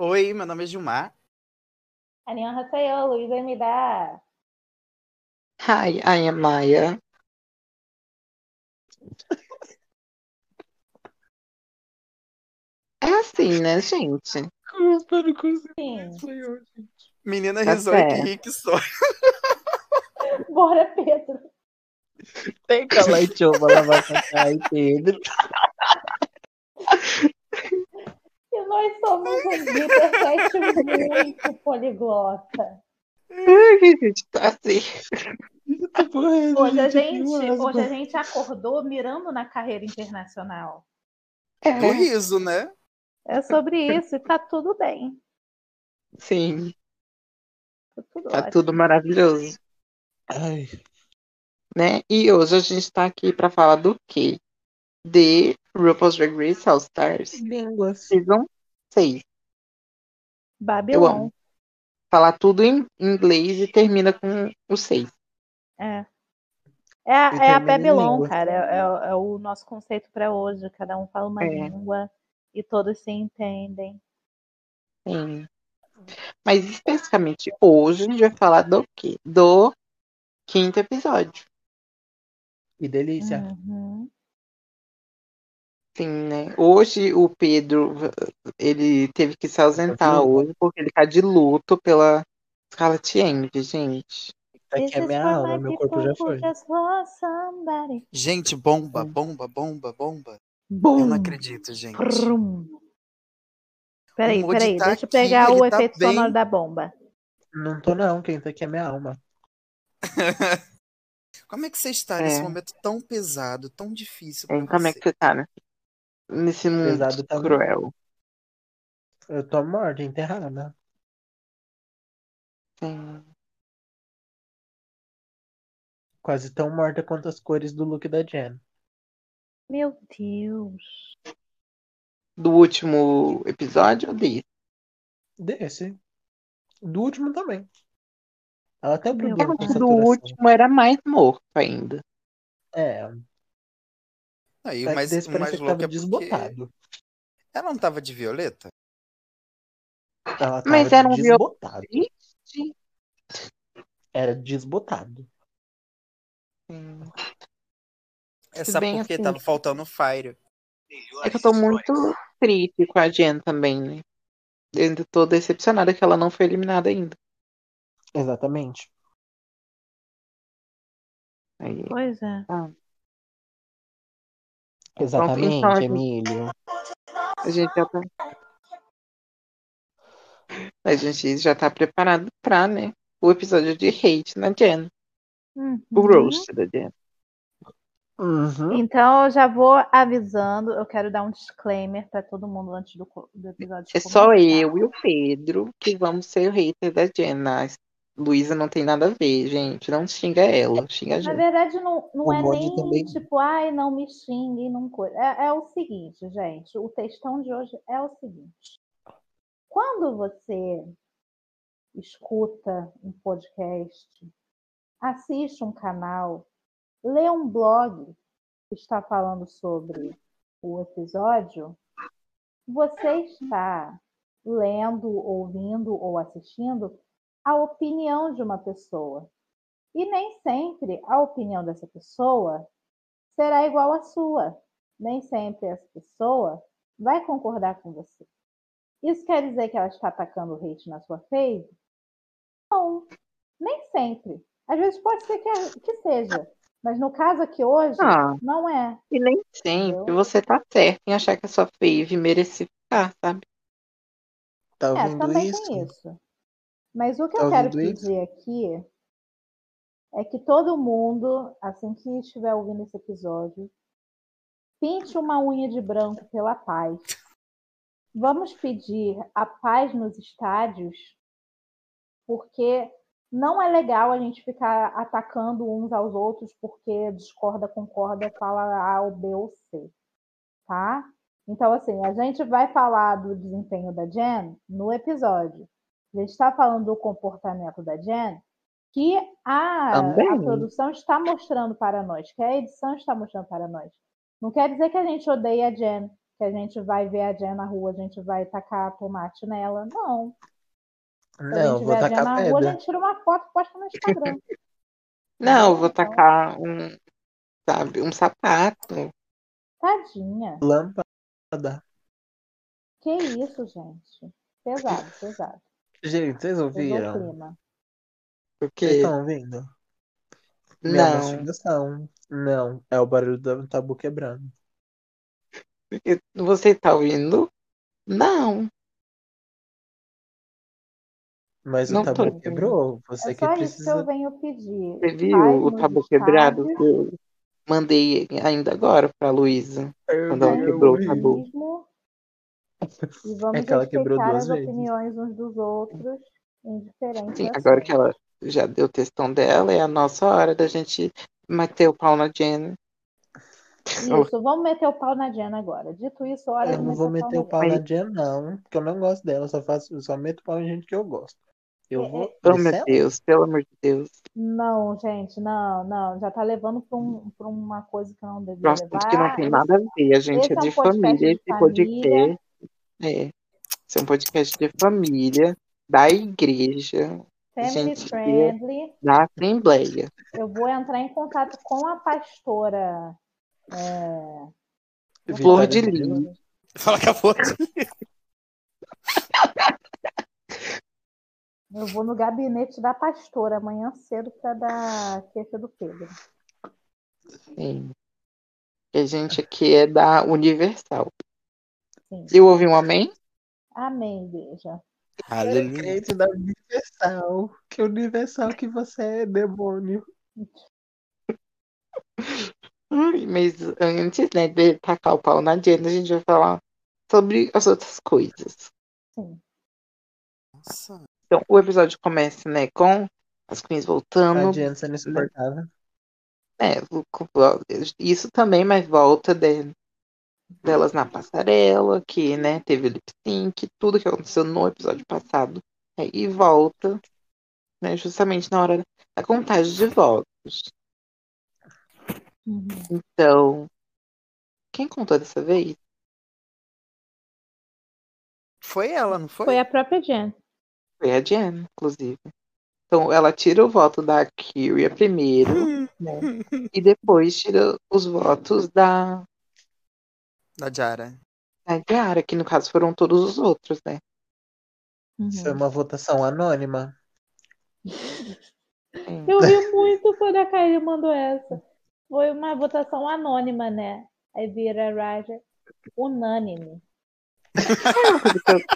Oi, meu nome é Gilmar. Annyeonghaseyo, Luísa. Hi, I am Maya. É assim, né, gente? Desculpa, não consigo Sim. espanhol, gente. Menina Tá risou e que certo. ri que só. Bora, Pedro. Tem calaichova lavacacai, Pedro. E nós somos um Glittercast muito poliglota. Ai, gente, tá assim. Eu tô morrendo, Hoje a gente. gente acordou mirando na carreira internacional. Do É, riso, né? É sobre isso e tá tudo bem. sim, Tá tudo tá ótimo. tudo maravilhoso, Ai, né? E hoje a gente tá aqui pra falar do quê? De RuPaul's Drag Race All Stars, línguas. Season 6. Eu Babylon. amo. Falar tudo em inglês e termina com o 6. É E a termina em Babylon, línguas. cara. É o nosso conceito para hoje. Cada um fala uma É. língua e todos se entendem. Sim. Mas especificamente hoje a gente vai falar do quê? Do 5º episódio. Que delícia. Uhum. Sim, né? Hoje o Pedro, ele teve que se ausentar hoje porque ele tá de luto pela Scarlett Envy, gente. Aqui é minha alma, meu corpo já foi. Just want somebody. Gente, bomba, É. bomba, bomba, bomba. Bum. Eu não acredito, gente. Brum. Peraí, O Moody tá deixa eu aqui, pegar o ele tá efeito bem. sonoro da bomba. Não tô não, quem tá aqui é minha alma. Como é que você está É. nesse momento tão pesado, tão difícil pra Como é você? que você tá, né? Nesse mundo Pesado também. cruel. Eu tô morta, enterrada. Sim. Quase tão morta quanto as cores do look da Jen. Meu Deus. Do último episódio ou desse? Desse. Do último também. Ela até Meu brigando com pai. Do saturação. último era mais morto ainda. É, Aí, tá que o desse mais parecia que louco tava é porque desbotado. ela não tava de violeta? Ela tava Mas era um desbotado. triste. Era desbotado. Sim. Essa Bem porque assim. tava faltando Fire. É que eu tô muito triste com a Jen também, né? Eu ainda tô decepcionada que ela não foi eliminada ainda. Exatamente. Aí, Pois é. tá. Exatamente, Então Emílio. a gente já tá. A gente já tá preparado pra, né? O episódio de hate na Jen. O Uhum. roast da Jen. Uhum. Então eu já vou avisando. Eu quero dar um disclaimer para todo mundo antes do episódio É começar. só eu e o Pedro que vamos ser o hater da Jen. A Luísa não tem nada a ver, gente. Não xinga ela, xinga a Na gente. verdade, não O é Mod nem também. tipo, ai, não me xingue, não coisa. É o seguinte, gente. O textão de hoje é o seguinte. Quando você escuta um podcast, assiste um canal, lê um blog que está falando sobre o episódio, você está lendo, ouvindo ou assistindo a opinião de uma pessoa. E nem sempre a opinião dessa pessoa será igual à sua. Nem sempre essa pessoa vai concordar com você. Isso quer dizer que ela está atacando o hate na sua face? Não, nem sempre. Às vezes pode ser que seja. Mas no caso aqui hoje, Ah, não é. e nem sempre Entendeu? você tá certo em achar que a sua fave merece ficar, sabe? Tá ouvindo Também isso? tem isso. Mas o que Tá eu quero ouvindo isso? pedir aqui é que todo mundo, assim que estiver ouvindo esse episódio, pinte uma unha de branco pela paz. Vamos pedir a paz nos estádios, porque não é legal a gente ficar atacando uns aos outros porque discorda, concorda, fala A ou B ou C, tá? Então, assim, a gente vai falar do desempenho da Jen no episódio. A gente está falando do comportamento da Jen, que a Também. produção está mostrando para nós, que a edição está mostrando para nós. Não quer dizer que a gente odeia a Jen, que a gente vai ver a Jen na rua, a gente vai tacar tomate nela. Não. Se a Não, gente vê vou a Jen tacar na rua, a pedra. gente tira uma foto e posta no Instagram. Não, eu vou Então, tacar um sapato. tadinha. Lâmpada. Que isso, gente? Pesado, pesado. Gente, vocês Pesou o ouviram? clima. Por Vocês quê? estão ouvindo? Minha Não. mastigação. Não, é o barulho do tabu quebrando. Você tá ouvindo? Não, Mas o não tô tabu ouvindo. quebrou. É Você que só isso que eu precisa. venho pedir. Você viu Paz o nos tabu quebrado estádios, que eu mandei ainda agora pra Luísa, quando ela sem quebrou o tabu? racismo, e É vamos que ela quebrou respeitar 2 as vezes. opiniões uns dos outros em diferentes Sim, agora que assuntos. ela já deu o textão dela, é a nossa hora da gente meter o pau na Jen. Isso, vamos meter o pau na Diana agora. Dito isso, hora Eu de não meter vou o pau meter na o pau Diana. Mas, na Jen, não. Porque eu não gosto dela. Eu só meto o pau em gente que eu gosto. Eu vou oh meu descer ela. Deus, pelo amor de Deus. Não, gente, não, não. Já tá levando para uma coisa que não Um devia assunto que não levar. tem nada a ver. A gente é Esse é de um podcast família, de esse família, podcast. É, esse é um podcast de família, da igreja, family gente que é friendly. da Assembleia. Eu vou entrar em contato com a pastora. Vou Flor falar de com a Lis. pastora. Fala que a foto. Eu vou no gabinete da pastora amanhã cedo para dar queixa do Pedro. Sim. E a gente aqui é da Universal. Sim. Eu ouvi um amém? Amém, beija. Era Aleluia. crente da Universal. Que Universal que você é, demônio. Mas antes, né, de tacar o pau na Diana, a gente vai falar sobre as outras coisas. Sim. Nossa. Então, o episódio começa, né, com as queens A voltando, Jen sendo né, insuportável. isso também, mas volta delas na passarela, que, né, teve o lip sync, tudo que aconteceu no episódio passado, e volta, né, justamente na hora da contagem de votos. Uhum. Então, quem contou dessa vez? Foi ela, não foi? Foi a própria Jen. Foi a Jen, inclusive. Então, ela tira o voto da Kyria primeiro, né, e depois tira os votos Da Jara. da Diara, que no caso foram todos os outros, né? Foi Uhum. uma votação anônima. Sim. Eu ri muito quando a Kylie mandou essa. Foi uma votação anônima, né? Aí vira Raja unânime. Uma coisa que eu,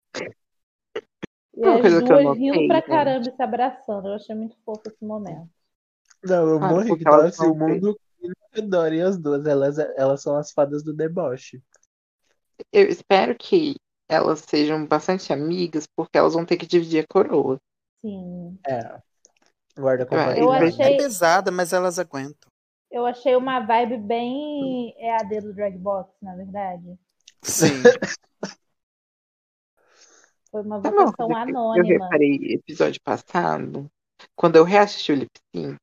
E uma as coisa que eu duas rindo notei, pra gente. caramba e se abraçando. Eu achei muito fofo esse momento. Não, eu Claro, morri porque que tava elas assim, vão o ver. mundo adora as duas. Elas são as fadas do deboche. Eu espero que elas sejam bastante amigas, porque elas vão ter que dividir a coroa. Sim. É, guarda Eu Vai É compartilhada. achei, pesada, mas elas aguentam. eu achei uma vibe bem EAD do Drag Box, na verdade. Sim. Foi uma Sabe uma votação coisa que eu anônima. reparei episódio passado? Quando eu reassisti o lip sync,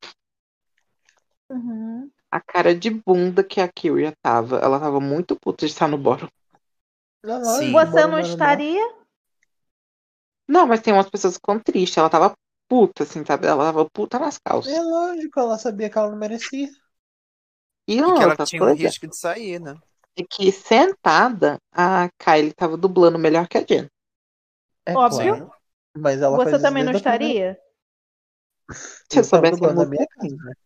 Uhum. a cara de bunda que a Kyria tava. Ela tava muito puta de estar no bottom. Não, Sim. lógico, Você bora não no normal. estaria? Não, mas tem umas pessoas que ficam tristes. Ela tava puta, assim, sabe? Ela tava puta nas calças. É lógico, ela sabia que ela não merecia. E E que uma ela outra tinha um coisa risco de sair, né? é que sentada, a Kylie tava dublando melhor que a Jen. É Óbvio. claro. Mas ela Você faz isso também não desde a primeira. estaria? Se eu Eu tava soubesse a dublando na música, minha sim. casa.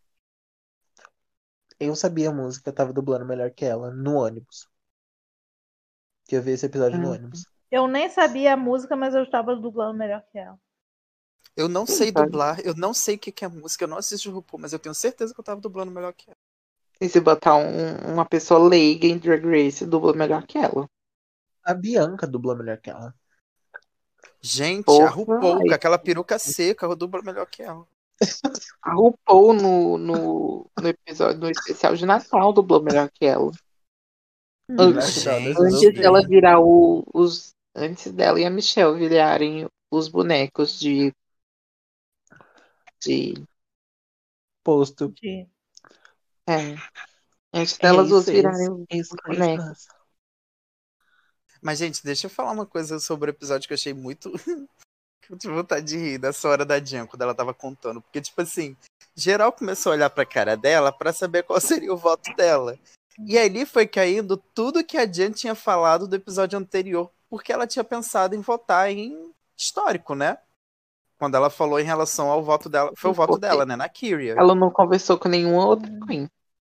Eu sabia a música, eu tava dublando melhor que ela no ônibus. Que eu vi esse episódio no ônibus. Eu nem sabia a música, mas eu estava dublando melhor que ela. Eu não Sim, sei sabe? dublar, eu não sei o que é música, eu não assisto o RuPaul, mas eu tenho certeza que eu tava dublando melhor que ela. E se botar uma pessoa leiga em Drag Race, dubla melhor que ela. A Bianca dublou melhor que ela. Gente, a Porra, RuPaul, com aí, aquela peruca seca, eu dublo melhor que ela. a RuPaul no episódio, no especial de Natal, dublou melhor que ela. Acho que tava Gente, Antes dela desouvindo. virar Antes dela e a Michelle virarem os bonecos de Posto. é, antes delas duas Aces. virarem os Ace bonecos. Christmas. Mas, gente, deixa eu falar uma coisa sobre o episódio que eu achei muito. Que eu tive vontade de rir dessa hora da Jen, quando ela tava contando. Porque, tipo assim, geral começou a olhar pra cara dela pra saber qual seria o voto dela. E ali foi caindo tudo que a Jen tinha falado do episódio anterior, porque ela tinha pensado em votar em histórico, né? Quando ela falou em relação ao voto dela. Foi o voto Porque dela, né? Na Kyria. ela não conversou com nenhuma outra Queen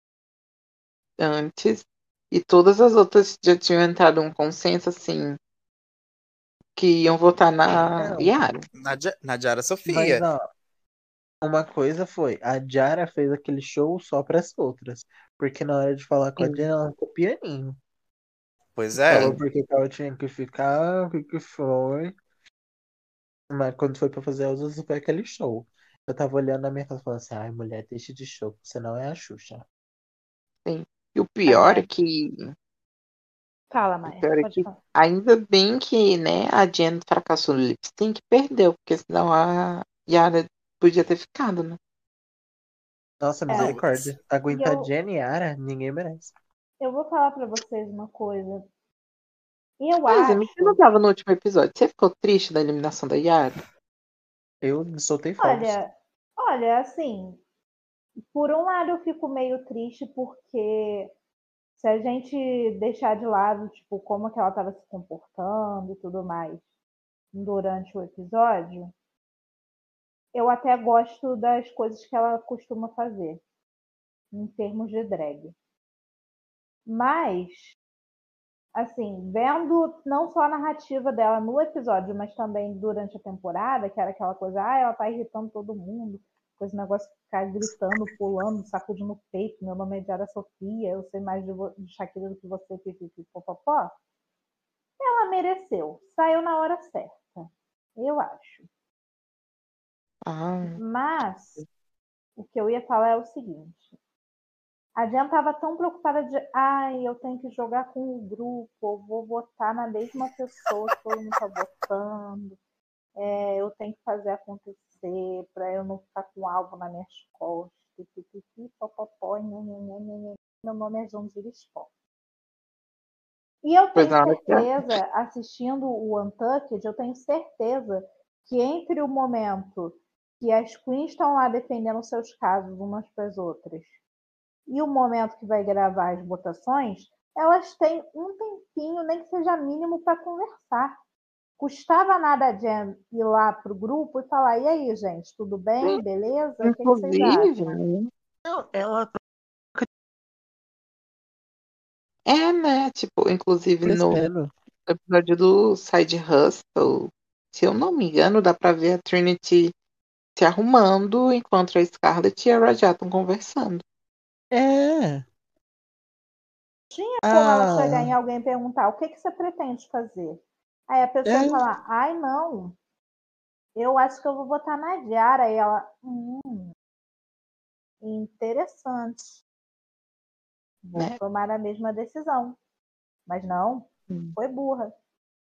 antes. E todas as outras já tinham entrado em um consenso, assim, que iam votar na Não, Yara. Na Diara mas Sofia. ó, uma coisa foi, a Jara fez aquele show só pras outras. Porque na hora de falar com a Jen, Sim, ela ficou pianinho. Pois é. Falou sim. porque que ela tinha que ficar, o que que foi. Mas quando foi pra fazer as outras, foi aquele show. Eu tava olhando na minha casa e falando assim, ai, mulher, deixa de show, você não é a Xuxa. Sim. E o Ai, pior é ai. que, Fala, o Maia. pior é Pode que falar. ainda bem que, né, a Jen fracassou no lip sync e perdeu, porque senão a Yara podia ter ficado, né? Nossa, É, Não, misericórdia. e Aguentar eu, Jenny e Yara, ninguém merece. eu vou falar pra vocês uma coisa. Eu Mas, amiga, você não acho, tava no último episódio. Você ficou triste da eliminação da Yara? Eu soltei fogos. olha, assim, por um lado eu fico meio triste porque se a gente deixar de lado, tipo, como que ela estava se comportando e tudo mais durante o episódio, eu até gosto das coisas que ela costuma fazer em termos de drag. Mas, assim, vendo não só a narrativa dela no episódio, mas também durante a temporada, que era aquela coisa, ela tá irritando todo mundo, com esse negócio de ficar gritando, pulando, sacudindo no peito, meu nome é Diara Sofia, eu sei mais de Shakira do que você, pipipi, popopó. Ela mereceu, saiu na hora certa, eu acho. Ah, Mas, o que eu ia falar é o seguinte, a Jen estava tão preocupada de, eu tenho que jogar com o grupo, eu vou votar na mesma pessoa que todo mundo está votando, eu tenho que fazer acontecer para eu não ficar com alvo nas minhas costas, pipipi, popopó, nhanhanhanhanhan. Meu nome é Jandira Sport. E eu pois tenho na hora que certeza, assistindo o Untucked, eu tenho certeza que entre o momento que as queens estão lá defendendo seus casos umas para as outras e o momento que vai gravar as votações, elas têm um tempinho, nem que seja mínimo, para conversar. Custava nada a Jen ir lá pro grupo e falar: e aí, gente, tudo bem? Beleza? O que vocês inclusive, acham? né? Não, ela É, né? Tipo, inclusive no crescendo. episódio do Side Hustle, se eu não me engano, dá pra ver a Trinity se arrumando enquanto a Scarlett e a Rajah estão conversando. É. Tinha como ela chegar em Ah, alguém e perguntar: o que você pretende fazer? Aí a pessoa é. falar: ai, não, eu acho que eu vou votar na Diara. E ela: interessante, vou Né? tomar a mesma decisão. Mas não, Hum. foi burra.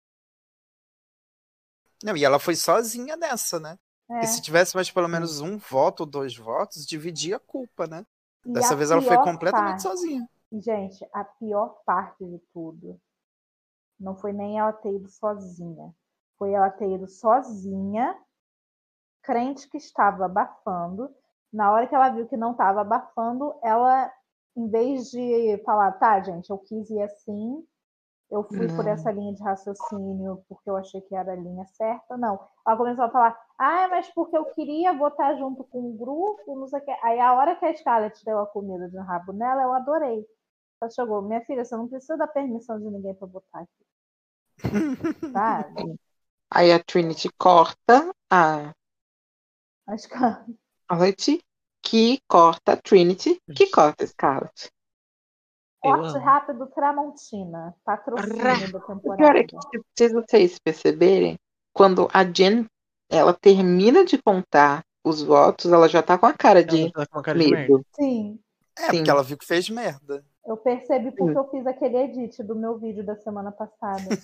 Não, e ela foi sozinha nessa, né? E se É. tivesse mais pelo menos um voto ou 2 votos, dividia a culpa, né? E a Dessa vez ela foi pior completamente parte, sozinha. gente, a pior parte de tudo não foi nem ela ter ido sozinha. Foi ela ter ido sozinha, crente que estava abafando. Na hora que ela viu que não estava abafando, ela, em vez de falar, tá, gente, eu quis ir assim, eu fui por essa Não. linha de raciocínio porque eu achei que era a linha certa, não. Ela começou a falar, mas porque eu queria votar junto com o grupo, não sei o que. Aí a hora que a Scarlett deu a comida de rabo nela, eu adorei. Ela chegou, minha filha, você não precisa da permissão de ninguém para votar aqui, sabe? Aí a Trinity corta a Acho que Scarlett, que corta a Trinity, que corta a Scarlett. Eu corte amo. rápido Tramontina, Rá! patrocínio da O pior é que, temporada. tipo, se vocês perceberem, quando a Jen ela termina de contar os votos, ela já tá com a cara Ela de tá com uma cara de merda. medo. Sim, É, porque Sim, ela viu que fez merda. eu percebi porque sim. eu fiz aquele edit do meu vídeo da semana passada.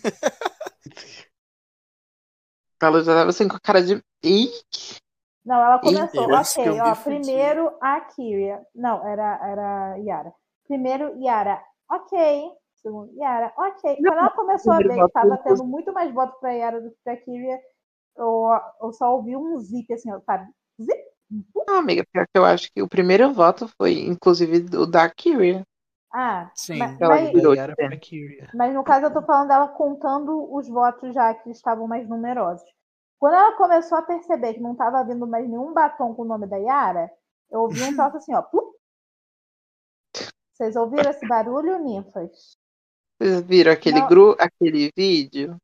Ela já tava assim com a cara de. Ih, Não, ela ih. começou, Eu acho que eu ok, me ó, fudi. primeiro a Kyria. Não, era Yara. Primeiro, Yara, ok, Yara, ok. Não, Quando ela começou a primeiro ver que voto estava dos- tendo muito mais votos para Yara do que para Kyria, eu só ouvi um zip assim, ó, sabe? Zip. Não, amiga, pior que eu acho que o primeiro voto foi, inclusive, o da Kyria. Ah, Sim. Ela mas, Da tirou de Yara cena. pra Kyria. mas no caso eu tô falando dela contando os votos já que estavam mais numerosos. Quando ela começou a perceber que não estava vindo mais nenhum batom com o nome da Yara, eu ouvi um troço assim, ó. Plup. Vocês ouviram esse barulho, ninfas? Vocês viram Não, aquele vídeo?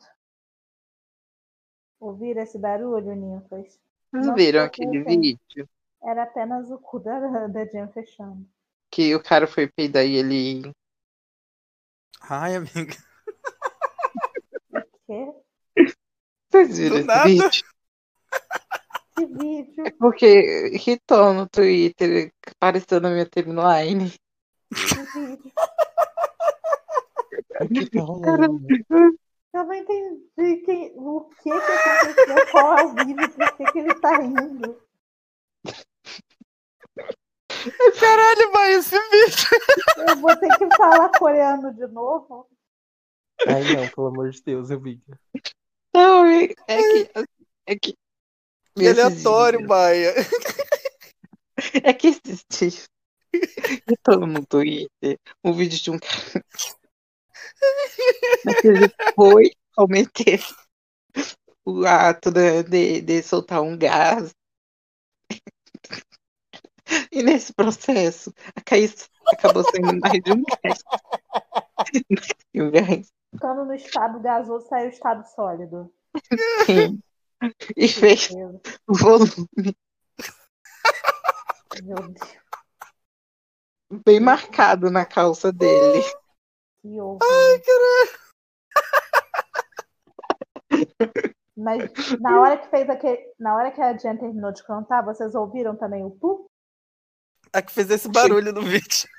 ouviram esse barulho, ninfas? Vocês Não se viram aquele preocupem, vídeo? era apenas o cu da Jen fechando. Que o cara foi peidar e ele. Ai, amiga. O quê? Vocês viram Do esse nada. vídeo? Que vídeo? É porque irritou no Twitter, apareceu na minha timeline. Que vídeo? O que tá Cara, rolando? Eu não entendi o que aconteceu, qual é o vídeo, por que ele tá rindo. Caralho, vai esse vídeo. Eu vou ter que falar coreano de novo. Ai, não, pelo amor de Deus, eu vi. não, é que Que esses aleatório, dias, Baia. é que esses dias, eu tô no Twitter, um vídeo de um cara que ele foi cometer o ato de soltar um gás. E nesse processo, a Caís acabou saindo mais de um gás. E um gás, Ficando no estado gasoso, saiu o estado sólido. sim. E Que fez Deus, o volume meu Deus, bem marcado na calça dele. que horror. Mas na hora que fez aquele. Na hora que a Jen terminou de cantar, vocês ouviram também o pu? A que fez esse barulho no vídeo.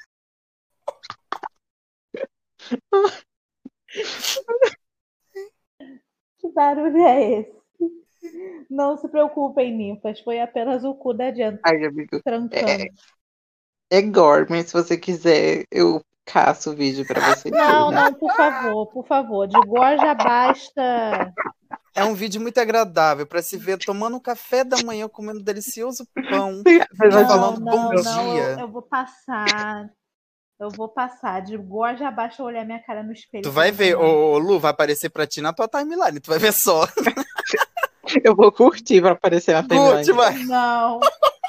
Que barulho é esse? Não se preocupem, ninfas. Foi apenas o cu da Jen Ai, amigo, trancando. é gore, mas se você quiser, eu caço o vídeo pra você. Não, não, por favor, por favor. De Gore já basta. É um vídeo muito agradável pra se ver tomando um café da manhã, comendo um delicioso pão Mas e a Não, falando bom não, não. dia. Eu vou passar. Eu vou passar. De Gore já basta olhar minha cara no espelho. Tu vai pela ver, manhã. ô Lu, vai aparecer pra ti na tua timeline, tu vai ver só. Eu vou curtir pra aparecer na Curte, timeline. vai. Não.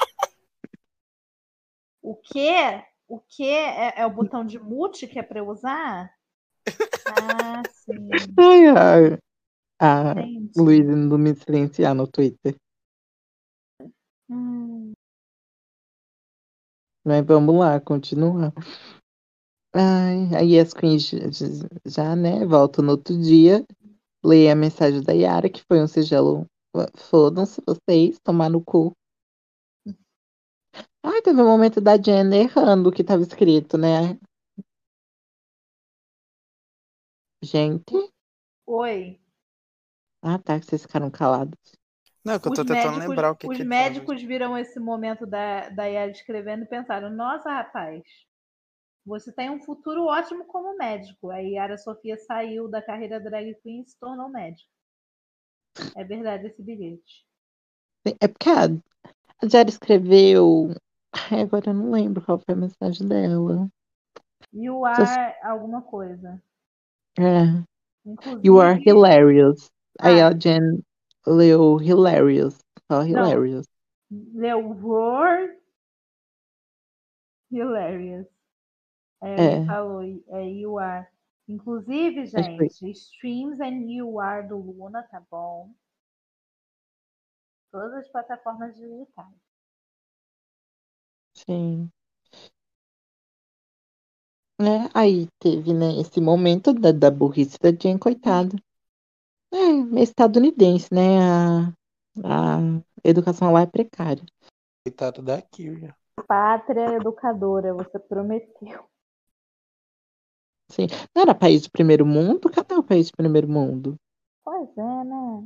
O quê? O quê? É o botão de mute que é pra eu usar? Ah, sim. Ai, ai. A Entendi. Luísa não me silenciar no Twitter. Hum. Mas vamos lá, continuar. Ai, aí as queens já, né, voltam no outro dia. Leia a mensagem da Yara, que foi um sigilo. Fodam-se vocês, tomar no cu. Ai, teve um momento da Jen errando o que tava escrito, né? Gente. Oi. Ah, tá, que vocês ficaram calados. Não, é que eu tô tentando lembrar o que Os que tava. médicos viram esse momento da Yara escrevendo e pensaram: nossa, rapaz, você tem um futuro ótimo como médico. Aí Yara Sofia saiu da carreira drag queen e se tornou médica. É verdade esse bilhete. É porque a Jara escreveu. Ai, agora eu não lembro qual foi a mensagem dela. You Só- are alguma coisa. É. You are Inclusive. hilarious. Aí a Ah, Jen leu hilarious. Só não. hilarious. Leu Word Hilarious. Aí alguém É. falou, you are. Inclusive, Acho que foi. gente, Streams and You Are do Luna, tá bom? Todas as plataformas digitais. Sim. É, aí teve, né, esse momento da burrice da Jen, coitada. É estadunidense, né? A educação lá é precária. Coitado da Kyria. Pátria educadora, você prometeu. Sim. Não era país de primeiro mundo? Cadê o país de primeiro mundo? Pois é, né?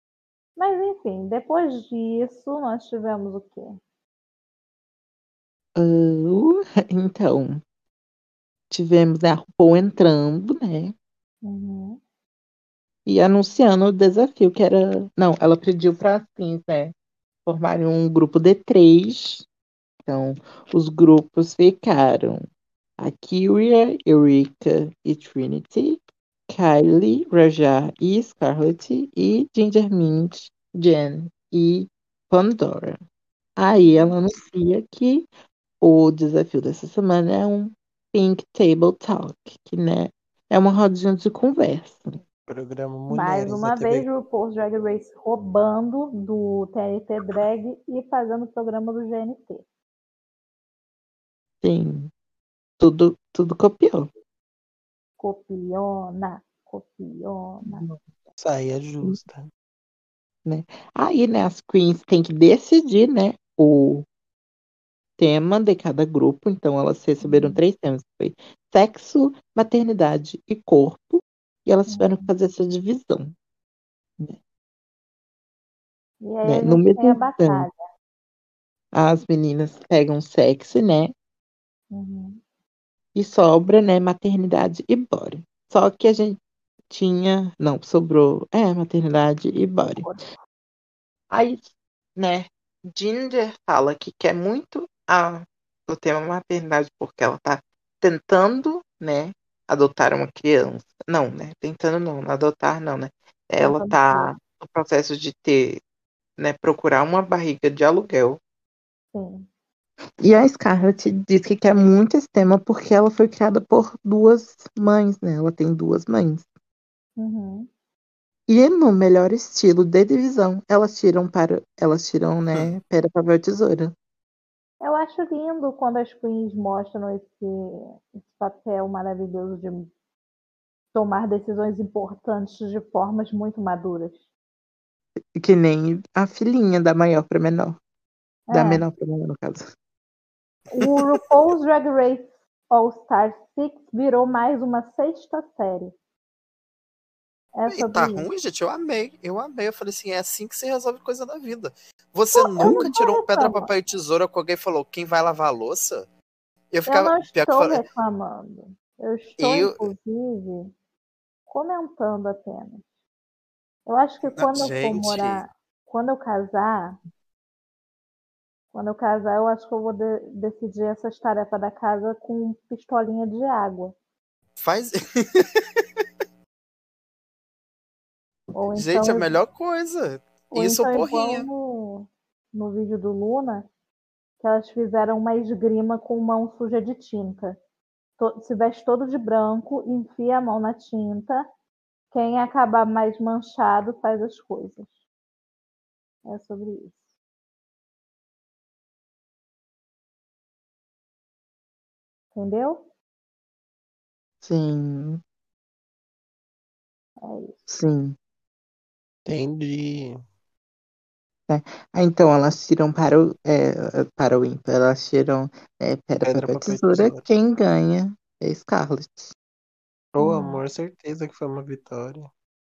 Mas enfim, depois disso, nós tivemos o quê? Então, tivemos, né, a RuPaul entrando, né? Uhum. E anunciando o desafio, que era. Não, ela pediu para assim, né? Formarem um grupo de 3. Então, os grupos ficaram a Kyria, Eureka e Trinity, Kylie, Raja e Scarlett, e Ginger Mint, Jen e Pandora. Aí ela anuncia que o desafio dessa semana é um Pink Table Talk, que, né, é uma rodinha de conversa. Programa Mais Mulheres da uma vez, TV. o RuPaul's Drag Race roubando do TNT Drag e fazendo o programa do GNT. Sim, tudo copiou. Copiona, copiona. Saia justa. Né? Aí, né, as queens têm que decidir, né, o tema de cada grupo. Então, elas receberam 3 temas, que foi sexo, maternidade e corpo. E elas tiveram que fazer essa divisão. E aí Né? a No gente tem a mesmo batalha. instante, as meninas pegam sexo, né, Uhum. e sobra, né, maternidade e body. Só que a gente tinha, não, sobrou, maternidade e body. Aí, né, Ginger fala que quer muito o tema maternidade porque ela tá tentando, né, adotar uma criança. Não, né, tentando não, adotar não, né. Ela Tentando tá ser. no processo de ter, né, procurar uma barriga de aluguel. Sim. E a Scarlett diz que quer muito esse tema porque ela foi criada por 2 mães, né, ela tem 2 mães. Uhum. E no melhor estilo de divisão, elas tiram, né, pedra, papel, tesoura. Eu acho lindo quando as queens mostram esse papel maravilhoso de tomar decisões importantes de formas muito maduras. Que nem a filhinha da maior pra menor. Da É. menor pra maior, no caso. O RuPaul's Drag Race All Star 6 virou mais uma 6ª série. É E sobre tá isso. ruim, gente? Eu amei. Eu amei. Eu falei assim, é assim que se resolve coisa da vida. Você Eu não nunca tô tirou um pedra, reclamando. papel e tesoura com alguém e falou, quem vai lavar a louça? Eu Eu ficava. não Pior que eu estou falei. reclamando. Eu estou, Eu. inclusive, comentando apenas. Eu acho que Não, quando eu for gente. morar, quando eu casar, eu acho que eu vou decidir essas tarefas da casa com pistolinha de água. Faz. Ou Gente, a então, melhor coisa. ou Isso ou então igual porrinha. no vídeo do Luna, que elas fizeram uma esgrima com mão suja de tinta. Se veste todo de branco, enfia a mão na tinta. Quem acabar mais manchado faz as coisas. É sobre isso. Entendeu? Sim, É isso. sim. Entendi. Então elas tiram para o ímpar, elas tiram pedra, Pedra, papel, papel e tesoura. tesoura. Quem ganha é Scarlett. Ô, amor, certeza que foi uma vitória.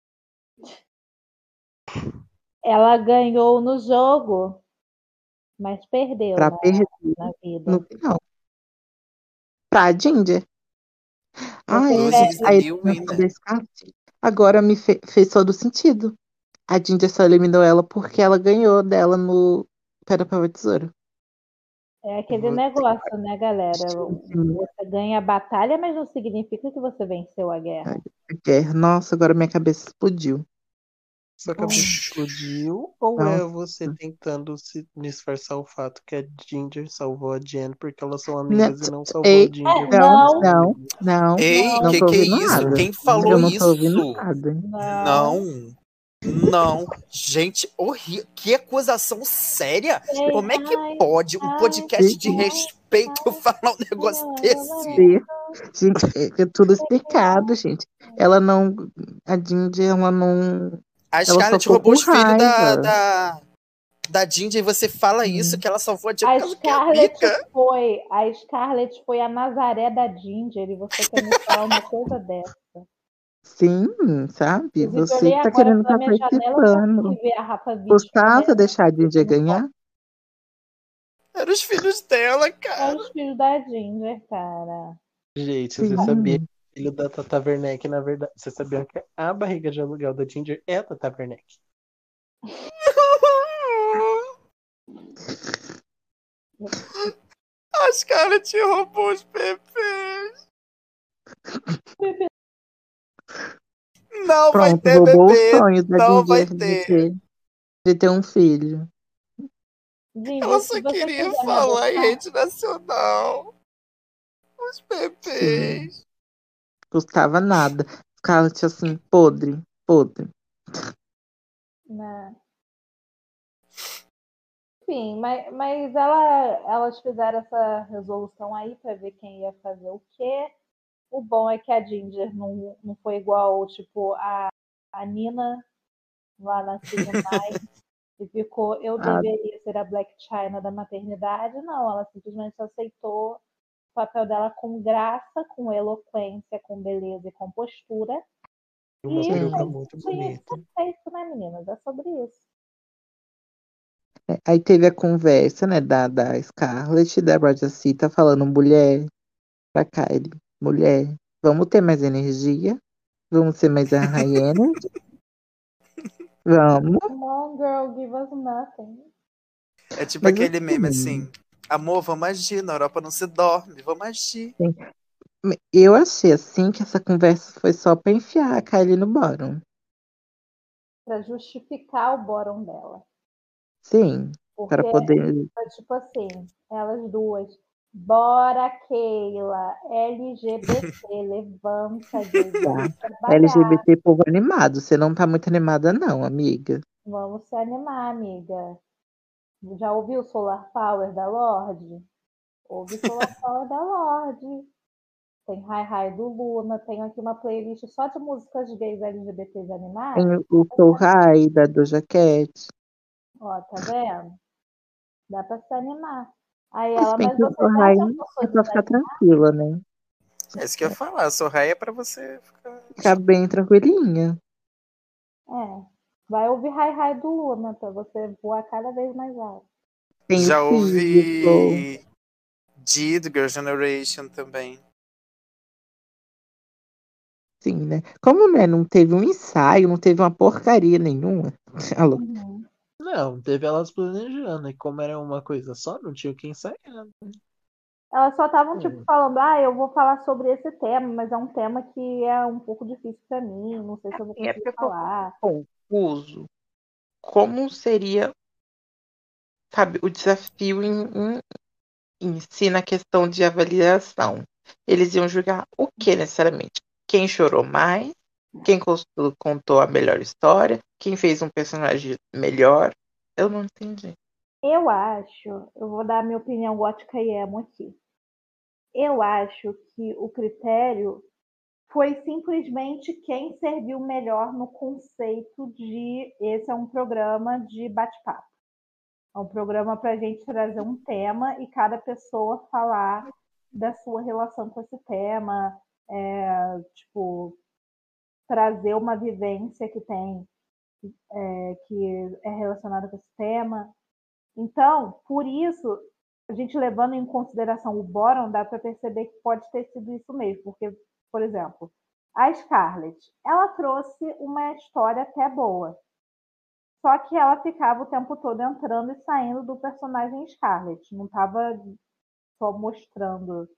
Ela ganhou no jogo, mas perdeu Pra perder na no vida. final. Pra Ginger. Você Losing is the A perde. new eliminação da winner. Scarlett agora me fez todo sentido. A Ginger só eliminou ela porque ela ganhou dela no pedra, papel, tesoura. É aquele Vou- negócio, né, galera? Sim. Você ganha a batalha, mas não significa que você venceu a guerra. Guerra. Nossa, agora minha cabeça explodiu. Sua cabeça Hum. explodiu ou é Nossa. você tentando se disfarçar o fato que a Ginger salvou a Jen porque elas são Não, amigas e não salvou a ei, Ginger porque não, elas Não, são não, inimigos? não, Ei, não não, tô que é ouvindo isso? nada. Quem falou Eu não tô ouvindo isso? nada. não. Não. Não. Gente, horrível. Que acusação séria. Ei, Como é que ai, pode um ai, podcast de ai, respeito falar um negócio desse? Ver. Gente, é tudo explicado, gente. Ela não. A Ginger, ela não. A Ela só Scarlett ficou roubou com os filhos raiva. da Ginger e você fala isso, Hum. que ela salvou a Ginger A por causa que é amiga. Scarlett foi a Nazaré da Ginger e você quer me falar uma coisa dessa. Sim, sabe? Inclusive, eu Você olhei que tá agora querendo pela estar minha janela, eu participando. consegui ver a Rafa Witt Custava correndo deixar a Ginger ganhar? Eram os filhos dela, É cara. os filhos da Ginger, cara. Gente, Sim. você sabia que o filho da Tata Werneck, na verdade, você sabia que a barriga de aluguel da Ginger é a Tata Werneck? A Scarlett roubou os bebês. Não vai Pronto, ter roubou o bebê. sonho da Não vai Ginger ter. de ter um filho. Ela Ginger, se só você queria quiser me falar em adotar, rede nacional. Os Sim, bebês. custava nada. Scarlett assim, podre, podre. né? Enfim, mas elas fizeram essa resolução aí para ver quem ia fazer o quê. O bom é que a Ginger não foi igual, tipo, a Nina lá na Season 9, e ficou, eu Ah, deveria ser a Black China da maternidade. Não, ela simplesmente aceitou o papel dela com graça, com eloquência, com beleza e com postura. Uma E peruca sim. muito tinha que bonita. ser feito, né, meninas? É sobre isso. Aí teve a conversa, né, da Scarlett e da Rajacita falando, mulher, pra Kylie, mulher, vamos ter mais energia? Vamos ser mais a Ryan? Vamos. Come on, girl, give us nothing. É tipo Mas aquele meme assim, assim. Amor, vamos agir. Na Europa não se dorme. Vamos agir. eu achei assim que essa conversa foi só pra enfiar a Kylie no bottom. Para justificar o bottom dela. Sim, para Porque poder. foi tipo assim, elas duas. Bora, Keila, LGBT, levanta, gay, Tá. vamos trabalhar. LGBT povo animado. Você não tá muito animada, não, amiga. Vamos se animar, amiga. Já ouviu Solar Power da Lorde? Ouve Solar Power da Lorde. Tem Hi Hi do Luna. Tenho aqui uma playlist só de músicas gays LGBTs Tem animadas. o Soul High da Doja Cat. Ó, tá vendo? Dá pra se animar. Aí Mas ela, bem mas que o você Soul já High tentou é pra ficar desanimar? tranquila, né? É isso que eu ia falar. Sorraia é pra você ficar. Ficar bem tranquilinha. É. Vai ouvir Hi Hi do Luna pra você voar cada vez mais alto. Tem o Já Fearful. ouvi G do Girl Generation também. Sim, né? Como, né, não teve um ensaio, não teve uma porcaria nenhuma. Alô. Uhum. Não, teve elas planejando. E como era uma coisa só, não tinha quem ensaiar. Elas só estavam tipo Hum. falando, eu vou falar sobre esse tema, mas é um tema que é um pouco difícil pra mim, não sei se eu vou É conseguir porque ficou falar. confuso. Como seria, sabe, o desafio em si na questão de avaliação? Eles iam julgar o que necessariamente? Quem chorou mais? Quem contou a melhor história? Quem fez um personagem melhor? Eu não entendi. Eu acho, eu vou dar a minha opinião gótica e emo aqui. Eu acho que o critério foi simplesmente quem serviu melhor no conceito de esse é um programa de bate-papo. É um programa para a gente trazer um tema e cada pessoa falar da sua relação com esse tema, tipo, trazer uma vivência que tem, que é relacionada com esse tema. Então, por isso, a gente levando em consideração o bottom, dá para perceber que pode ter sido isso mesmo, porque, por exemplo, a Scarlett, ela trouxe uma história até boa, só que ela ficava o tempo todo entrando e saindo do personagem Scarlett, não estava só mostrando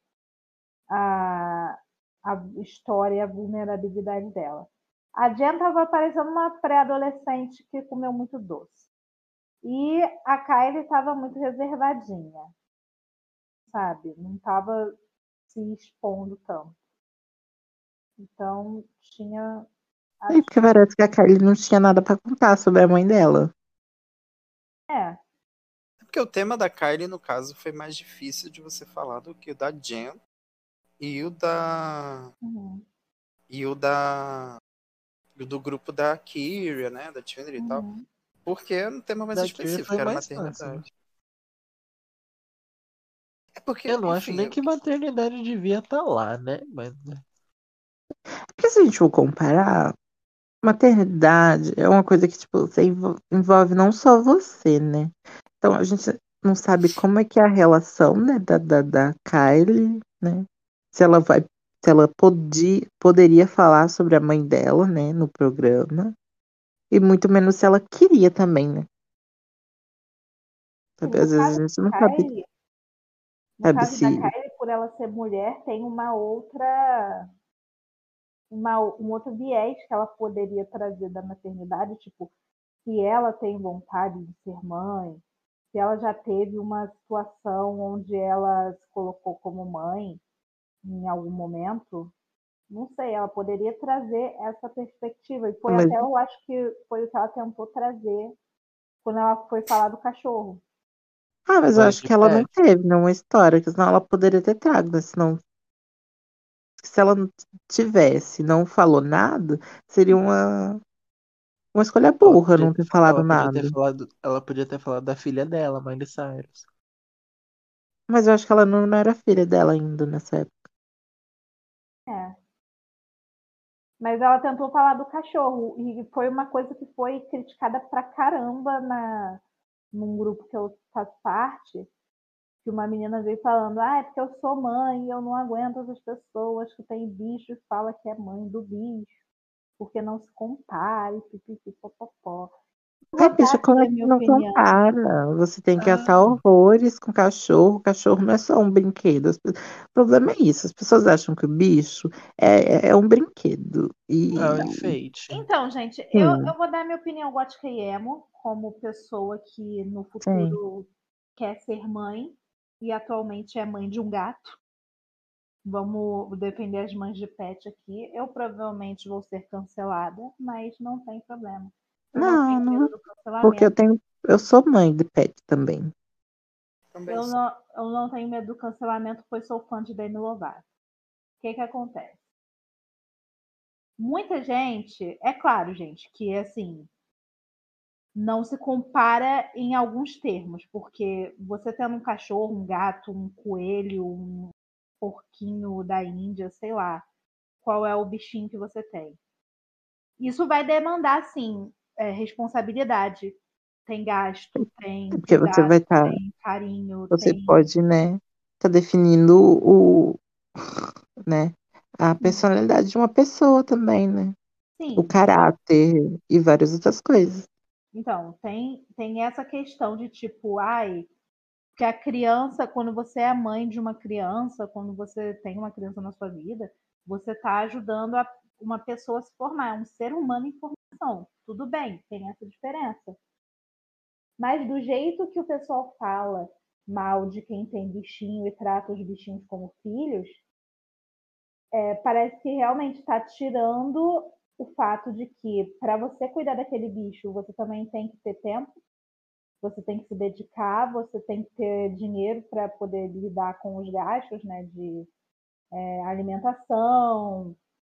a, a história e a vulnerabilidade dela. A Jen estava parecendo uma pré-adolescente que comeu muito doce. E a Kylie estava muito reservadinha, sabe? Não estava se expondo tanto. Então, tinha. É porque parece que a Kylie não tinha nada pra contar sobre a mãe dela. É, Porque o tema da Kylie, no caso, foi mais difícil de você falar do que o da Jen e o da. uhum, E o da. E o do grupo da Kyria, né? Da Trinity e tal. uhum. Porque era um tema mais Da Kyria específico, foi era mais fácil, né? maternidade. É porque, Eu não acho enfim, nem que maternidade devia estar lá, né? Mas Porque se a gente for comparar, maternidade é uma coisa que, tipo, você envolve não só você, né? Então, a gente não sabe como é que é a relação, né, da Kylie, né? Se ela vai, se ela poderia falar sobre a mãe dela, né, no programa. E muito menos se ela queria também, né? Sim, Sabe? Às vezes a gente não sabe, No sabe caso da se. Kylie, por ela ser mulher, tem um outro viés que ela poderia trazer da maternidade, tipo, se ela tem vontade de ser mãe, se ela já teve uma situação onde ela se colocou como mãe em algum momento, não sei, ela poderia trazer essa perspectiva. E foi Mas, até, eu acho que foi o que ela tentou trazer quando ela foi falar do cachorro. mas eu Mãe acho de que ela não pet. teve nenhuma história, que senão ela poderia ter trago, né? Senão, se ela não tivesse, não falou nada, seria uma escolha burra não ter falado nada. Ela podia ter falado da filha dela, Miley Cyrus. Mas eu acho que ela não era filha dela ainda nessa época. É. Mas ela tentou falar do cachorro e foi uma coisa que foi criticada pra caramba num grupo que eu faço parte, que uma menina veio falando, é porque eu sou mãe e eu não aguento essas pessoas que têm bicho e fala que é mãe do bicho, porque não se compare, pipipi, popopó. Ai, Vou dar bicha, como aqui é a que minha não opinião. compara? Você tem que assar Ah, horrores com cachorro. O cachorro não é só um brinquedo. O problema é isso. As pessoas acham que o bicho é um brinquedo. é o E, enfeite. Então, gente, sim, eu vou dar minha opinião gótica e emo, como pessoa que no sim. futuro quer ser mãe e atualmente é mãe de um gato. Vamos defender as mães de pet aqui. Eu provavelmente vou ser cancelada, mas não tem problema. Eu não Não, tenho medo não. do Porque cancelamento. eu sou mãe de pet também. Também Eu sou. não, eu não tenho medo do cancelamento, pois sou fã de Demi Lovato. O que que acontece? Muita gente, é claro, gente, que assim, não se compara em alguns termos, porque você tendo um cachorro, um gato, um coelho, um porquinho da Índia, sei lá, qual é o bichinho que você tem. Isso vai demandar, sim, responsabilidade. Tem gasto, tem Porque você vai cuidado, estar, tem carinho, você tem. pode, né, tá definindo né, a personalidade de uma pessoa também, né? O Sim, caráter e várias outras coisas. então, tem essa questão de tipo, ai, que a criança, quando você é mãe de uma criança, quando você tem uma criança na sua vida, você está ajudando uma pessoa a se formar, é um ser humano em formação. Tudo bem, tem essa diferença. Mas do jeito que o pessoal fala mal de quem tem bichinho e trata os bichinhos como filhos, parece que realmente está tirando o fato de que para você cuidar daquele bicho, você também tem que ter tempo, você tem que se dedicar, você tem que ter dinheiro para poder lidar com os gastos, né, de alimentação,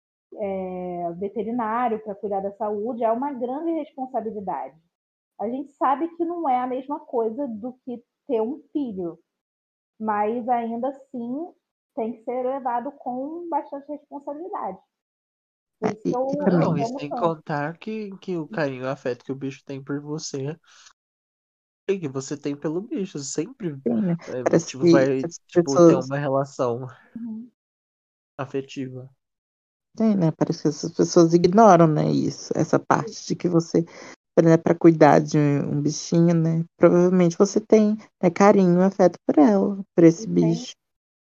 veterinário para cuidar da saúde, é uma grande responsabilidade. A gente sabe que não é a mesma coisa do que ter um filho, mas ainda assim tem que ser levado com bastante responsabilidade. Por isso que E eu Não, também, e amo sem tanto. contar que o carinho e o afeto que o bicho tem por você e que você tem pelo bicho. Sempre sim, né? Parece tipo, que vai as tipo, ter pessoas, uma relação Uhum. afetiva. tem, né? Parece que essas pessoas ignoram, né, isso, essa parte de que você, né, para cuidar de um bichinho, né? Provavelmente você tem, né, carinho e afeto por ela, por E esse tem, bicho.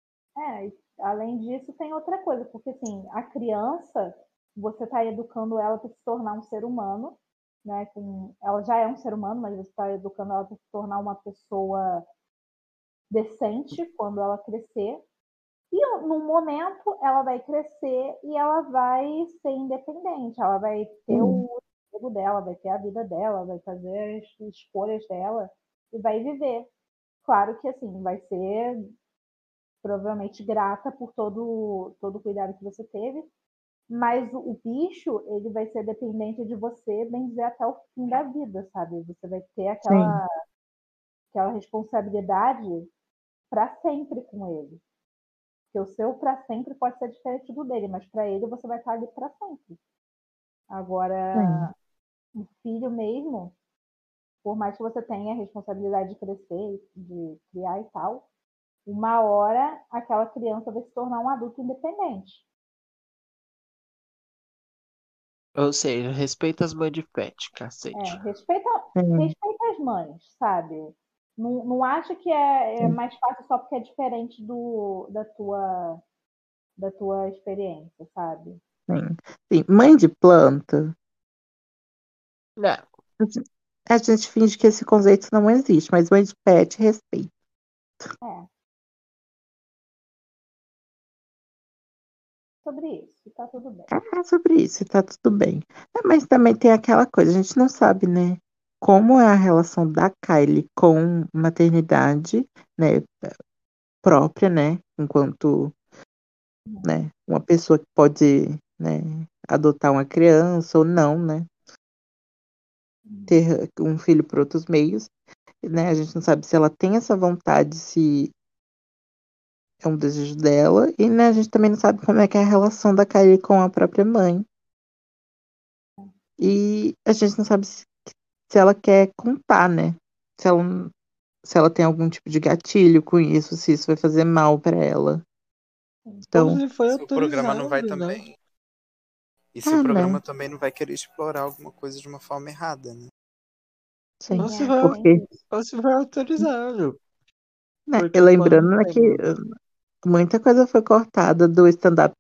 além disso, tem outra coisa, porque assim, a criança, você está educando ela para se tornar um ser humano, né? Ela já é um ser humano, mas você está educando ela para se tornar uma pessoa decente quando ela crescer. E num momento ela vai crescer e ela vai ser independente, ela vai ter Sim, o emprego dela, vai ter a vida dela, vai fazer as escolhas dela e vai viver. Claro que assim, vai ser provavelmente grata por todo o cuidado que você teve, mas o bicho, ele vai ser dependente de você, bem dizer, até o fim da vida, sabe? Você vai ter sim, aquela responsabilidade para sempre com ele. Porque o seu para sempre pode ser diferente do dele, mas para ele você vai estar ali para sempre. sim. Agora, o filho mesmo, por mais que você tenha a responsabilidade de crescer, de criar e tal, uma hora aquela criança vai se tornar um adulto independente. Ou seja, respeita as mães de pet, cacete. Respeita as mães, sabe? Não acha que é mais fácil só porque é diferente da tua experiência, sabe? Sim, mãe de planta, Não. a gente finge que esse conceito não existe, mas mãe de pet respeita. É. Sobre isso, tá tudo bem. É sobre isso, tá tudo bem. Mas também tem aquela coisa, a gente não sabe, né? Como é a relação da Kylie com maternidade, né? Própria, né? Enquanto, né? Uma pessoa que pode, né? Adotar uma criança ou não, né? Ter um filho por outros meios, né? A gente não sabe se ela tem essa vontade, se é um desejo dela, e né, a gente também não sabe como é que é a relação da Kylie com a própria mãe. E a gente não sabe se ela quer contar, né? Se ela, se ela tem algum tipo de gatilho com isso, se isso vai fazer mal pra ela. Então, Ou se foi Se o programa não vai autorizado, né? também. E se o né? programa também não vai querer explorar alguma coisa de uma forma errada, né? Sim, Ou se foi, porque, ou se foi autorizado. né? E Porque lembrando, quando né, que tem. muita coisa foi cortada do stand-up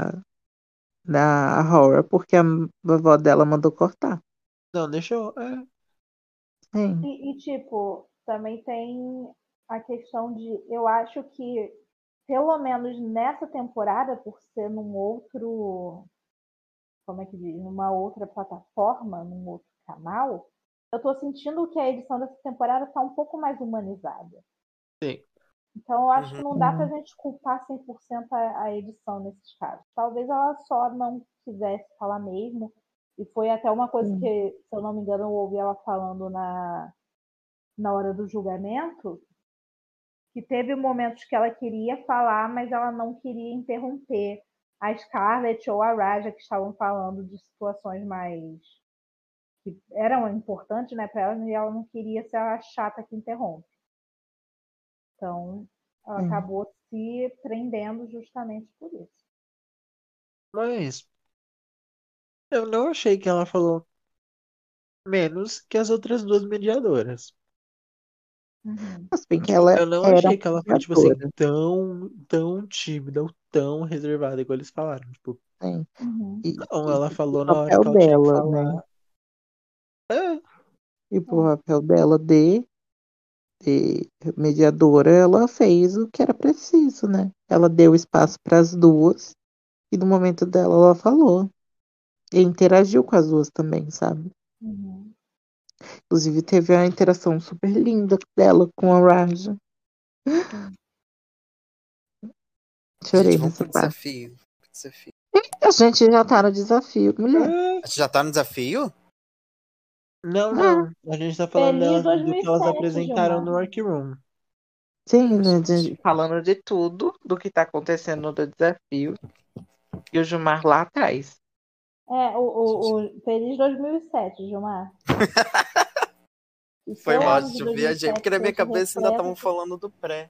da Horror, porque a vovó dela mandou cortar. Não, deixa eu. Sim, Tipo, também tem a questão de, eu acho que, pelo menos nessa temporada, por ser num outro, como é que diz, numa outra plataforma, num outro canal, eu tô sentindo que a edição dessa temporada tá um pouco mais humanizada. Sim. Então, eu acho que Uhum. não dá pra gente culpar 100% a edição nesses casos. Talvez ela só não quisesse falar mesmo. E foi até uma coisa sim. que, se eu não me engano, eu ouvi ela falando na hora do julgamento, que teve momentos que ela queria falar, mas ela não queria interromper a Scarlett ou a Raja, que estavam falando de situações mais que eram importantes, né, para ela, e ela não queria ser a chata que interrompe. Então, ela Sim. acabou se prendendo justamente por isso. Mas eu não achei que ela falou menos que as outras duas mediadoras. Uhum. Mas bem que ela Eu não era achei uma que ela foi, tipo assim, mediadora. tão tímida ou tão reservada, igual eles falaram. Tipo, Sim. Uhum. não, E ela o falou na hora papel que ela tinha que dela, né? falar. É, E pro papel dela de mediadora, ela fez o que era preciso, né? Ela deu espaço para as duas e no momento dela ela falou. E interagiu com as duas também, sabe? Uhum. Inclusive teve a interação super linda dela com a Raja. Sim. Chorei Gente, vamos nessa pro parte. desafio. Desafio. A gente já tá no desafio, mulher. é. A gente já tá no desafio? Não, Ah, não. A gente tá falando Feliz delas, do que elas 2007, apresentaram Gilmar. no Workroom. sim, né? Falando de tudo, do que tá acontecendo no desafio. E o Gilmar lá atrás. O Feliz 2007, Gilmar. O Foi seu mal, ano gente, de eu viajei, 2007 porque na minha seja cabeça ainda estavam repleto. falando do pré.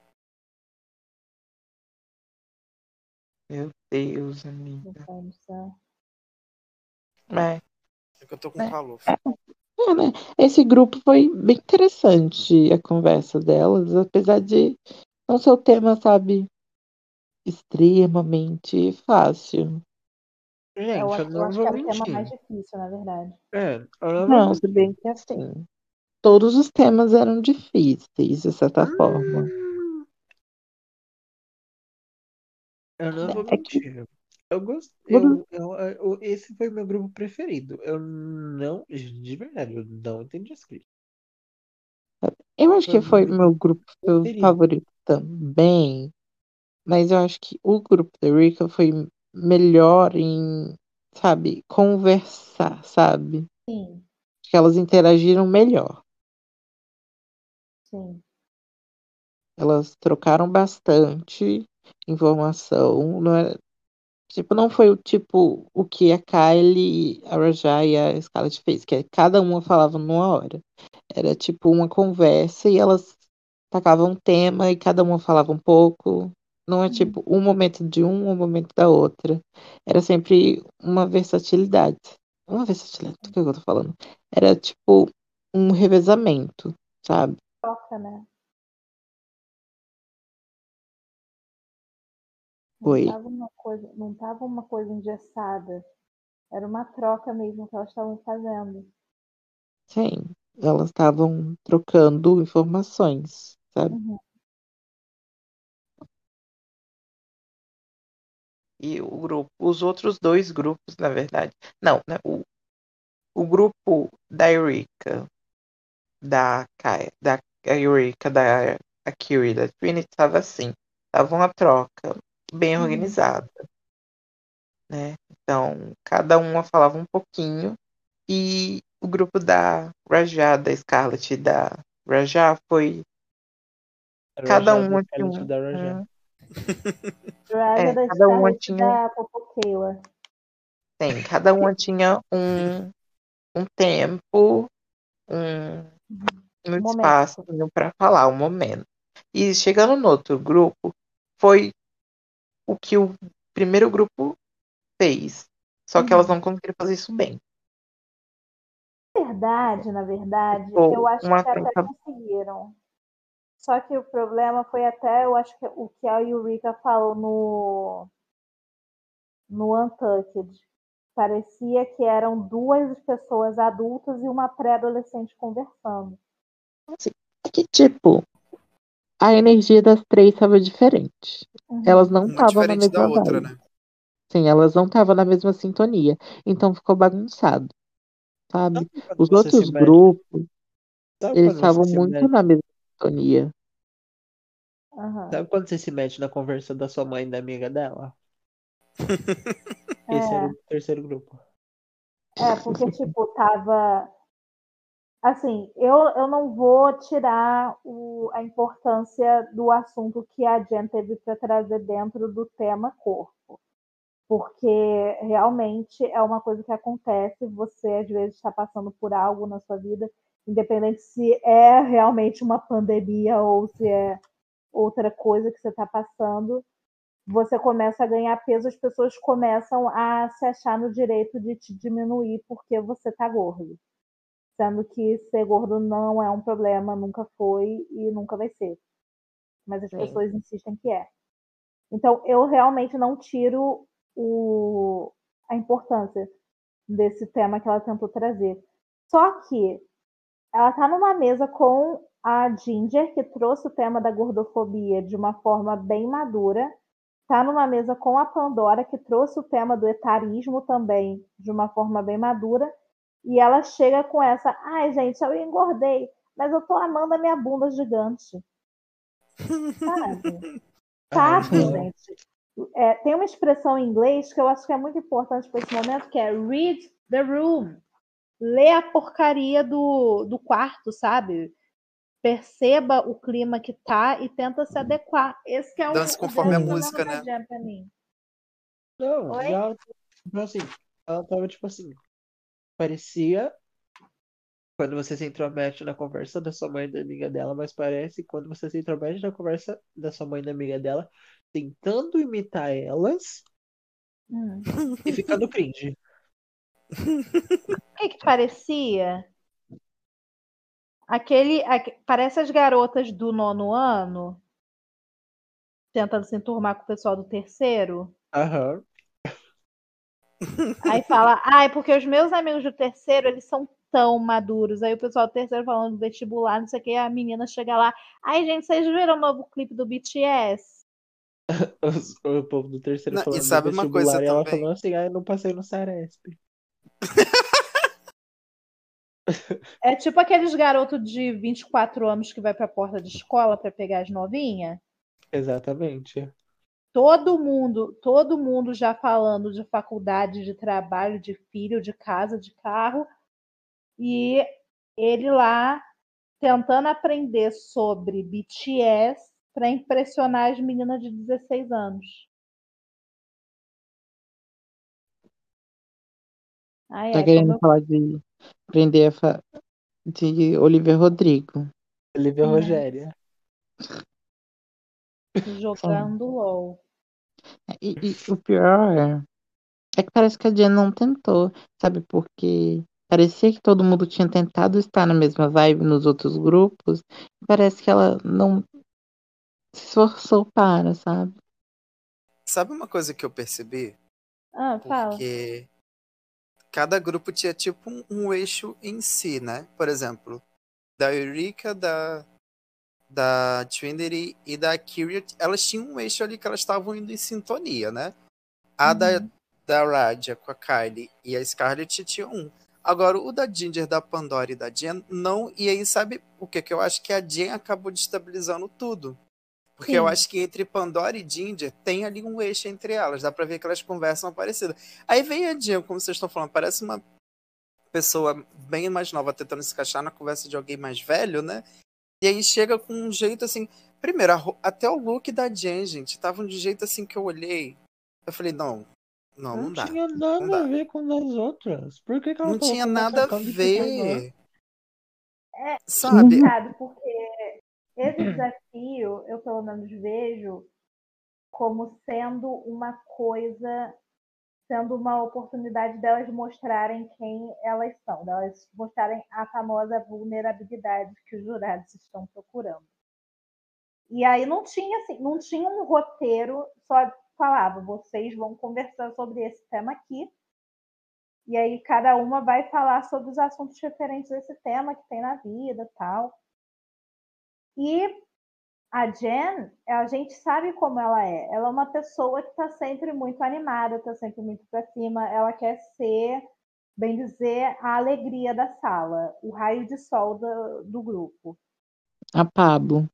Meu Deus, amiga. Meu pai do céu. É, É que eu tô com né? calor. Né? Esse grupo foi bem interessante a conversa delas, apesar de não ser o tema, sabe, extremamente fácil. Gente, eu Eu não acho que vou era o tema mais mentir. difícil, na verdade. Eu não vou Não, se mentir. bem que assim, todos os temas eram difíceis, de certa forma. Hum, eu não vou É que mentir. Eu gosto. todos- Esse foi o meu grupo preferido. Eu não. De verdade, eu não entendi as críticas. eu acho Foi o que meu foi grupo meu grupo preferido. favorito também, mas eu acho que o grupo da Rika foi melhor em, sabe, conversar, sabe? Sim, Acho que elas interagiram melhor. sim. Elas trocaram bastante informação. Não era, tipo, não foi o tipo o que a Kylie, a Rajai e a Scarlett fez, que cada uma falava numa hora. Era tipo uma conversa e elas tacavam um tema e cada uma falava um pouco. Não é tipo um momento de um momento da outra. Era sempre uma versatilidade. Uma versatilidade, o que eu tô falando? Era tipo um revezamento, sabe? Troca, né? Não Foi. tava uma coisa engessada. Era uma troca mesmo que elas estavam fazendo. Sim, elas estavam trocando informações, sabe? Uhum. E o grupo, os outros dois grupos, na verdade. Não, né? O grupo da Eureka, da Kai, da Eureka, da Akiri, da Trinity, estava assim. Tava uma troca bem Uhum. organizada, né? Então, cada uma falava um pouquinho. E o grupo da Rajá, da Scarlett e da Rajá foi. Cada Rajada, uma tinha Scarlett da Rajá. Raja da cada uma Scarlett tinha. da Popokeila. Tem, cada uma tinha um tempo, um espaço Momento. para falar, um momento. E chegando no outro grupo, foi o que o primeiro grupo fez. Só que elas Uhum. não conseguiram fazer isso bem. Na verdade, eu Ficou acho uma que até troca. conseguiram. Só que o problema foi até, eu acho que o que a Eureka falou no Untucked. Parecia que eram duas pessoas adultas e uma pré-adolescente conversando. Assim, é que, tipo, a energia das três estava diferente. Elas Uhum. não Uma estavam na diferente da mesma outra, vibe. né? Sim, elas não estavam na mesma sintonia. Então ficou bagunçado, sabe? Sabe quando Os você se outros mete? grupos, Sabe eles quando você estavam se muito mete? na mesma sintonia. Uhum. Sabe quando você se mete na conversa da sua mãe e da amiga dela? Esse era É, o terceiro grupo. porque, tipo, tava. Assim, eu não vou tirar a importância do assunto que a Jen teve para trazer dentro do tema corpo, porque realmente é uma coisa que acontece, você às vezes está passando por algo na sua vida, independente se é realmente uma pandemia ou se é outra coisa que você está passando, você começa a ganhar peso, as pessoas começam a se achar no direito de te diminuir porque você está gordo. Sendo que ser gordo não é um problema, nunca foi e nunca vai ser. Mas as Sim. pessoas insistem que é. Então, eu realmente não tiro a importância desse tema que ela tentou trazer. Só que ela está numa mesa com a Ginger, que trouxe o tema da gordofobia de uma forma bem madura. Está numa mesa com a Pandora, que trouxe o tema do etarismo também de uma forma bem madura. E ela chega com essa: ai, gente, eu engordei, mas eu tô amando a minha bunda gigante. Sabe? Ai, Saco, Sim. não. gente. Tem uma expressão em inglês que eu acho que é muito importante para esse momento, que é read the room. Lê a porcaria do quarto, sabe? Perceba o clima que tá e tenta se adequar. Esse que é Dance o conforme a grande problema música, da né? Jam pra mim. Não, Oi? e ela, tipo assim, ela tava tipo assim, parecia quando você se intromete na conversa da sua mãe e da amiga dela, mas parece quando você se intromete na conversa da sua mãe e da amiga dela, tentando imitar elas Hum. e ficando cringe. O que parecia? Parece as garotas do nono ano tentando se enturmar com o pessoal do terceiro. Aham. Aí fala, ai, porque os meus amigos do terceiro, eles são tão maduros. Aí o pessoal do terceiro falando do vestibular, não sei o que, a menina chega lá. Ai, gente, vocês viram o novo clipe do BTS? O povo do terceiro Não, e falando do sabe uma coisa vestibular e ela também? falando assim, ah, eu não passei no Saresp. É tipo aqueles garotos de 24 anos que vai pra porta de escola pra pegar as novinhas. Exatamente. Todo mundo já falando de faculdade, de trabalho, de filho, de casa, de carro. E ele lá tentando aprender sobre BTS para impressionar as meninas de 16 anos. Ai, Tá ai, como querendo eu. falar de aprender a de Olivia Rodrigo. Olivia Rogéria. Jogando LOL. E o pior é que parece que a Jen não tentou, sabe? Porque parecia que todo mundo tinha tentado estar na mesma vibe nos outros grupos. Parece que ela não se esforçou para, sabe? Sabe uma coisa que eu percebi? Fala. Porque cada grupo tinha tipo um eixo em si, né? Por exemplo, da Eureka, da Trinity e da Kyria, elas tinham um eixo ali que elas estavam indo em sintonia, né? A da Raja com a Kylie e a Scarlett tinha um. Agora, o da Ginger, da Pandora e da Jen, não. E aí, sabe o que? Que eu acho que a Jen acabou destabilizando tudo. Porque Sim. eu acho que entre Pandora e Ginger tem ali um eixo entre elas. Dá pra ver que elas conversam parecidas. Aí vem a Jen, como vocês estão falando, parece uma pessoa bem mais nova tentando se encaixar na conversa de alguém mais velho, né? E aí chega com um jeito assim. Primeiro, até o look da Jen, gente, tava de um jeito assim que eu olhei. Eu falei, não Não dá. tinha Não nada a dá. ver com as outras. Por que ela Não tava tinha com uma nada a sacada de terror? ver. É Sabe? complicado, porque esse desafio eu pelo menos vejo como sendo uma coisa, sendo uma oportunidade delas mostrarem quem elas são, delas mostrarem a famosa vulnerabilidade que os jurados estão procurando. E aí não tinha assim, não tinha um roteiro, só falava, vocês vão conversar sobre esse tema aqui. E aí cada uma vai falar sobre os assuntos referentes a esse tema que tem na vida, tal. E a Jen, a gente sabe como ela é. Ela é uma pessoa que está sempre muito animada, está sempre muito para cima. Ela quer ser, bem dizer, a alegria da sala, o raio de sol do grupo. A Pablo.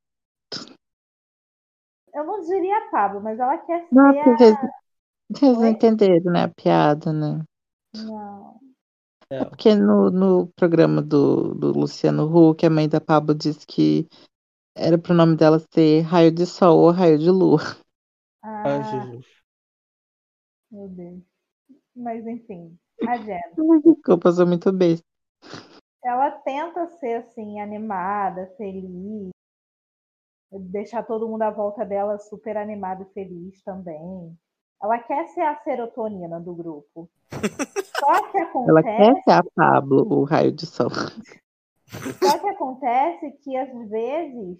Eu não diria a Pablo, mas ela quer Não, ser vocês Oi? entenderam, né? A piada, né? Não. É porque no programa do Luciano Huck, a mãe da Pablo disse que era pro nome dela ser Raio de Sol ou Raio de Lua. Ai, Ah, Jesus. meu Deus. Mas enfim, a Jen. Desculpa, eu sou muito besta. Ela tenta ser assim, animada, feliz, deixar todo mundo à volta dela super animado e feliz também. Ela quer ser a serotonina do grupo. Só que Ela quer acontece, ser a Pablo, o Raio de Sol. que às vezes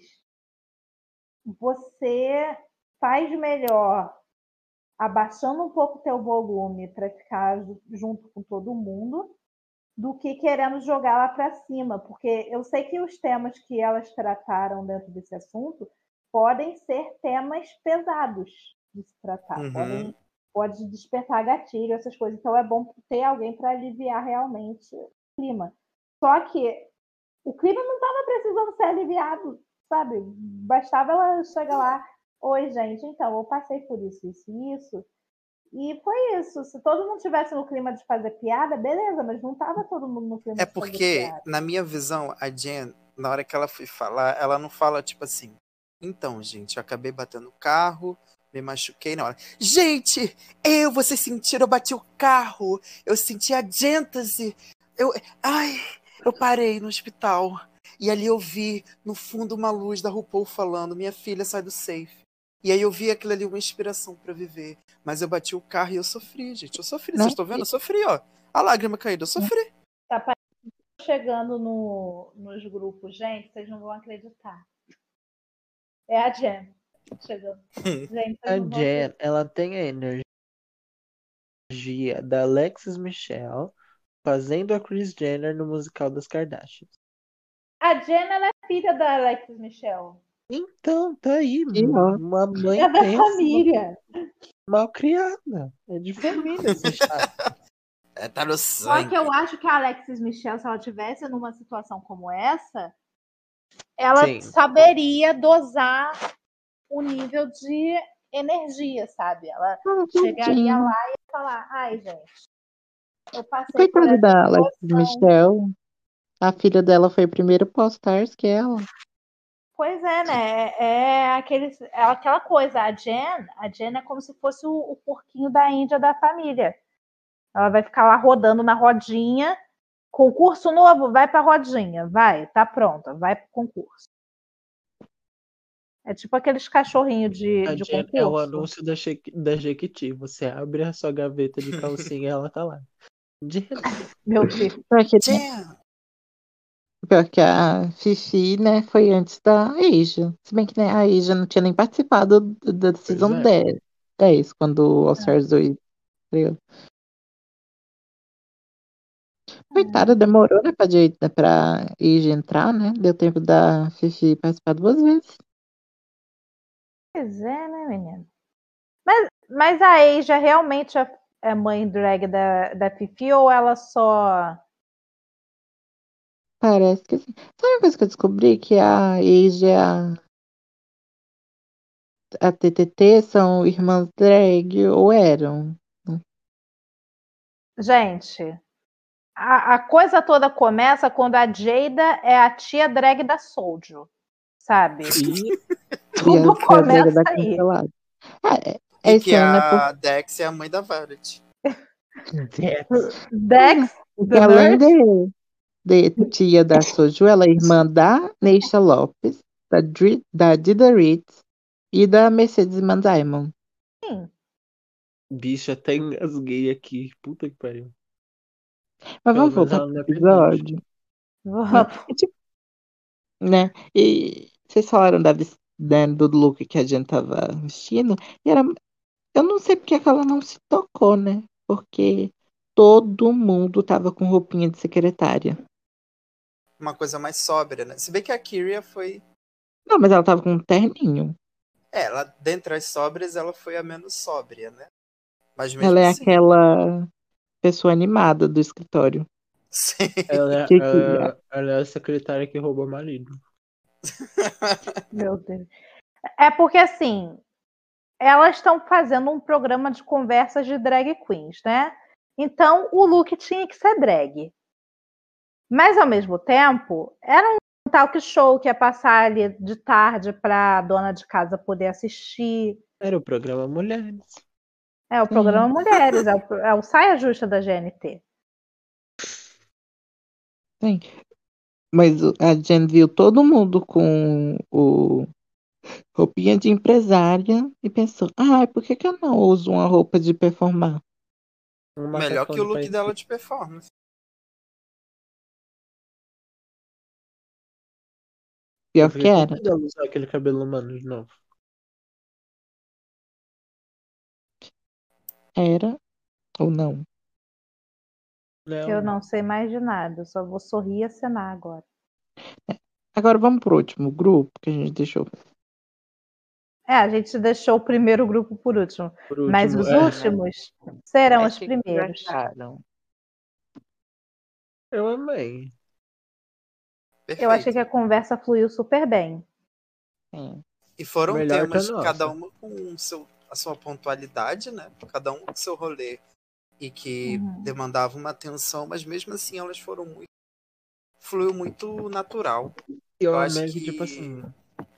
você faz melhor abaixando um pouco o teu volume para ficar junto com todo mundo do que querendo jogar lá para cima, porque eu sei que os temas que elas trataram dentro desse assunto podem ser temas pesados de se tratar, pode despertar gatilho, essas coisas, então é bom ter alguém para aliviar realmente o clima. Só que o clima não estava precisando ser aliviado, sabe? Bastava ela chegar lá, oi gente, então eu passei por isso, isso e isso, e foi isso. Se todo mundo tivesse no clima de fazer piada, beleza, mas não tava todo mundo no clima É de fazer porque, piada. na minha visão, a Jen, na hora que ela foi falar, ela não fala tipo assim. Então, gente, eu acabei batendo o carro, me machuquei na hora. Gente, vocês sentiram, eu bati o carro, eu senti a diêntese, ai, eu parei no hospital. E ali eu vi, no fundo, uma luz da RuPaul falando, minha filha sai do safe. E aí eu vi aquilo ali, uma inspiração pra viver. Mas eu bati o carro e eu sofri, gente. Eu sofri, Né? vocês estão vendo? Eu sofri, ó. A lágrima caída, eu sofri. Tá chegando nos grupos, gente, vocês não vão acreditar. É a Jen chegando. Gente, A Jen, ela tem a energia da Alexis Michelle fazendo a Kris Jenner no musical das Kardashians. A Jen, ela é filha da Alexis Michelle. Então, tá aí, ó. uma mãe É da péssima, família. mal criada. É de família esse chato. Tá no Só sangue. que eu acho que a Alexis Michelle, se ela tivesse numa situação como essa, ela Sim. saberia dosar o nível de energia, sabe? Ela chegaria lá e ia falar, ai, gente, eu passei por Coitada essa da Alexis situação. Michelle. A filha dela foi primeiro All-Stars que ela. Pois é, né? É aquela coisa. A Jen é como se fosse o porquinho da Índia da família. Ela vai ficar lá rodando na rodinha Concurso novo, vai pra rodinha. Vai, tá pronta. Vai pro concurso. É tipo aqueles cachorrinhos de É o concurso. anúncio da Jequiti. Você abre a sua gaveta de calcinha e ela tá lá. Meu Deus. Pior que a Fifi, né, foi antes da Asia. Se bem que né, a Asia não tinha nem participado da Season é. 10, quando o All Stars 2 estreou. Coitada, demorou, né, pra Asia entrar, né? Deu tempo da Fifi participar 2 vezes. Pois é, né, menina? Mas a Asia realmente é mãe drag da Fifi ou ela só. Parece que sim. Sabe uma coisa que eu descobri? Que a Asia e a TTT são irmãs drag, ou eram? Gente, a coisa toda começa quando a Jada é a tia drag da Soulja, sabe? E Tudo Foi a drag começa da aí. cancelada. E Esse que ano é a Dex é a mãe da Violet. Dex, porque the além nurse. de tia da Soju, ela é irmã da Neisha Lopes, da Dida Ritz e da Mercedes Mandaimon. Sim. bicho, até engasguei aqui. Puta que pariu. Mas Pelo vamos menos voltar ela pro não é pedante. episódio, Vamos. né? E vocês falaram do look que a gente tava vestindo, e eu não sei porque que ela não se tocou, né? Porque todo mundo tava com roupinha de secretária. Uma coisa mais sóbria, né? Se bem que a Kyria foi. Não, mas ela tava com um terninho. Ela, dentre as sóbrias, ela foi a menos sóbria, né? Mas Ela mesmo é assim. aquela pessoa animada do escritório. Sim. Que queria. Ela é a secretária que roubou o marido. Meu Deus. É porque assim, elas estão fazendo um programa de conversas de drag queens, né? Então o look tinha que ser drag. Mas ao mesmo tempo, era um talk show que ia passar ali de tarde para a dona de casa poder assistir. Era o programa Mulheres. É o programa Mulheres, é o Saia Justa da GNT. Sim. Mas a Jen viu todo mundo com o roupinha de empresária e pensou: por que eu não uso uma roupa de performar? Um Melhor macacão que o de look pai dela de performance. Eu Pior que fiquei com era. medo dela usar aquele cabelo humano de novo. Era ou não? Eu Não. não sei mais de nada, eu só vou sorrir e acenar agora. Agora vamos pro último grupo que a gente deixou. A gente deixou o primeiro grupo por último, Por mas último, os é. últimos serão Mas os o que vocês primeiros. acharam? Eu amei. Eu achei que a Perfeito. conversa fluiu super bem. Sim. E foram Melhor que a temas, cada nossa. uma com a sua pontualidade, né? Cada um com seu rolê. E que demandava uma atenção, mas mesmo assim elas foram muito. Fluiu muito natural. Eu Eu acho amei que, tipo que. assim,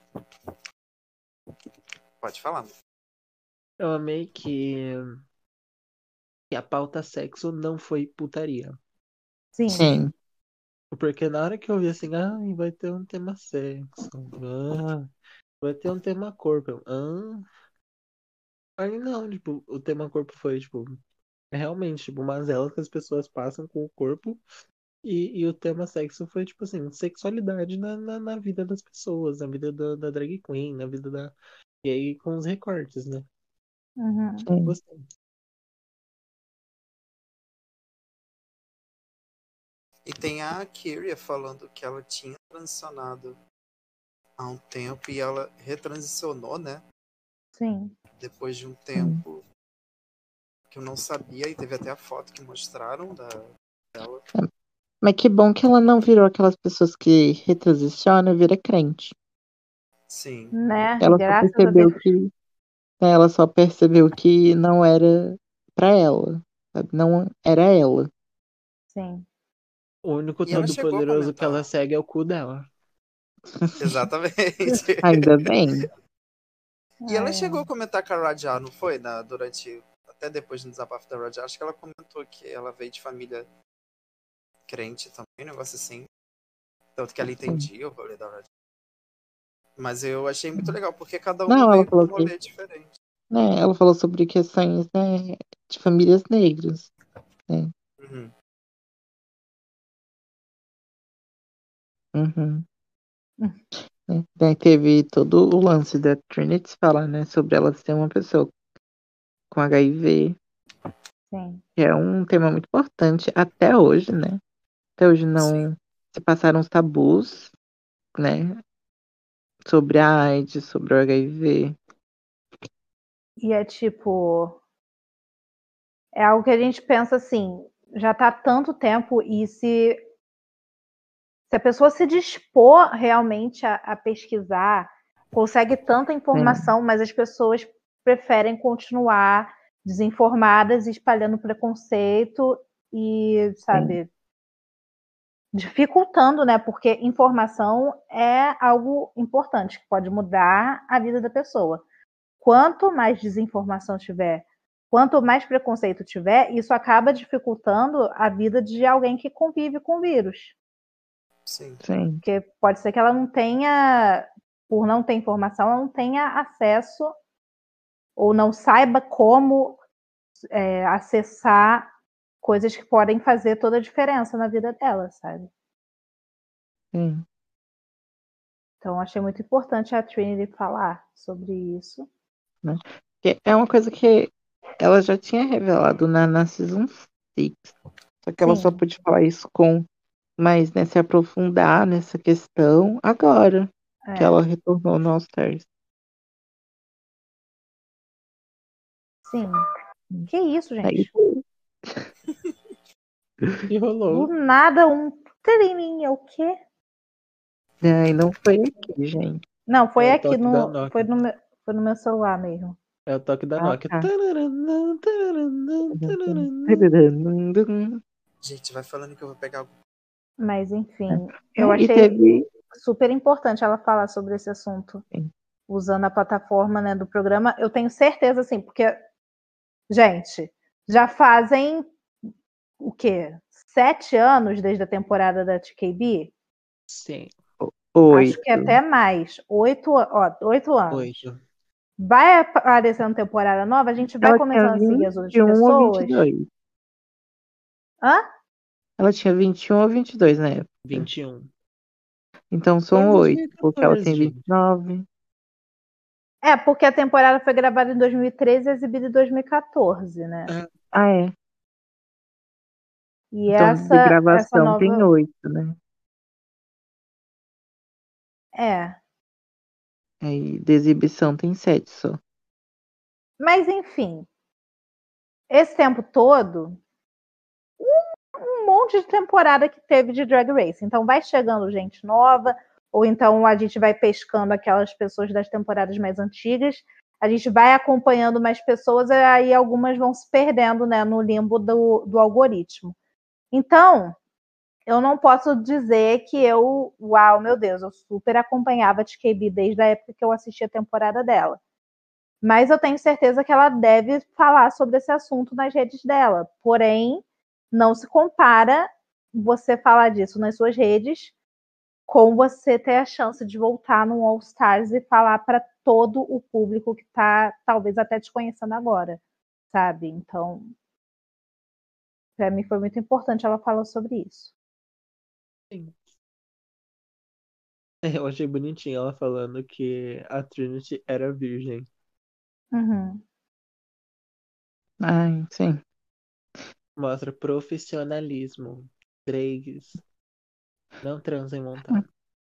Pode falar. eu amei que a pauta sexo não foi putaria. Sim. Sim. Porque na hora que eu vi assim, vai ter um tema sexo, vai ter um tema corpo. Aí não, tipo, o tema corpo foi, tipo, realmente, tipo, mazela que as pessoas passam com o corpo. E o tema sexo foi, tipo assim, sexualidade na vida das pessoas, na vida da drag queen, na vida da. E aí com os recortes, né? Uhum. Sim. Gostei. E tem a Kyria falando que ela tinha transicionado há um tempo e ela retransicionou, né? Sim. Depois de um Sim. tempo que eu não sabia, e teve até a foto que mostraram dela. Mas que bom que ela não virou aquelas pessoas que retransicionam e vira crente. Sim. Né? Ela só Graças a percebeu Deus. que ela só percebeu que não era pra ela, sabe? Não era ela. Sim. O único E ela todo chegou a poderoso que ela comentar. segue é o cu dela. Exatamente. Ainda bem. E ela Ai, chegou a ai. comentar com a Rajah, não foi? Durante. Até depois do desabafo da Rajah, acho que ela comentou que ela veio de família crente também, um negócio assim. Tanto que ela Sim. entendia o rolê da Red. Mas eu achei muito legal, porque cada uma Não, ela veio com um falou que, rolê diferente. né, ela falou sobre questões, né, de famílias negras, né? Uhum. Uhum. Hum. Né? Daí teve todo o lance da Trinity falar, né, sobre ela ser uma pessoa com HIV, Sim. que é um tema muito importante até hoje, né? Até hoje Sim. não se passaram os tabus, né, sobre a AIDS, sobre o HIV. E é tipo. É algo que a gente pensa assim, já tá há tanto tempo e se a pessoa se dispor realmente a pesquisar, consegue tanta informação, mas as pessoas preferem continuar desinformadas, espalhando preconceito e, sabe, dificultando, né? Porque informação é algo importante, que pode mudar a vida da pessoa. Quanto mais desinformação tiver, quanto mais preconceito tiver, isso acaba dificultando a vida de alguém que convive com o vírus. Sim. Sim. Porque pode ser que ela não tenha, por não ter informação, ela não tenha acesso ou não saiba como acessar coisas que podem fazer toda a diferença na vida dela, sabe? Sim. Então, achei muito importante a Trinity falar sobre isso. Né? Que é uma coisa que ela já tinha revelado na Season 6. Só que ela só Sim. pôde falar isso com mais, né, se aprofundar nessa questão agora que ela retornou no All Stars. Sim. Que isso, Aí, gente? E Do rolou. nada um treininho, o quê? aí não foi aqui, gente. Não, foi É o aqui toque da no. Nokia. Foi no meu celular mesmo. É o toque da Ah, Nokia. tá. Gente, vai falando que eu vou pegar algo. Mas, enfim, eu E achei teve. super importante ela falar sobre esse assunto. Sim. Usando a plataforma, né, do programa. Eu tenho certeza, assim, porque, gente, já fazem o quê? 7 anos desde a temporada da TKB? Sim. Acho que 8. até mais. 8 anos. 8. Vai aparecendo temporada nova, a gente vai Ela tinha começando a seguir as outras 21 ou pessoas. 22. Hã? Ela tinha 21 ou 22 na época. 21. Então Foi em são 8, porque ela 2014, tem gente. 29. É, porque a temporada foi gravada em 2013 e exibida em 2014, né? Ah, é. E Então de essa gravação tem nova. 8, né? É. Aí de exibição tem 7 só. Mas, enfim. Esse tempo todo, um monte de temporada que teve de Drag Race. Então vai chegando gente nova, ou então a gente vai pescando aquelas pessoas das temporadas mais antigas. A gente vai acompanhando mais pessoas, e aí algumas vão se perdendo, né, no limbo do algoritmo. Então, eu não posso dizer que uau, meu Deus, eu super acompanhava a TKB desde a época que eu assisti a temporada dela. Mas eu tenho certeza que ela deve falar sobre esse assunto nas redes dela. Porém, não se compara você falar disso nas suas redes com você ter a chance de voltar no All Stars e falar para todo o público que está talvez até te conhecendo agora, sabe? Então, para mim foi muito importante ela falar sobre isso. Sim. Eu achei bonitinho ela falando que a Trinity era virgem. Uhum. Ai, sim. Mostra profissionalismo. Drags não transem montado.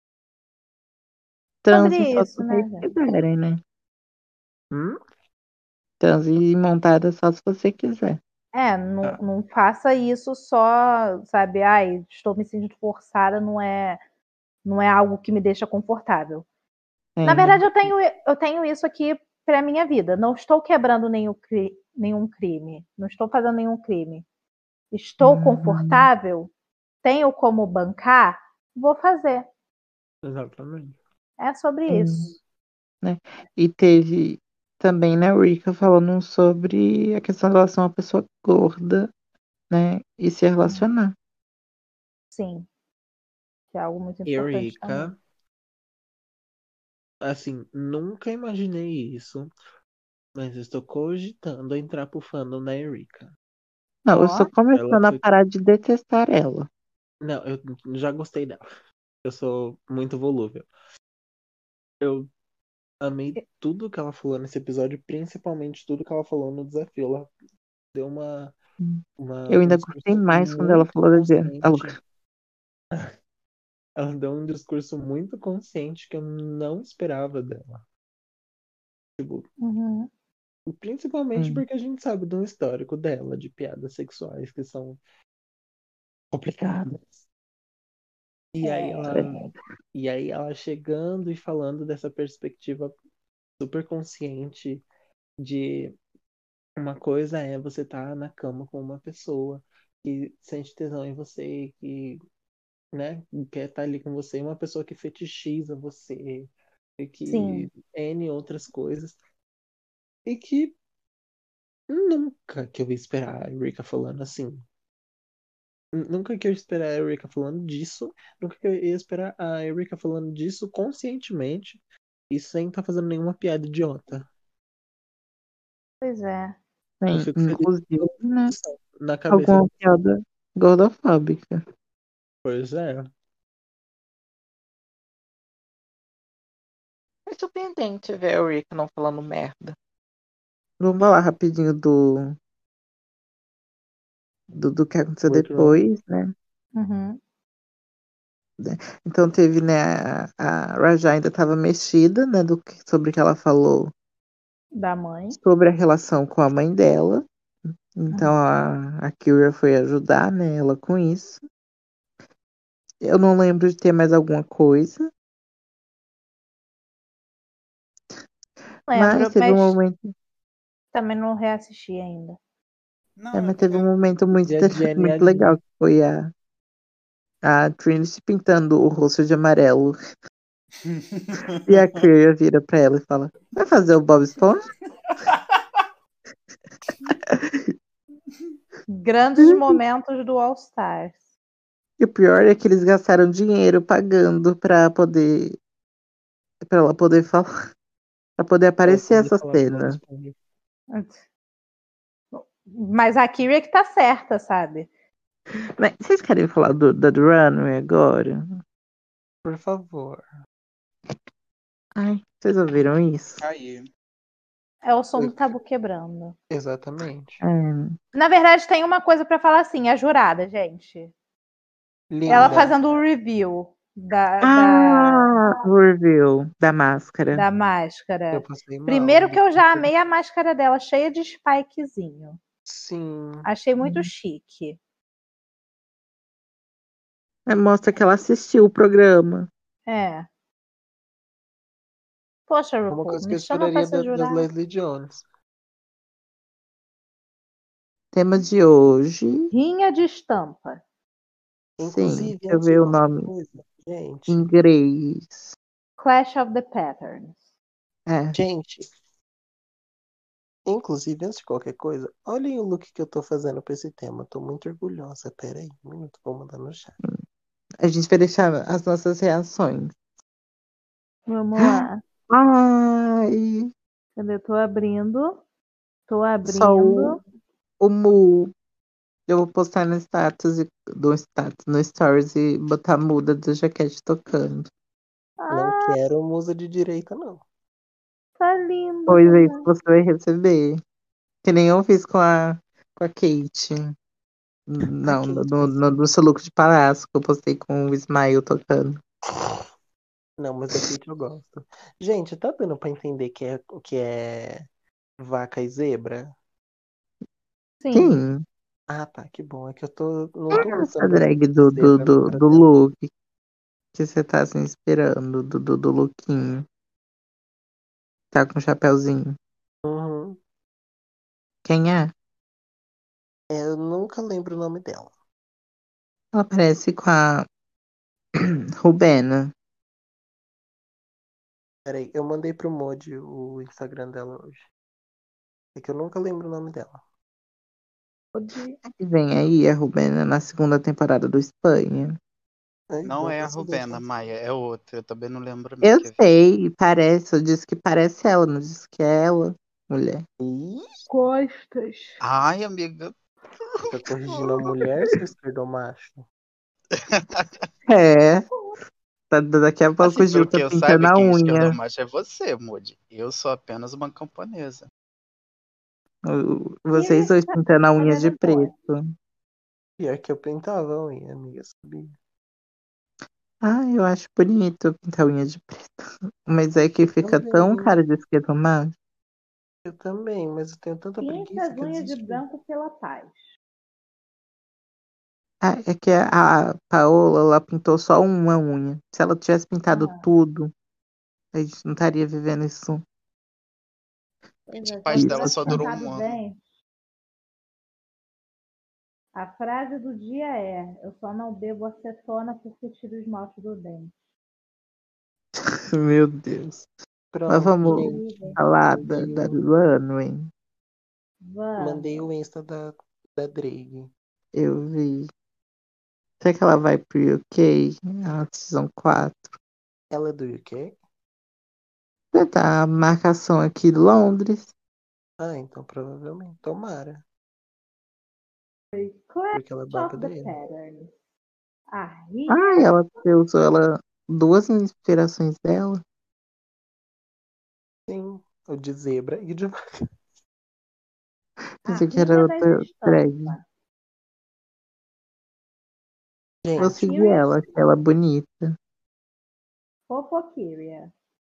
Transe Sobre só se isso, né, vocês gente? quiserem, né? Hum? Transe montada só se você quiser. Não, Tá. não faça isso só, sabe? Ai, estou me sentindo forçada, não é algo que me deixa confortável. Na Sim. verdade, eu tenho isso aqui para minha vida. Não estou quebrando nenhum crime. Não estou fazendo nenhum crime. Estou Uhum. confortável? Tenho como bancar? Vou fazer. Exatamente. É sobre Sim. isso. Né? E teve também, né, Rika falando sobre a questão dela ser uma pessoa gorda, né? E se relacionar. Sim. Que é algo muito importante também. Eureka, assim, nunca imaginei isso, mas estou cogitando entrar pro fandom da Eureka. Não, eu Ó, estou Ela começando a foi. parar de detestar ela. Não, eu já gostei dela. Eu sou muito volúvel. Eu amei tudo que ela falou nesse episódio, principalmente tudo que ela falou no desafio. Ela deu Eu um ainda gostei discurso mais quando ela muito falou consciente. Ela deu um discurso muito consciente que eu não esperava dela. uhum. Principalmente porque a gente sabe do histórico dela, de piadas sexuais que são complicadas. E aí É. ela chegando e falando dessa perspectiva super consciente de uma coisa é você estar na cama com uma pessoa que sente tesão em você, que, né, quer estar ali com você, e uma pessoa que fetichiza você, e que Sim. N outras coisas. E que nunca que eu ia esperar a Erika falando assim. Nunca que eu ia esperar a Erika falando disso. Nunca que eu ia esperar a Erika falando disso conscientemente e sem estar fazendo nenhuma piada idiota. Pois é. Eu Sim, fico feliz inclusive, pela né? evolução na cabeça Alguma da pessoa. piada gordofóbica. Pois é. É surpreendente ver o Rick não falando merda. Vamos falar rapidinho do que aconteceu Workaround. depois, né? Uhum. Então teve, né, a Raja ainda estava mexida, né, sobre o que ela falou Da mãe. sobre a relação com a mãe dela. Então Uhum. a Kyria foi ajudar, né, ela com isso. Eu não lembro de ter mais alguma coisa, mas Lembro, teve um mas momento, também não reassisti ainda. Não, mas teve um momento muito, E a Jenny e a muito legal, Jean. que foi a Trinity pintando o rosto de amarelo. E a Kyria vira pra ela e fala: vai fazer o Bob Esponja? Grandes momentos do All Stars. E o pior é que eles gastaram dinheiro pagando pra ela poder falar, pra poder Pra ela aparecer poder essa falar do Bob cena. Esponja. Mas a Kyria que tá certa, sabe? Mas vocês querem falar do Runway agora? Por favor. Ai, vocês ouviram isso? Aí. É o som do tabu quebrando. Exatamente. É. Na verdade, tem uma coisa pra falar assim, a jurada, gente. Ela Linda. fazendo o review O review da máscara. da Eu máscara. passei mal. Primeiro que eu já amei a máscara dela, cheia de spikezinho. Sim. Achei muito chique. Mostra que ela assistiu o programa. É. Poxa, Uma RuPaul, coisa que me eu chama pra esperaria ser das jurada. Leslie Jones. Tema de hoje. Rinha de estampa. Sim, Inclusive, deixa eu antes de ver o qualquer nome coisa, gente. em inglês. Clash of the Patterns. É. Gente, inclusive, antes de qualquer coisa, olhem o look que eu tô fazendo pra esse tema. Tô muito orgulhosa. Pera aí, um minuto, vou mandar no chat. A gente vai deixar as nossas reações. Vamos lá. Ai, Cadê? Tô abrindo. Tô só abrindo. o Mu. Eu vou postar no no stories e botar a muda do jaquete tocando. Não Ah, quero musa de direita, não. tá lindo Pois é, isso que também. você vai receber. Que nem eu fiz com a Kate. Não, Aqui, no seu look de palhaço que eu postei com o Smile tocando. não, mas da Kate eu gosto. Gente, tá dando pra entender que é vaca e zebra? Sim. Sim, Ah, tá, que bom. É que não tô essa gostando dessa drag coisa de zebra no do Brasil. look que você tá se inspirando, do lookinho. Tá com um chapéuzinho. Uhum. Quem é? Eu nunca lembro o nome dela. Ela parece com a Rubena. Peraí, eu mandei pro Mod o Instagram dela hoje. É que eu nunca lembro o nome dela. Pode- E vem aí a Rubena na segunda temporada do Espanha. Ai, Não não é a faço ideia de Ruvena, quem Maia, é outra. Eu também não lembro não Eu que é filha. sei, parece. Eu disse que parece ela, não disse que é ela, mulher. Ih, Costas. Ai, amiga. fica corrigindo a mulher, seu esquerdomacho. É, daqui a pouco Assim, o Gil pelo tá que eu pintando saiba, a quem é unha. esquerdomacho é você, Moody. Eu sou apenas uma camponesa. Vocês Sirius dois tá pintando a unha de fazendo preto. voz. Pior que eu pintava a unha, amiga, sabia? Ah, eu acho bonito pintar a unha de preto. Mas é que fica tão Também, cara de esquerdomacho. eu também, mas eu tenho tanta Pinta preguiça as que eu unhas de desisti. branco pela paz. Ah, é que a Paola, ela pintou só uma unha. Se ela tivesse pintado Aham. tudo, a gente não estaria vivendo isso. Pois A é, se ela paz dela tivesse só durou pintado um ano. bem. A frase do dia é: eu só não bebo acetona porque tiro o esmalte do dente. Meu Deus. Mas Pronto, vamos Incrível. falar mandei da o, Runway. mandei Vamos. o Insta da Drake. Eu vi. Será que ela vai pro UK? A Season 4. Ela é do UK? Tá a marcação aqui de Londres. Ah, então provavelmente. Tomara, Clash porque ela é of the babadeira. Patterns. A Ai, Ria. ela usou duas inspirações dela. Sim, o de zebra e de. A Pensei que era Ria das outra drag. Estampas. Vou A Gente, seguir Curious ela, achei ela bonita. Fofoqueria.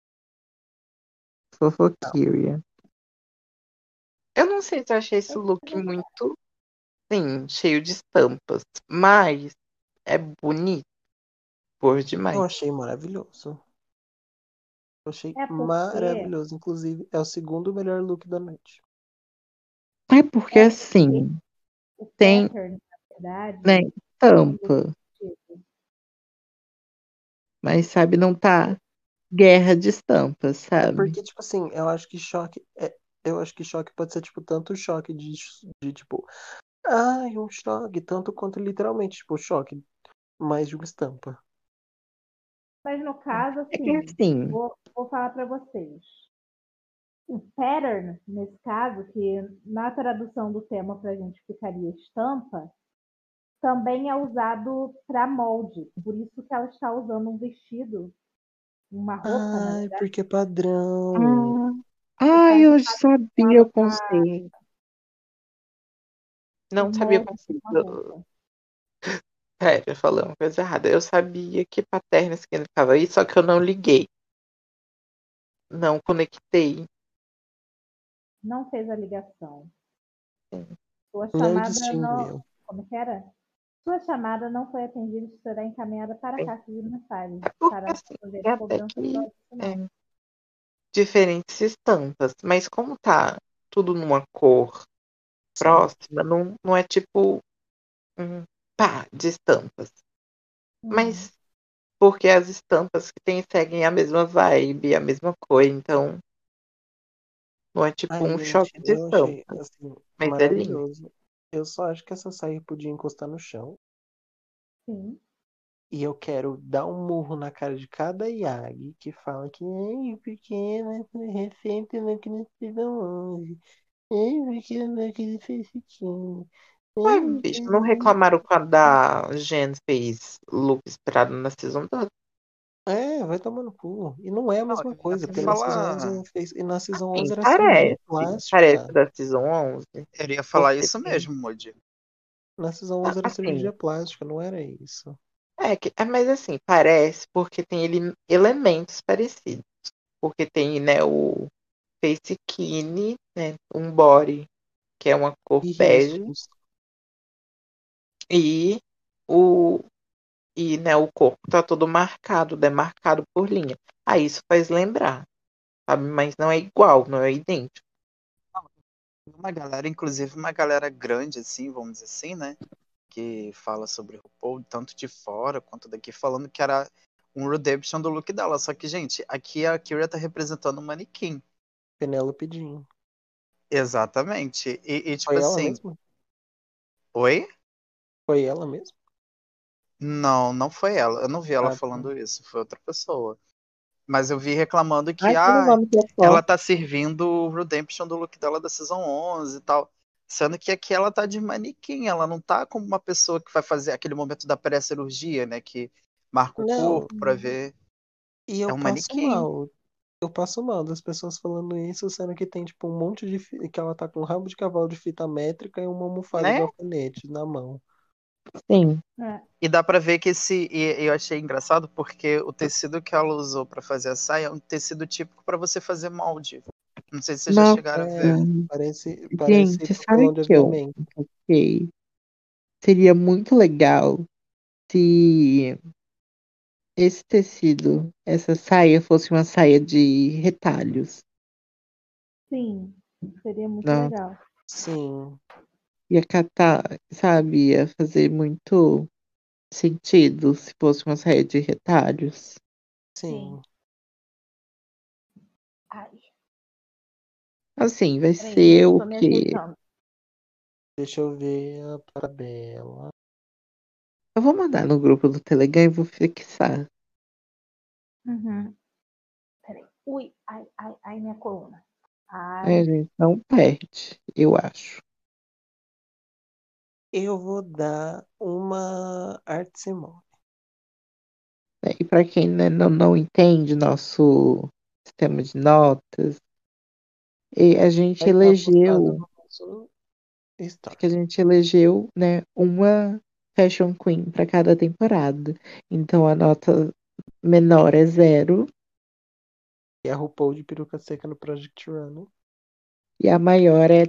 não. Fofoqueira. Eu não sei se eu achei esse Eu look muito, sim, cheio de estampas. Mas é bonito por Eu demais. achei maravilhoso. Eu achei É porque maravilhoso. Inclusive, é o segundo melhor look da noite. É porque é porque assim, o tem, pattern, na né, verdade, ele estampa. Mas sabe, não tá guerra de estampas, É sabe? porque, tipo assim, eu acho que choque. Eu acho que choque pode ser, tipo, tanto choque de tipo. Ai, um choque, tanto quanto literalmente, tipo, choque, mais de uma estampa. Mas no caso, É que assim, assim, vou falar para vocês. O pattern, nesse caso, que na tradução do tema para a gente ficaria estampa, também é usado para molde. Por isso que ela está usando um vestido, uma roupa, na Ai, verdade, porque é padrão. ah, que ai, faz eu um sabia o conceito. os Não sabia o moldes de uma conceito. roupa. Pera, eu falei uma coisa errada. Eu sabia que paterna significava isso, só que eu não liguei. Não conectei. Não fez a ligação. Sua Não chamada não. distinguiu. Como que era? Sua chamada não foi atendida e será encaminhada para a É caixa de mensagens. porque Para assim, fazer tem até cobrança que é, adicional. diferentes estampas, mas como tá tudo numa cor Sim. próxima, não é tipo um pá de estampas. Uhum. Mas porque as estampas que tem seguem a mesma vibe, a mesma cor, então não é tipo Ai, um gente, choque de eu achei, estampas, assim, mas é lindo. maravilhoso. Eu só acho que essa saia podia encostar no chão. Sim. E eu quero dar um murro na cara de cada Yagi que fala que ai, pequena, recente, não que não se dá longe. Ai, pequena, que fez fiquinho. Ué, Ai, bicho, não reclamaram quando a Jen fez look inspirado na Season 2? é, vai tomar no cu. E não é a Não, mesma eu ia coisa, até porque na Season 11 falar. ela fez. E na Season 11 Sim, era cirurgia parece plástica. da Season 11, Eu ia falar porque isso tem... mesmo, Moody. Na Season 11 era Assim, cirurgia plástica, não era isso. mas assim, parece porque tem elementos parecidos. Porque tem, né, o face skin, né, um body, que é uma cor E bege, riscos. e o, né, o corpo tá todo marcado, demarcado por linha. Aí isso faz lembrar, sabe? Mas não é igual, não é idêntico. Uma galera, inclusive uma galera grande, assim, vamos dizer assim, né? Que fala sobre RuPaul, tanto de fora quanto daqui, falando que era um redemption do look dela. Só que, gente, aqui a Kyria tá representando um manequim. Penélope Jean. Exatamente. E, tipo Foi ela assim, mesma? oi? Foi ela mesma? Não foi ela. Eu não vi ela Ah, tá. falando isso, foi outra pessoa. Mas eu vi reclamando que Aquele nome que é ela forte. tá servindo o Redemption do look dela da Season 11 e tal. Sendo que aqui ela tá de manequim, ela não tá como uma pessoa que vai fazer aquele momento da pré-cirurgia, né? Que marca o Não, corpo pra ver. e É eu um passo manequim, mal. Eu passo mal das pessoas falando isso, sendo que tem, tipo, um monte de. Que ela tá com um rabo de cavalo de fita métrica e uma almofada de né? alfinete na mão. Sim. É. E dá pra ver que esse. E eu achei engraçado porque o tecido que ela usou pra fazer a saia é um tecido típico pra você fazer molde. Não sei se vocês já Nossa, chegaram a ver. É, parece gente, sabe papelão o de que eu aviamento. fiquei? Seria muito legal se esse tecido, essa saia, fosse uma saia de retalhos. Sim, seria muito Não, legal. Sim, ia catar, sabe? Ia fazer muito sentido se fosse uma saia de retalhos. sim. Ai, Assim, vai peraí, não ser o estou me quê? ajeitando. Deixa eu ver a tabela. Eu vou mandar no grupo do Telegram e vou fixar. Uhum. Peraí. Ui, ai, ai, ai, minha coluna. Aí a Ai, gente não perde, eu acho. Eu vou dar uma Arte Simone. E para quem né, não entende nosso sistema de notas, a gente Vai estar postado elegeu, no nosso que a story. gente elegeu, né, uma Fashion Queen para cada temporada. Então a nota menor é 0 E a RuPaul de peruca seca no Project Runway. e a maior é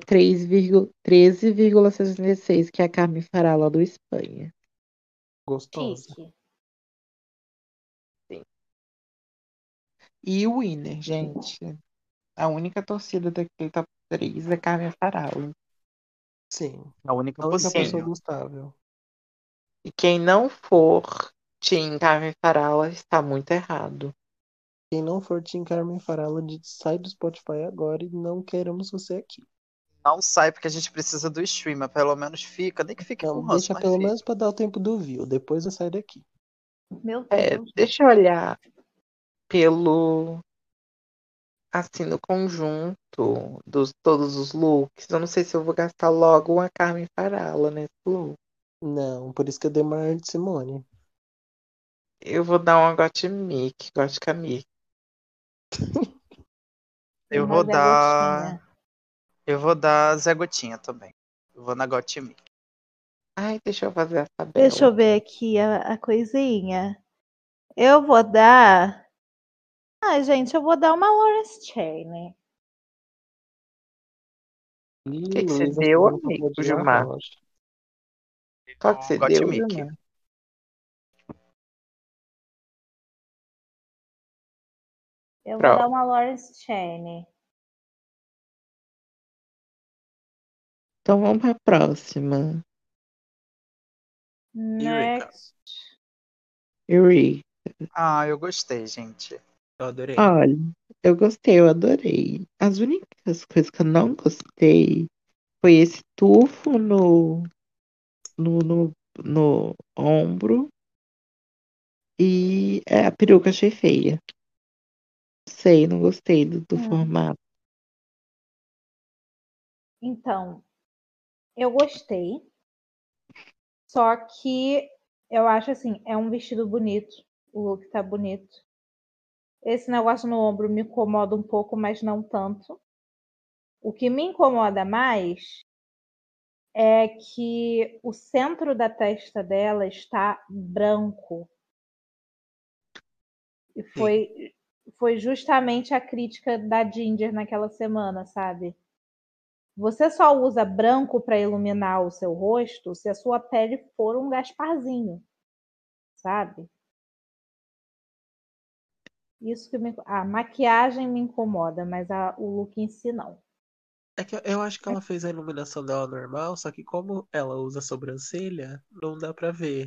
13,66, que é a Carmen Farala do Espanha. Gostosa. chique. E o winner, gente. A única torcida daquele top 3 é Carmen Farala. Sim. A única A única pessoa possível. gostável. E quem não for Team Carmen Farala está muito errado. Quem não for Team Carmen Farala, sai do Spotify agora e não queremos você aqui. Não sai porque a gente precisa do streamer. Pelo menos fica. Nem que fique com Não, ranço, deixa mas pelo fica. menos pra dar o tempo do view. Depois eu saio daqui. Meu Deus. Deixa eu olhar pelo assim no conjunto dos todos os looks. Eu não sei se eu vou gastar logo uma Carmen Farala nesse look. Não, por isso que eu dei uma Arte Simone. Eu vou dar uma Gótica Mick. Eu Uma vou Zé dar. Gotinha. Eu vou dar Zé Gotinha também. Eu vou na Gotimi. Ai, deixa eu fazer a Deixa eu tabela. ver aqui a coisinha. Eu vou dar. Ai, gente, eu vou dar uma Lawrence Chaney. O Ih, que você Luísa deu, falando amigo, Claudinha Gilmar? Rocha. Qual que você deu, Gotimic. Gilmar? Eu vou dar Pronto. uma Lawrence Chaney. Então vamos para a próxima. Eureka. Next. Yuri. Ah, eu gostei, gente. Eu adorei. Olha, eu gostei, eu adorei. As únicas coisas que eu não gostei foi esse tufo no, no, no ombro e a peruca achei feia. Sei, não gostei do formato. Então, eu gostei. Só que eu acho assim, é um vestido bonito. O look tá bonito. Esse negócio no ombro me incomoda um pouco, mas não tanto. O que me incomoda mais é que o centro da testa dela está branco. E foi justamente a crítica da Ginger naquela semana, sabe? Você só usa branco para iluminar o seu rosto se a sua pele for um Gasparzinho, sabe? Isso que a maquiagem me incomoda, mas o look em si não. É que eu acho que ela fez a iluminação dela normal, só que como ela usa sobrancelha, não dá pra ver.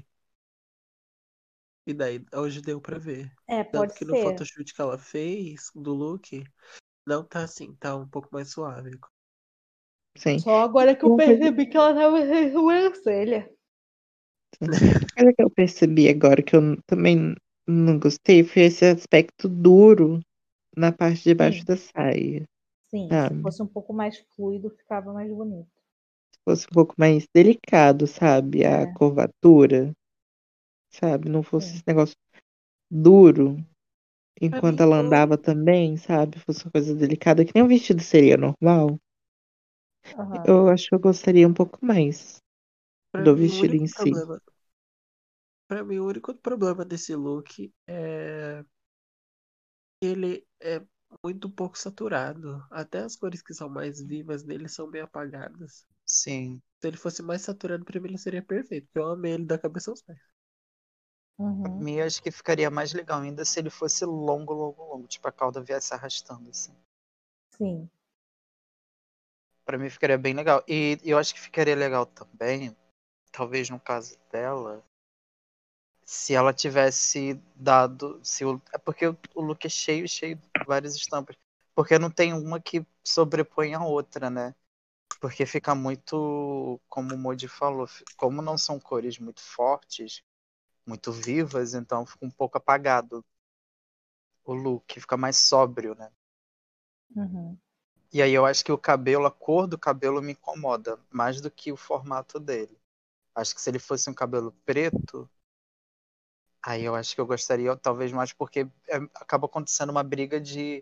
E daí, hoje deu pra ver. É, Tanto pode que no ser. photoshoot que ela fez do look, não tá assim, tá um pouco mais suave. Sim. Só agora que eu Uma coisa, percebi que ela tava sem sobrancelha. Olha o que eu percebi agora que eu também não gostei foi esse aspecto duro na parte de baixo Sim. da saia, Sim, se sabe? fosse um pouco mais fluido, ficava mais bonito. Se fosse um pouco mais delicado, sabe? A É. curvatura, sabe? Não fosse Sim. esse negócio duro Pra enquanto mim, ela andava também, sabe? Fosse uma coisa delicada, que nem um vestido seria normal. Aham. Eu acho que eu gostaria um pouco mais pra do mim, o vestido único em si. problema. Pra mim, o único problema desse look é que ele é muito pouco saturado. Até as cores que são mais vivas dele são bem apagadas. Sim. Se ele fosse mais saturado, pra mim ele seria perfeito. Porque eu amei ele da cabeça aos pés. Pra Uhum. mim, acho que ficaria mais legal ainda se ele fosse longo, longo, longo. Tipo, a cauda viesse arrastando, assim. Sim. Pra mim ficaria bem legal. E eu acho que ficaria legal também, talvez no caso dela, se ela tivesse dado. É porque o look é cheio, cheio de várias estampas. Porque não tem uma que sobrepõe a outra, né? Porque fica muito, como o Modi falou, como não são cores muito fortes, muito vivas, então fica um pouco apagado o look, fica mais sóbrio, né? Uhum. E aí eu acho que o cabelo, a cor do cabelo me incomoda mais do que o formato dele. Acho que se ele fosse um cabelo preto, aí eu acho que eu gostaria talvez mais porque acaba acontecendo uma briga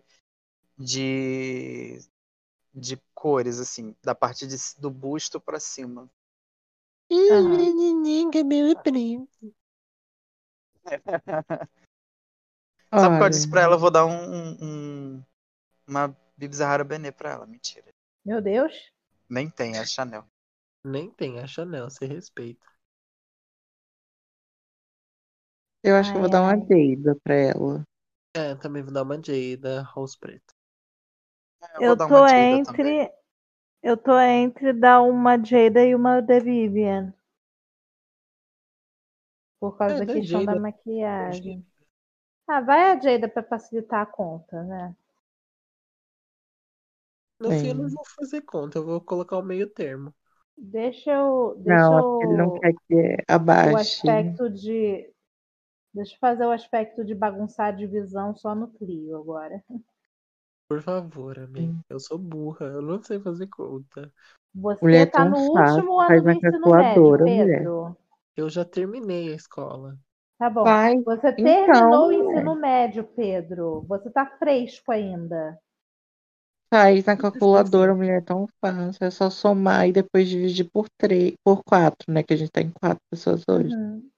de, de cores, assim, da parte do busto pra cima. Aham. Cabelo preto. Só porque eu Olha, disse pra ela, eu vou dar uma Bibs Zahara Benet pra ela. Mentira. Meu Deus. Nem tem, é a Chanel. Nem tem a Chanel, você respeita. eu acho que eu vou Ai, dar uma ai. Jada pra ela. É, também vou dar uma Jada Rose Preto. Eu vou Eu dar tô uma Jada também. entre. Eu tô entre dar uma Jada e uma The Vivian. Por causa É, da da questão da Jada. maquiagem. Ah, vai a Jada pra facilitar a conta, né? No fim, eu não Sim. vou fazer conta, eu vou colocar o meio termo. Deixa Não, é porque ele não quer que o abaixe. aspecto de. Deixa eu fazer o aspecto de bagunçar a divisão só no Clio agora. Por favor, amigo. Sim. Eu sou burra, eu não sei fazer conta. Você Mulher tá tão no fácil, último ano faz do na ensino médio, calculadora, mulher. Pedro. Eu já terminei a escola. Tá bom. Faz. Você Então, terminou o mulher, ensino médio, Pedro. Você tá fresco ainda. faz na Simples assim. calculadora, mulher tão fácil. É só somar e depois dividir por 3, por 4, né? Que a gente tá em 4 pessoas hoje. Uhum.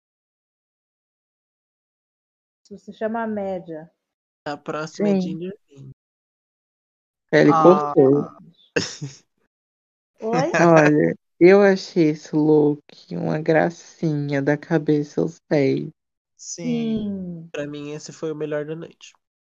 Isso se chama média. A próxima é Sim. Ginger Bean. Ele Ah, cortou. Oi? Olha, eu achei esse look uma gracinha da cabeça aos pés. sim. Sim. Pra mim, esse foi o melhor da noite.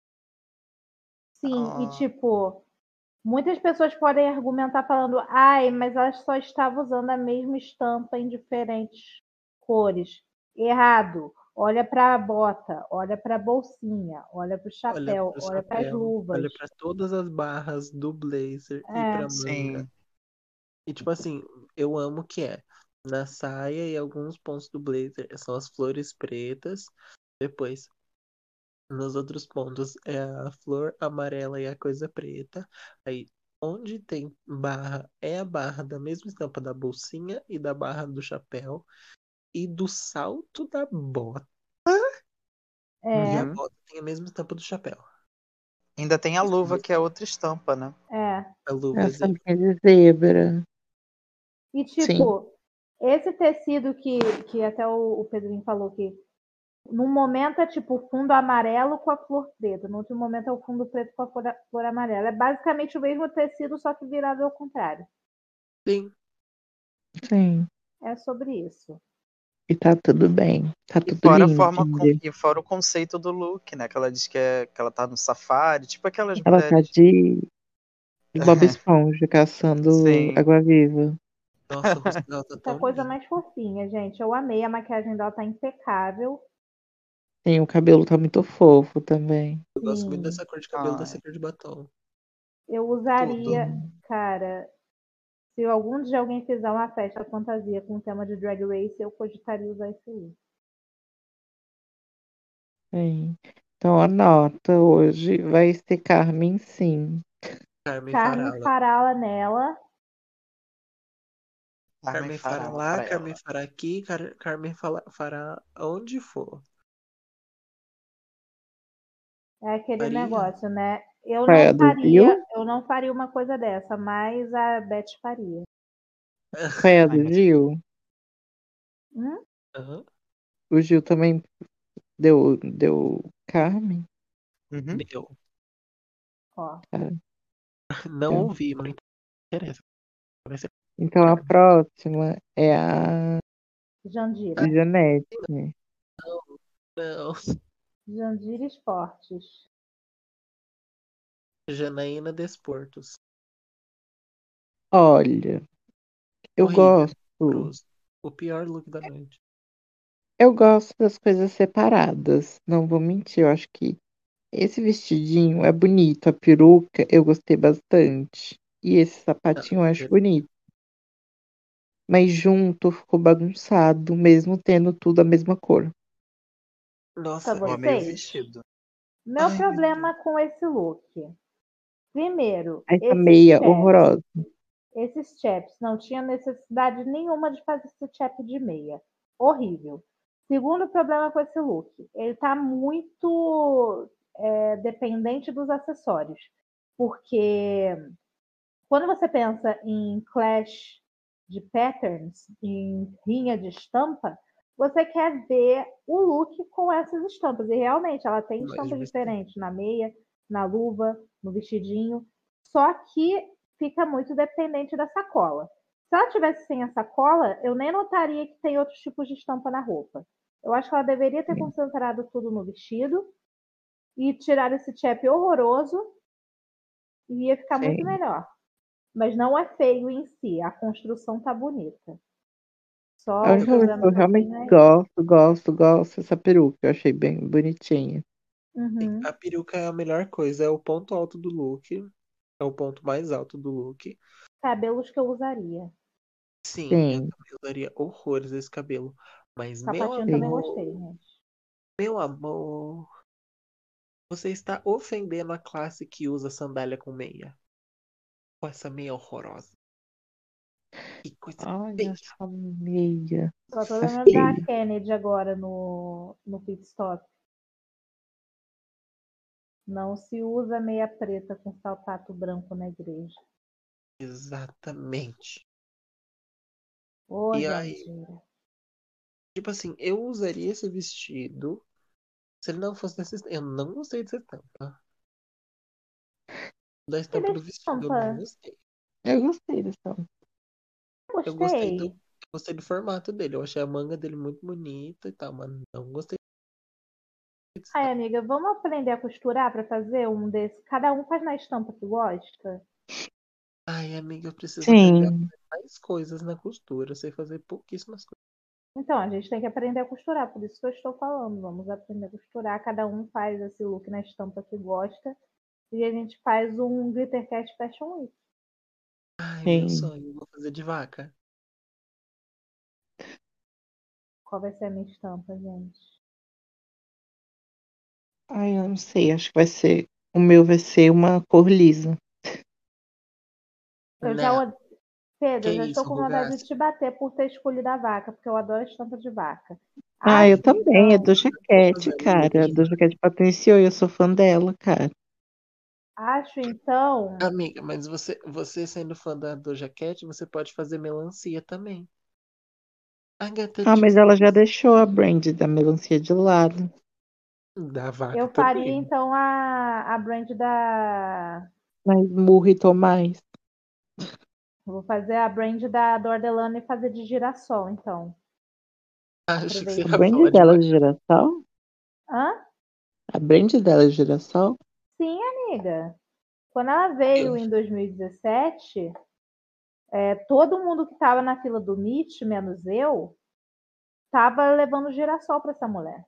Sim. E Ah, tipo, muitas pessoas podem argumentar falando, ai, mas ela só estava usando a mesma estampa em diferentes cores. Errado. Olha para a bota, olha para a bolsinha, olha para o Olha chapéu, pro olha para as chapéu, luvas. olha pra todas as barras do blazer e É, pra manga. sim. E tipo assim, eu amo que é na saia e alguns pontos do blazer são as flores pretas. Depois, nos outros pontos é a flor amarela e a coisa preta. Aí, onde tem barra, é a barra da mesma estampa da bolsinha e da barra do chapéu e do salto da bota. E a é, Uhum. bota tem a mesma estampa do chapéu. Ainda tem a Isso luva, que é mesmo. outra estampa, né? é. A luva é Essa zebra. linha de zebra. E Sim. tipo, esse tecido que até o Pedrinho falou que num momento é tipo o fundo amarelo com a flor preta, no outro momento é o fundo preto com a flor amarela. É basicamente o mesmo tecido, só que virado ao contrário. Sim. Sim. É sobre isso. E tá tudo bem. Tá E tudo fora a lindo, forma Ginger. e fora o conceito do look, né? Que ela diz que ela tá no safari, tipo aquelas Ela tá mulheres. de Bob Esponja caçando Sim. água-viva. Nossa, o rosto dela tá Tá a tão coisa lindo. mais fofinha, gente. Eu amei. A maquiagem dela tá impecável. Sim, o cabelo tá muito fofo também. Eu gosto muito Sim. dessa cor de cabelo, Ai, dessa cor de batom. Eu tudo. usaria, Sim. cara, Se algum dia alguém fizer uma festa fantasia com tema de Drag Race, eu cogitaria usar esse look. Sim. Então anota, hoje vai ser Carmen, sim. Carmen Carmen Farala. Farala nela. Carmen Fará lá, pra Carmen ela. Fará aqui, Carmen Fará onde for. É aquele Faria? negócio, né? Eu Praia não do faria, Gil? eu não faria uma coisa dessa, mas a Beth faria. Praia Ai, do mas Gil? Hum? Aham. O Gil também deu Carmen? uhum. Deu. Ó, Tá. Não Então, ouvi, mas não interessa. Vai ser então a Carmen. próxima é a Jandira. Janete. Não. Jandira Esportes. Janaína Desportos. Olha, eu Horrível. gosto. Grosso. O pior look da noite. Eu gosto das coisas separadas. Não vou mentir, eu acho que esse vestidinho é bonito, a peruca eu gostei bastante. E esse Não, sapatinho eu acho bonito. Mas junto ficou bagunçado, mesmo tendo tudo a mesma cor. Pra Nossa, Eu amei o vocês, vestido. meu ai, meu Deus. problema com esse look. Primeiro, Essa meia horrorosa. esses chaps, não tinha necessidade nenhuma de fazer esse chap de meia. Horrível. Segundo problema com esse look, ele tá muito dependente dos acessórios. Porque quando você pensa em clash de patterns, em rinha de estampa, você quer ver o look com essas estampas. E realmente ela tem Mas estampas você- diferentes na meia, na luva, no vestidinho. Só que fica muito dependente da sacola. Se ela tivesse sem a sacola, eu nem notaria que tem outros tipos de estampa na roupa. Eu acho que ela deveria ter concentrado tudo no vestido e tirado esse chap horroroso e ia ficar muito Sim. melhor. Mas não é feio em si, a construção tá bonita. A Só o única coisa que problema eu que eu realmente tenho é esse. gosto dessa peruca. Eu achei bem bonitinha. Uhum. A peruca é a melhor coisa, é o ponto alto do look. É o ponto mais alto do look. Cabelos que eu usaria. Sim, eu Sim, também usaria horrores esse cabelo. Mas, Sapatinho também sim. gostei, gente. meu amor, você está ofendendo a classe que usa sandália com meia. Com essa meia horrorosa. Que coisa Ai, feia. essa meia. Só tô É lembrando da feia. Kennedy agora no pit stop. Não se usa meia preta com sapato branco na igreja. Exatamente. Ô, E aí, Jandira. tipo assim, eu usaria esse vestido se ele não fosse desse. Eu não gostei dessa estampa. Da E da estampa do vestido, eu estampa? não gostei. Eu gostei dessa. Eu gostei do, Gostei. gostei do formato dele. Eu achei a manga dele muito bonita e tal, mas não gostei da Ai, estampa. amiga, vamos aprender a costurar para fazer um desse? Cada um faz na estampa que gosta? Ai, amiga, eu preciso aprender a Sim. fazer mais coisas na costura. Eu sei fazer pouquíssimas coisas. Então, a gente tem que aprender a costurar, por isso que eu estou falando. Vamos aprender a costurar. Cada um faz esse look na estampa que gosta. E a gente faz um Glittercast Fashion Week. Ai, meu Sim. sonho, eu vou fazer de vaca. Qual vai ser a minha estampa, gente? Ai, eu não sei. Acho que vai ser. O meu vai ser uma cor lisa. Eu já, Não, que Pedro, eu já estou isso, com vontade de Rugassi. te bater por ter escolhido a vaca, porque eu adoro estampa de vaca. Ah, eu Acho, também. É então, do Vou Jaquete, fazer um look cara. A de do Jaquete patenteou e eu sou fã dela, cara. acho então. amiga, mas você sendo fã da Doja Cat, você pode fazer melancia também. A gata Ah, de mas ela já deixou a brand da melancia de lado. da vaca Eu faria também. então a brand da. Mas murro e Tomás. Vou fazer a brand da Dordelane e fazer de girassol, então. Acho que você A Aproveita. ia brand falar de dela é de vaca. girassol? Hã? A brand dela é de girassol? Sim, amiga. Quando ela veio Eu, em 2017, todo mundo que estava na fila do Meet, menos eu, estava levando girassol para essa mulher.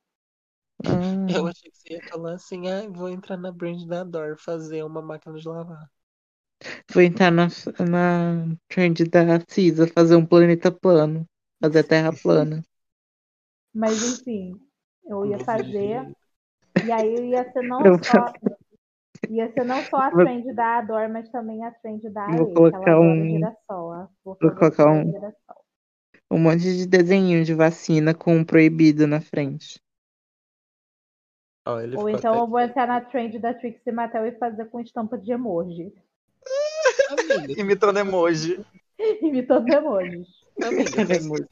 Ah, eu achei que você ia falar assim, ah, vou entrar na brand da Dor, fazer uma máquina de lavar. Vou entrar na trend da Cisa, fazer um planeta plano. Fazer a Terra plana. Mas enfim, eu ia Meu fazer. Deus. E aí Pronto. ia ser não só a Vou, trend da Adore, mas também a trend da vou Ale, que ela colocar adora um. girassol. Ó. Vou Vou fazer colocar flor de girassol. um monte de desenho de vacina com proibido na frente. Ó, ele Ou ficou então até eu vou quieto. entrar na trend da Trixie Mattel e fazer com estampa de emoji. Amiga, Imitando emoji. Imitando emojis. amiga, Ela é faz muito.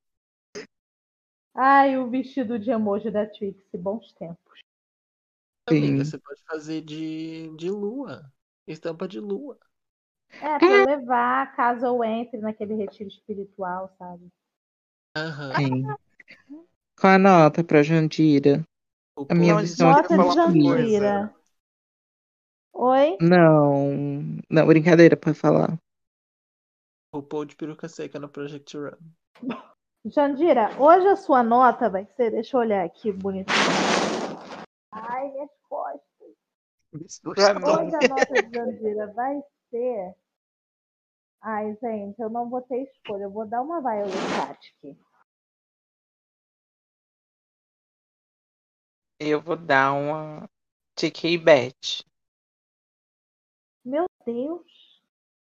Ai, o vestido de emoji da Trixie, bons tempos. Amiga, Sim. você pode fazer de lua. Estampa de lua. É, pra eu levar caso eu entre naquele retiro espiritual, sabe? Aham. Sim. Qual a nota pra Jandira? O A minha Não, povo a de gente visão queria Nota aqui de falar uma diz. coisa. Jandira. Oi? Não. Não, brincadeira pra falar. RuPaul de peruca seca no Project Run. Jandira, hoje a sua nota vai ser. Deixa eu olhar aqui bonitinho. Ai, minhas costas. Hoje a nota de Jandira vai ser. Ai, gente, eu não vou ter escolha. Eu vou dar uma Violet Chachki. Eu vou dar uma TK Bet. Meu Deus.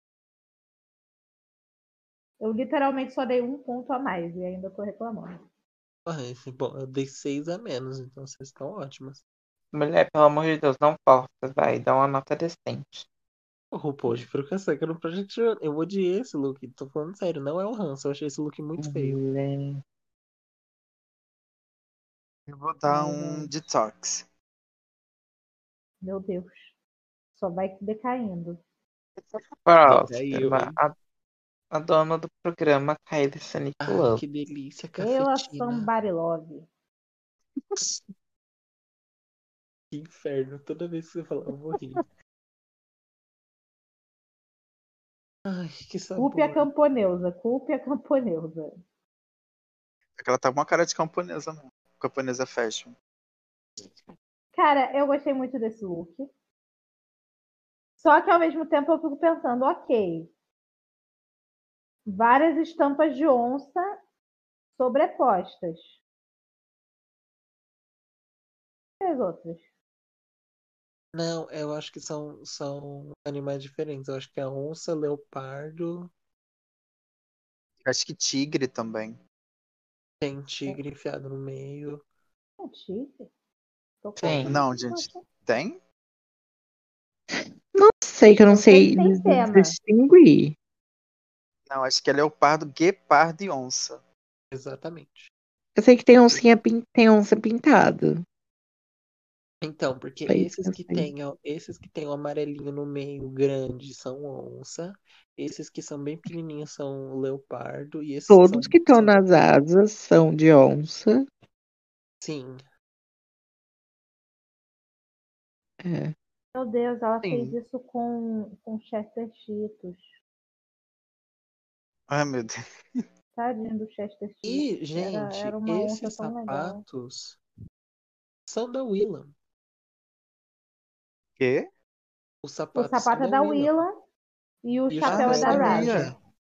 Eu literalmente só dei um ponto a mais e ainda tô reclamando. Ai, bom, eu dei 6 a menos, então vocês estão ótimas. Mulher, pelo amor de Deus, não força, vai. Dá uma nota decente. O RuPaul de peruca seca no Project Run. Eu odiei esse look, tô falando sério, não é o ranço. Eu achei esse look muito feio. Mulher. Eu vou dar Ai, um gente. detox. Meu Deus. Só vai decaindo. Decaiu, Próxima. hein? A dona do programa, Kylie Sonic Ai, Love. que delícia, Pela cafetina. Somebody Love. Que inferno. Toda vez que você fala, eu vou rir. Ai, que Culpe a sabor. camponeusa. Culpe a camponeusa. É que ela tá com uma cara de camponesa mesmo. Camponesa fashion. Cara, eu gostei muito desse look. Só que ao mesmo tempo eu fico pensando, ok, várias estampas de onça sobrepostas. E as outras? Não, eu acho que são animais diferentes. Eu acho que é onça, leopardo, Acho que tigre também. tem tigre enfiado no meio. É tigre? Tô Sim. Não, confusa. gente. Tem? Não sei, que eu não Eu sei sei que tem tema. distinguir. Não, acho que é leopardo, guepardo e onça. Exatamente. Eu sei que tem oncinha, tem onça pintada. Então, porque É isso que eu sei. esses que tem o amarelinho no meio grande são onça, esses que são bem pequenininhos são leopardo e esses que Todos são que estão são nas asas são de onça. sim, É. Meu Deus, ela fez Sim. isso com Chester Cheetos. Ai, meu Deus. Tadinho do Chester e, Cheetos. gente, Era uma onça esses tão legal. sapatos são da Willam. Quê? Os O sapatos são sapato é da da Willam. Willam e o E o Ah, chapéu não é chapéu da da Raja. sabia. Raja.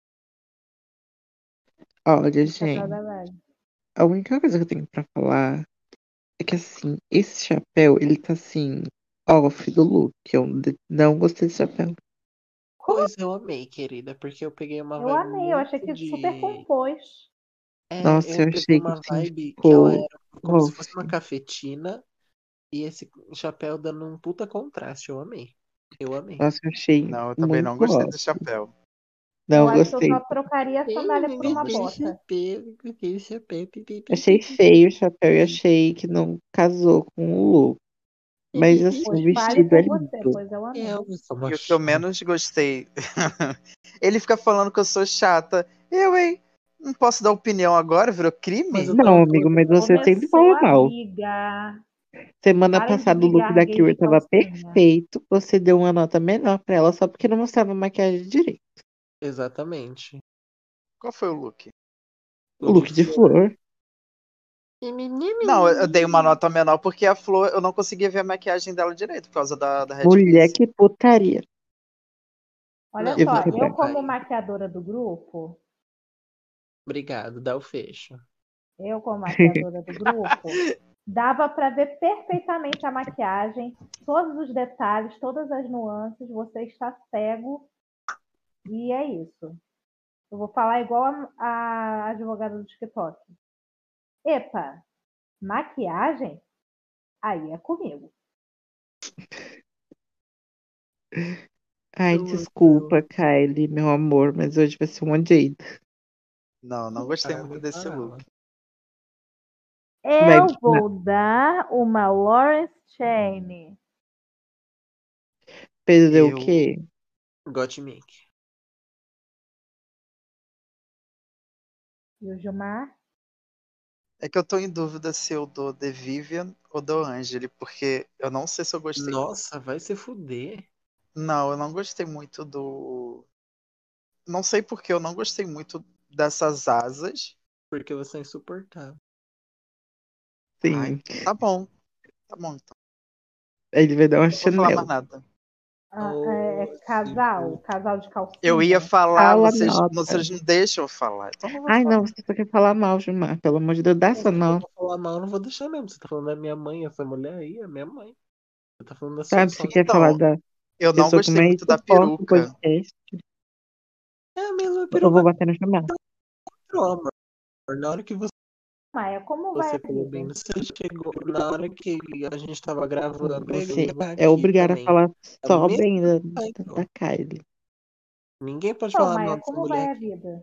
Olha, O chapéu é gente, da Raja. a única coisa que eu tenho pra falar é que, assim, esse chapéu, ele tá, assim, off do look. Eu não gostei desse chapéu. Como Pois eu amei, querida, porque eu peguei uma eu vibe amei, eu achei muito que super de. compôs. Nossa, Eu eu peguei achei que, uma assim, vibe que ela ficou era como se off. fosse uma cafetina e esse chapéu dando um puta contraste. Eu amei. Eu amei. Nossa, eu achei Não, eu também muito não gostei do off. chapéu. Eu Não acho que eu só gostei. trocaria a sandália por Não uma gostei. bota. Achei feio o chapéu e achei que não casou com o look. Mas, assim, o Pois fale vestido é por você, lindo. pois eu amei. Eu sou uma E o que eu chata. menos gostei. Ele fica falando que eu sou chata. Eu, hein? Não posso dar opinião agora, virou Mas crime? eu Não, tava amigo, falando mas você sempre Começou, fala mal. amiga. Semana Parem de passada o look brigar da gay Kyra de tava calcinha. perfeito. Você deu uma nota menor pra ela só porque não mostrava a maquiagem direito. exatamente. Qual foi o look? O O de look de flor. flor. Não, eu dei uma nota menor porque a Flor, eu não conseguia ver a maquiagem dela direito por causa da Red Mulher Glisse. que putaria. Olha Não, só, fiquei eu bem. como maquiadora do grupo, Obrigado, dá o fecho. dava para ver perfeitamente a maquiagem, todos os detalhes, todas as nuances. Você está cego e é isso. Eu vou falar igual a advogada do TikTok. Epa, maquiagem? Aí é comigo. Ai, Eu amo desculpa, ela. Kylie, meu amor, mas hoje vai ser um jeito. Não gostei Ah, muito nem desse fala. look. Vai, Eu vou dar uma Lawrence Chaney. Pedro deu o Eu. quê? Gottmik. E o Gilmar? É que eu tô em dúvida se eu dou The Vivian ou dou Angeli, porque eu não sei se eu gostei. Nossa, vai se fuder. Não, eu não gostei muito do. Não sei porque eu não gostei muito dessas asas. Porque você é insuportável. Ai, Sim, tá bom então. ele vai dar uma Não vou falar mais Chanel. nada. É Sim. casal de Eu ia calcinha. falar, Fala vocês nota. não deixam eu falar, então não vou Ai, não, falar. você só quer falar mal, Gilmar. Pelo amor de Deus, dá essa Se eu não. for falar mal, eu não vou deixar mesmo. Você tá falando da minha mãe, essa mulher aí é minha mãe. Você tá falando da sua Sabe, você sogra. quer falar Então, da eu não pessoa que gostei mais muito da suporta o peruca. podcast. É a mesma Eu vou peruca bater no Gilmar. do amor. Na hora que Maia, como vai você a falou bem, vida? você chegou. Na hora que a gente tava gravando, Você peguei é aqui obrigado a também. falar A só mesma bem da, coisa, da Kylie. Ninguém pode Então, falar Maia, mal dessa como mulher vai a aqui. vida?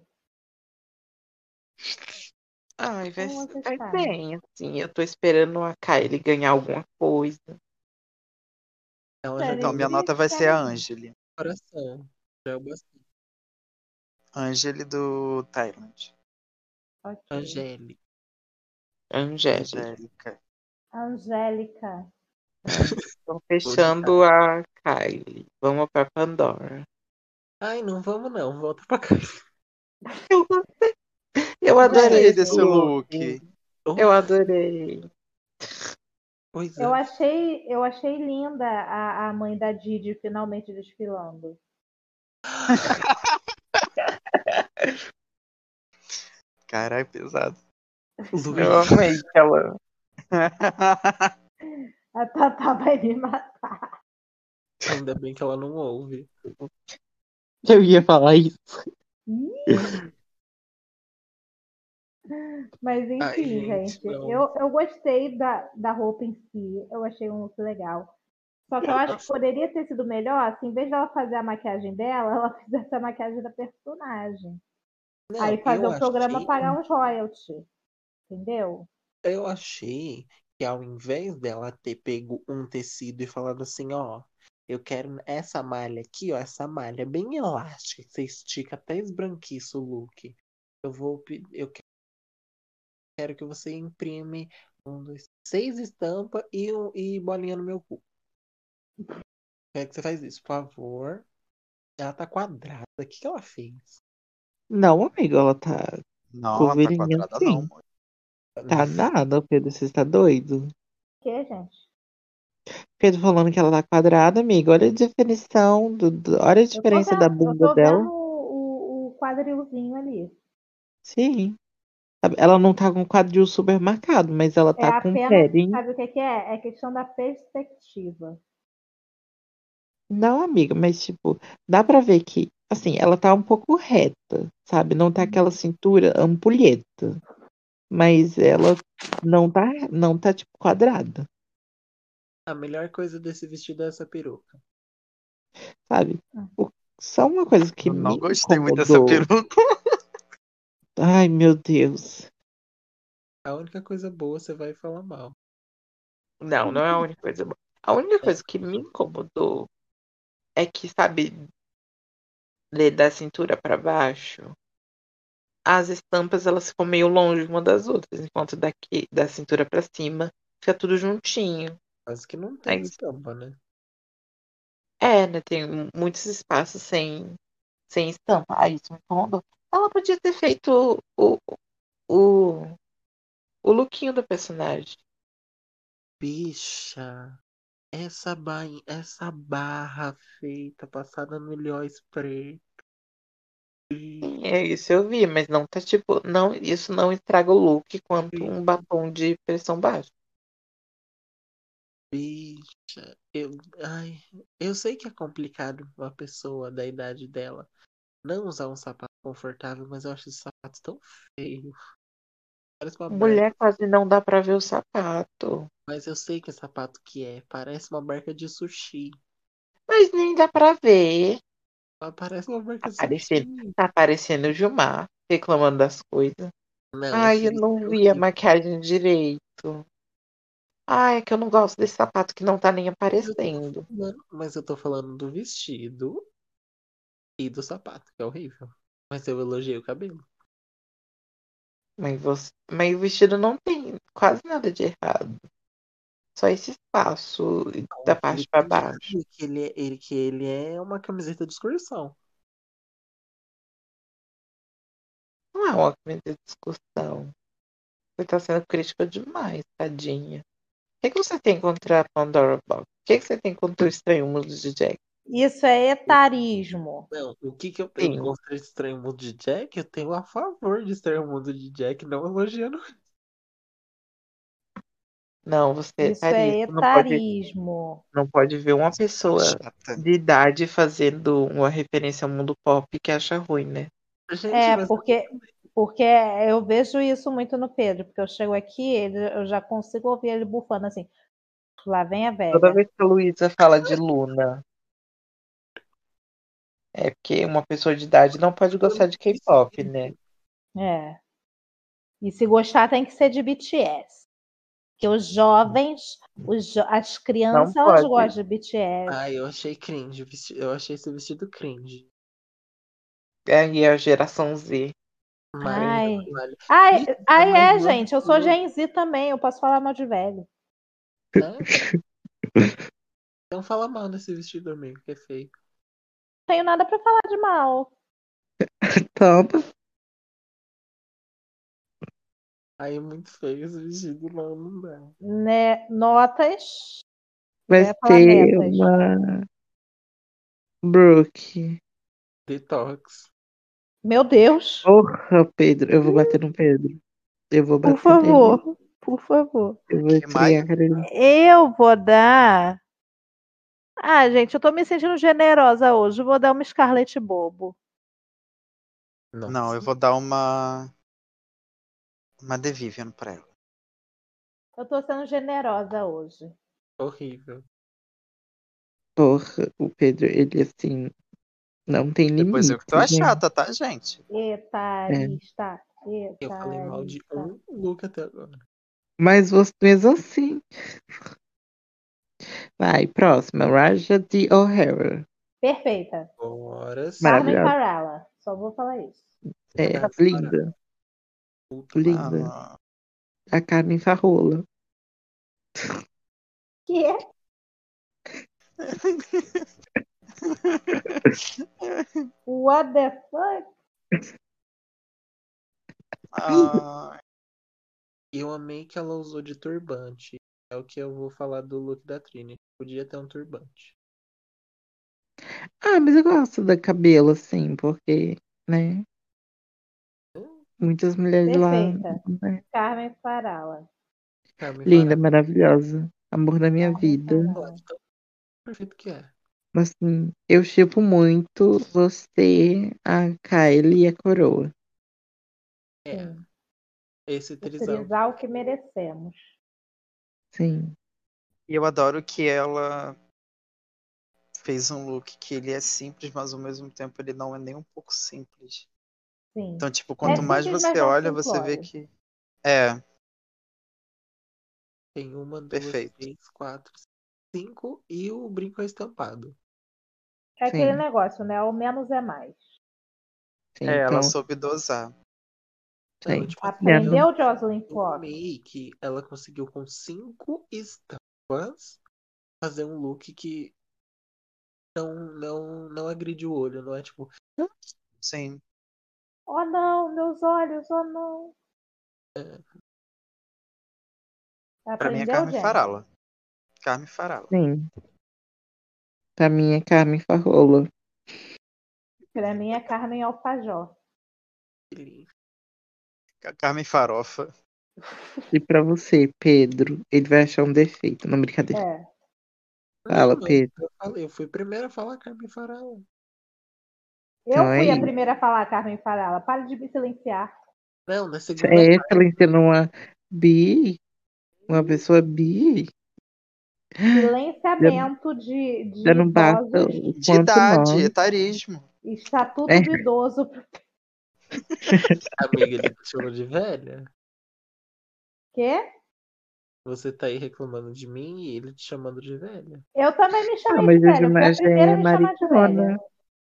Ai, Como você vai está? bem, assim. Eu tô esperando a Kylie ganhar alguma coisa. Ela já Então, ganhou minha Feliz nota vai ser a também. Angeli. coração. Já é o bastante. Angeli do Thailand. Ok. Angélica. Angélica. Angélica. Angélica. Estão Vou de fechando cara. a Kylie. Vamos pra Pandora. Ai, não vamos não. Volta pra cá. Eu, eu adorei Gostei esse desse Gente, look. look. Eu Oh, adorei. pois eu é. achei, eu achei linda a mãe da Didi finalmente desfilando. Caralho, pesado. Eu Luiz. amei que ela. A Tatá vai me matar. Ainda bem que ela não ouve. Eu ia falar isso. Mas Ai, enfim, gente, gente, não. eu gostei da roupa em si. Eu achei um look legal. Só que eu acho que poderia ter sido melhor se, em vez dela fazer a maquiagem dela, ela fizesse a maquiagem da personagem. Não, Aí fazer o programa pagar uns royalties. Entendeu? eu achei que ao invés dela ter pego um tecido e falado assim, ó, eu quero essa malha aqui, ó, essa malha bem elástica, que você estica até esbranquiça o look. Eu quero que você imprime 6 estampas e bolinha no meu cu. Quero que você faz isso, por favor. Ela tá quadrada. O que ela fez? Não, amigo, ela tá Não, ela tá curvilínea quadrada não, sim. amor. Tá nada, Pedro, você está doido? Que, gente? Pedro falando que ela tá quadrada, amigo. Olha a definição, olha a diferença da Eu bunda tô dela. vendo o quadrilzinho ali. Sim. Ela não tá com o quadril super marcado, mas ela É tá com apenas, padding. sabe o que é? É questão da perspectiva. Não, amiga, mas tipo, dá pra ver que, assim, ela tá um pouco reta, sabe? Não tá aquela cintura ampulheta, mas ela não tá tipo quadrada, A melhor coisa desse vestido é essa peruca. sabe? Só uma coisa que Eu não me gostei muito dessa incomodou. peruca. Ai, meu Deus. A única coisa boa você vai falar mal. Não, não é a única coisa boa. A única É, coisa que me incomodou é que, sabe, da cintura pra baixo, as estampas elas ficam meio longe uma das outras, enquanto daqui da cintura pra cima fica tudo juntinho. quase que não tem Aí, estampa, né? né, tem muitos espaços sem estampa. Aí isso me incomodou. Ela podia ter feito o, o lookinho do personagem. Bicha. essa barra feita, passada no Ilhéus preto. Sim, é isso eu vi, mas não tá tipo. Não, isso não estraga o look quanto um batom de pressão baixa. Bicha, eu sei que é complicado uma pessoa da idade dela não usar um sapato confortável, mas eu acho esse sapato tão feio. Parece uma barca, Mulher quase não dá pra ver o sapato. mas eu sei que sapato que é. Parece uma barca de sushi. Mas nem dá pra ver. Ela parece uma barca Tá de parecendo, sushi. tá parecendo o Gilmar, reclamando das coisas. Não, é Ai, eu feio, não é vi a horrível. maquiagem direito. Ai, é que eu não gosto desse sapato que não tá nem aparecendo. Mas eu tô falando do vestido e do sapato, que é horrível. Mas eu elogiei o cabelo. Mas o vestido não tem quase nada de errado. Só esse espaço O da que ele parte pra tem de baixo. errado é que ele é uma camiseta de excursão. Não é uma coisa de discussão. Você tá sendo crítica demais, tadinha. O que você tem contra a Pandora Box? O que você tem contra o Estranho Mundo de Jack? Isso é etarismo. Não, o que eu tenho Sim. contra Estranho Mundo de Jack? Eu tenho a favor de Estranho Mundo de Jack, não elogiando. Não, você, Isso é Thaís, etarismo. não pode ver uma pessoa Chata. de idade fazendo uma referência ao mundo pop que acha ruim, né? Gente, É, mas porque eu vejo isso muito no Pedro, porque eu chego aqui, eu já consigo ouvir ele bufando assim, lá vem a Toda velha. vez que a Luísa fala de Luna, é porque uma pessoa de idade não pode eu gostar não de K-pop, né? preciso. É. E se gostar tem que ser de BTS. Porque os jovens, as Não crianças, elas pode. gostam de BTS. Ai, eu achei cringe. Eu achei esse vestido cringe. Aí a geração Z. Maria Ai. Vale. Ai, Bicho, a ai, mais é, nova gente, eu sou falou. Gen Z também, eu posso falar mal de velho. Sério? Então fala mal desse vestido, amigo, que é feio. Não tenho nada pra falar de mal. Toma. Aí é muito feio esse vestido, não, não dá. Né? Notas. Eu Vai ia falar ser netas. uma Brooke. Detox. Meu Deus. Porra, Pedro. Eu vou bater no Pedro. Eu vou Por bater nele. favor. Por favor. Eu vou Que mais? esfregar a cara dele. Eu vou dar. Ah, gente, eu tô me sentindo generosa hoje. Eu vou dar uma Scarlett Bobo. Não, eu Nossa, vou dar uma The Vivian pra ela. Eu tô sendo generosa hoje. horrível. Porra, o Pedro, ele assim, não tem Depois eu limite, que tô a né? chata, tá, gente? É. Etarista. Eu falei mal de Etarista. um look até agora. Mas você mesmo assim. Vai, próxima. Raja de O'Hara. Perfeita. Agora Carmen sim. Maravilhosa. Farala. Só vou falar isso. É, Cara, para. linda. Puta maravilha. Linda. Mano. A Carmen Farrola. Que é? What the fuck? Ah, Eu amei que ela usou de turbante. É o que eu vou falar do look da Trini. Podia ter um turbante. Ah, mas eu gosto da cabelo, assim, porque, né? Muitas mulheres lá, Perfeita. né? Carmen Farala. Carmen Linda, Farah. maravilhosa. Amor da minha Carmen vida. Farala. Tão perfeito que é. Assim, eu shippo muito você, a Kylie e a Coroa. É. Sim. Esse O trisal. trisal que merecemos. Sim, e eu adoro que ela fez um look que ele é simples, mas ao mesmo tempo ele não é nem um pouco simples. Sim. Então, tipo, É quanto mais simples, mas você não olha, você vê simplório. que é Tem uma, duas, perfeito. três, quatro, cinco e o brinco é estampado. É aquele sim, negócio, né? O menos é mais. sim. É, ela Então, soube dosar. Não, sim. tipo assim, Minha- Aprendeu, Jocelyn eu Fox? amei que ela conseguiu com cinco estampas fazer um look que não agride o olho, não é tipo. Sim. Oh não, meus olhos, oh não. É, Pra mim é Aprendeu, Carmen Jennifer? Farala. Carmen Farala. Sim. Pra mim é Carmen Farrola. Pra mim é Carmen Alpajó. Carmen Farofa. E pra você, Pedro, ele vai achar um defeito. Não, brincadeira. É. Fala, Não, mas Pedro. eu fui o primeiro a falar Carmen Farala. Então Eu é fui a isso. primeira a falar Carmen Farala. Para de me silenciar. Não, na segunda É parte. silenciando uma bi, uma pessoa bi. Já, Silenciamento de já não basta idosos. o De quanto idade, nós. etarismo. Estatuto É, do idoso. Amiga, ele te chamou de velha. Quê? Você tá aí reclamando de mim e ele te chamando de velha. Eu também me chamei mas de a velha. Eu fui a Gilmar já primeira a é me chamar de velha. maricona.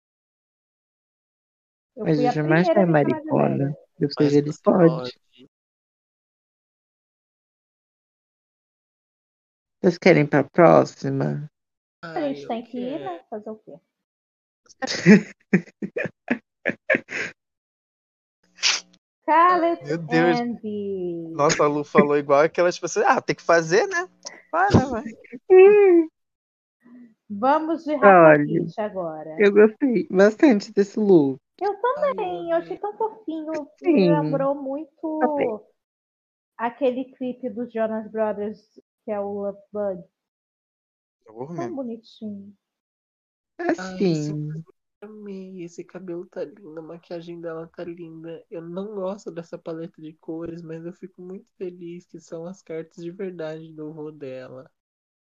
Eu Mas fui a a Gilmar já primeira é a me chamar de maricona. velha. Ou Mas seja, ele você pode. pode. Vocês querem ir pra próxima? A Ai, gente eu tem que ir, quero. né? Fazer o quê? Scarlet Meu Deus. Envy. Nossa, a Lu falou igual aquelas pessoas. Ah, tem que fazer, né? Vai, né? Vai. Vamos de Rafa Olha, Kitt agora. eu gostei bastante desse look. Eu Ai, também, eu achei amei. tão fofinho. Me Sim, lembrou amei. muito aquele clipe dos Jonas Brothers, que é o Love Bug. Eu Tão mesmo. bonitinho. Ai, Assim, amei. Esse cabelo tá lindo, a maquiagem dela tá linda. Eu não gosto dessa paleta de cores, mas eu fico muito feliz que são as cartas de verdade do vô dela.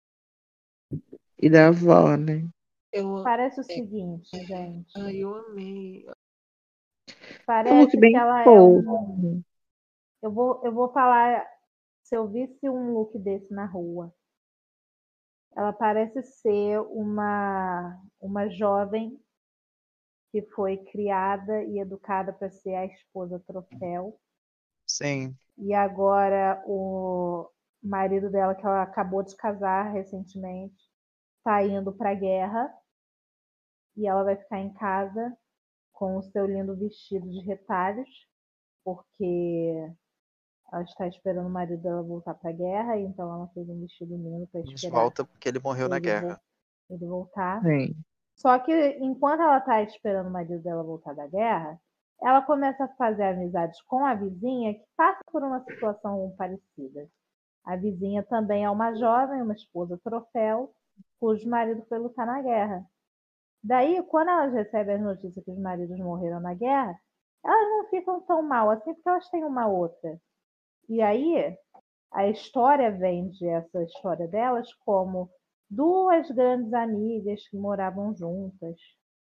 e da avó, né? Eu, Parece o é, seguinte, gente. ai, eu amei. É um look Parece que bem ela é fofo. um. Eu vou falar. Se eu visse um look desse na rua, ela parece ser uma jovem que foi criada e educada para ser a esposa troféu. Sim. E agora o marido dela, que ela acabou de casar recentemente, está indo para a guerra e ela vai ficar em casa com o seu lindo vestido de retalhos, porque ela está esperando o marido dela voltar para a guerra, então ela fez um vestido lindo para Mas esperar volta porque ele morreu na ele, guerra. ele voltar. Sim, Só que enquanto ela está esperando o marido dela voltar da guerra, ela começa a fazer amizades com a vizinha que passa por uma situação parecida. A vizinha também é uma jovem, uma esposa troféu, cujo marido foi lutar na guerra. Daí, quando elas recebem as notícias que os maridos morreram na guerra, elas não ficam tão mal assim porque elas têm uma outra. E aí, a história vende essa história delas como duas grandes amigas que moravam juntas,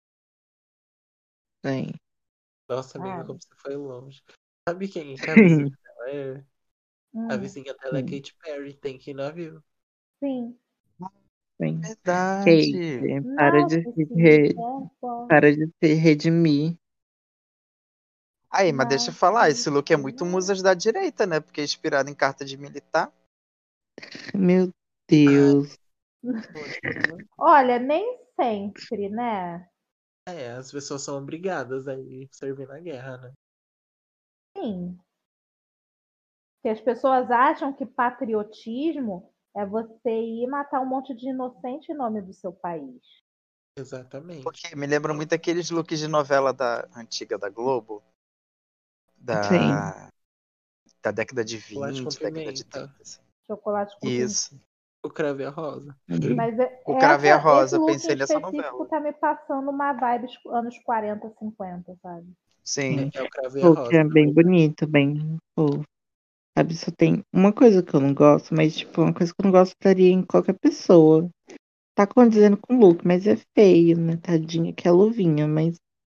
sim. Nossa, amiga, sabe? como você foi longe. Sabe quem que a vizinha dela é? A Hum, vizinha dela é Sim, Katy Perry, tem que ir no navio. sim. sim. Kate, Verdade. para Now de to se see careful. para de se redimir. Aí, mas deixa eu Now falar, to esse look é muito see. musas da direita, né? Porque é inspirado em carta de militar. Meu Ai, Deus. ótimo. Olha, nem sempre, né? É, as pessoas são obrigadas a ir servir na guerra, né? Sim. Porque as pessoas acham que patriotismo é você ir matar um monte de inocente em nome do seu país. Exatamente. Porque me lembra muito aqueles looks de novela da antiga da Globo, Sim, da década de Chocolate com 20, década de pimenta, 30. Assim. Chocolate com pimenta. Isso. o cravo e a rosa. Mas O Cravei a esse Rosa, look em pensei nessa específico novela. tá me passando uma vibe anos 40, 50, sabe? Sim. É o cravo e a look rosa, é na bem verdade. bonito, bem fofo. Sabe, só tem uma coisa que eu não gosto, mas tipo, uma coisa que eu não gostaria em qualquer pessoa. Tá condizendo com o look, mas é feio, né? Tadinha, que é luvinha, mas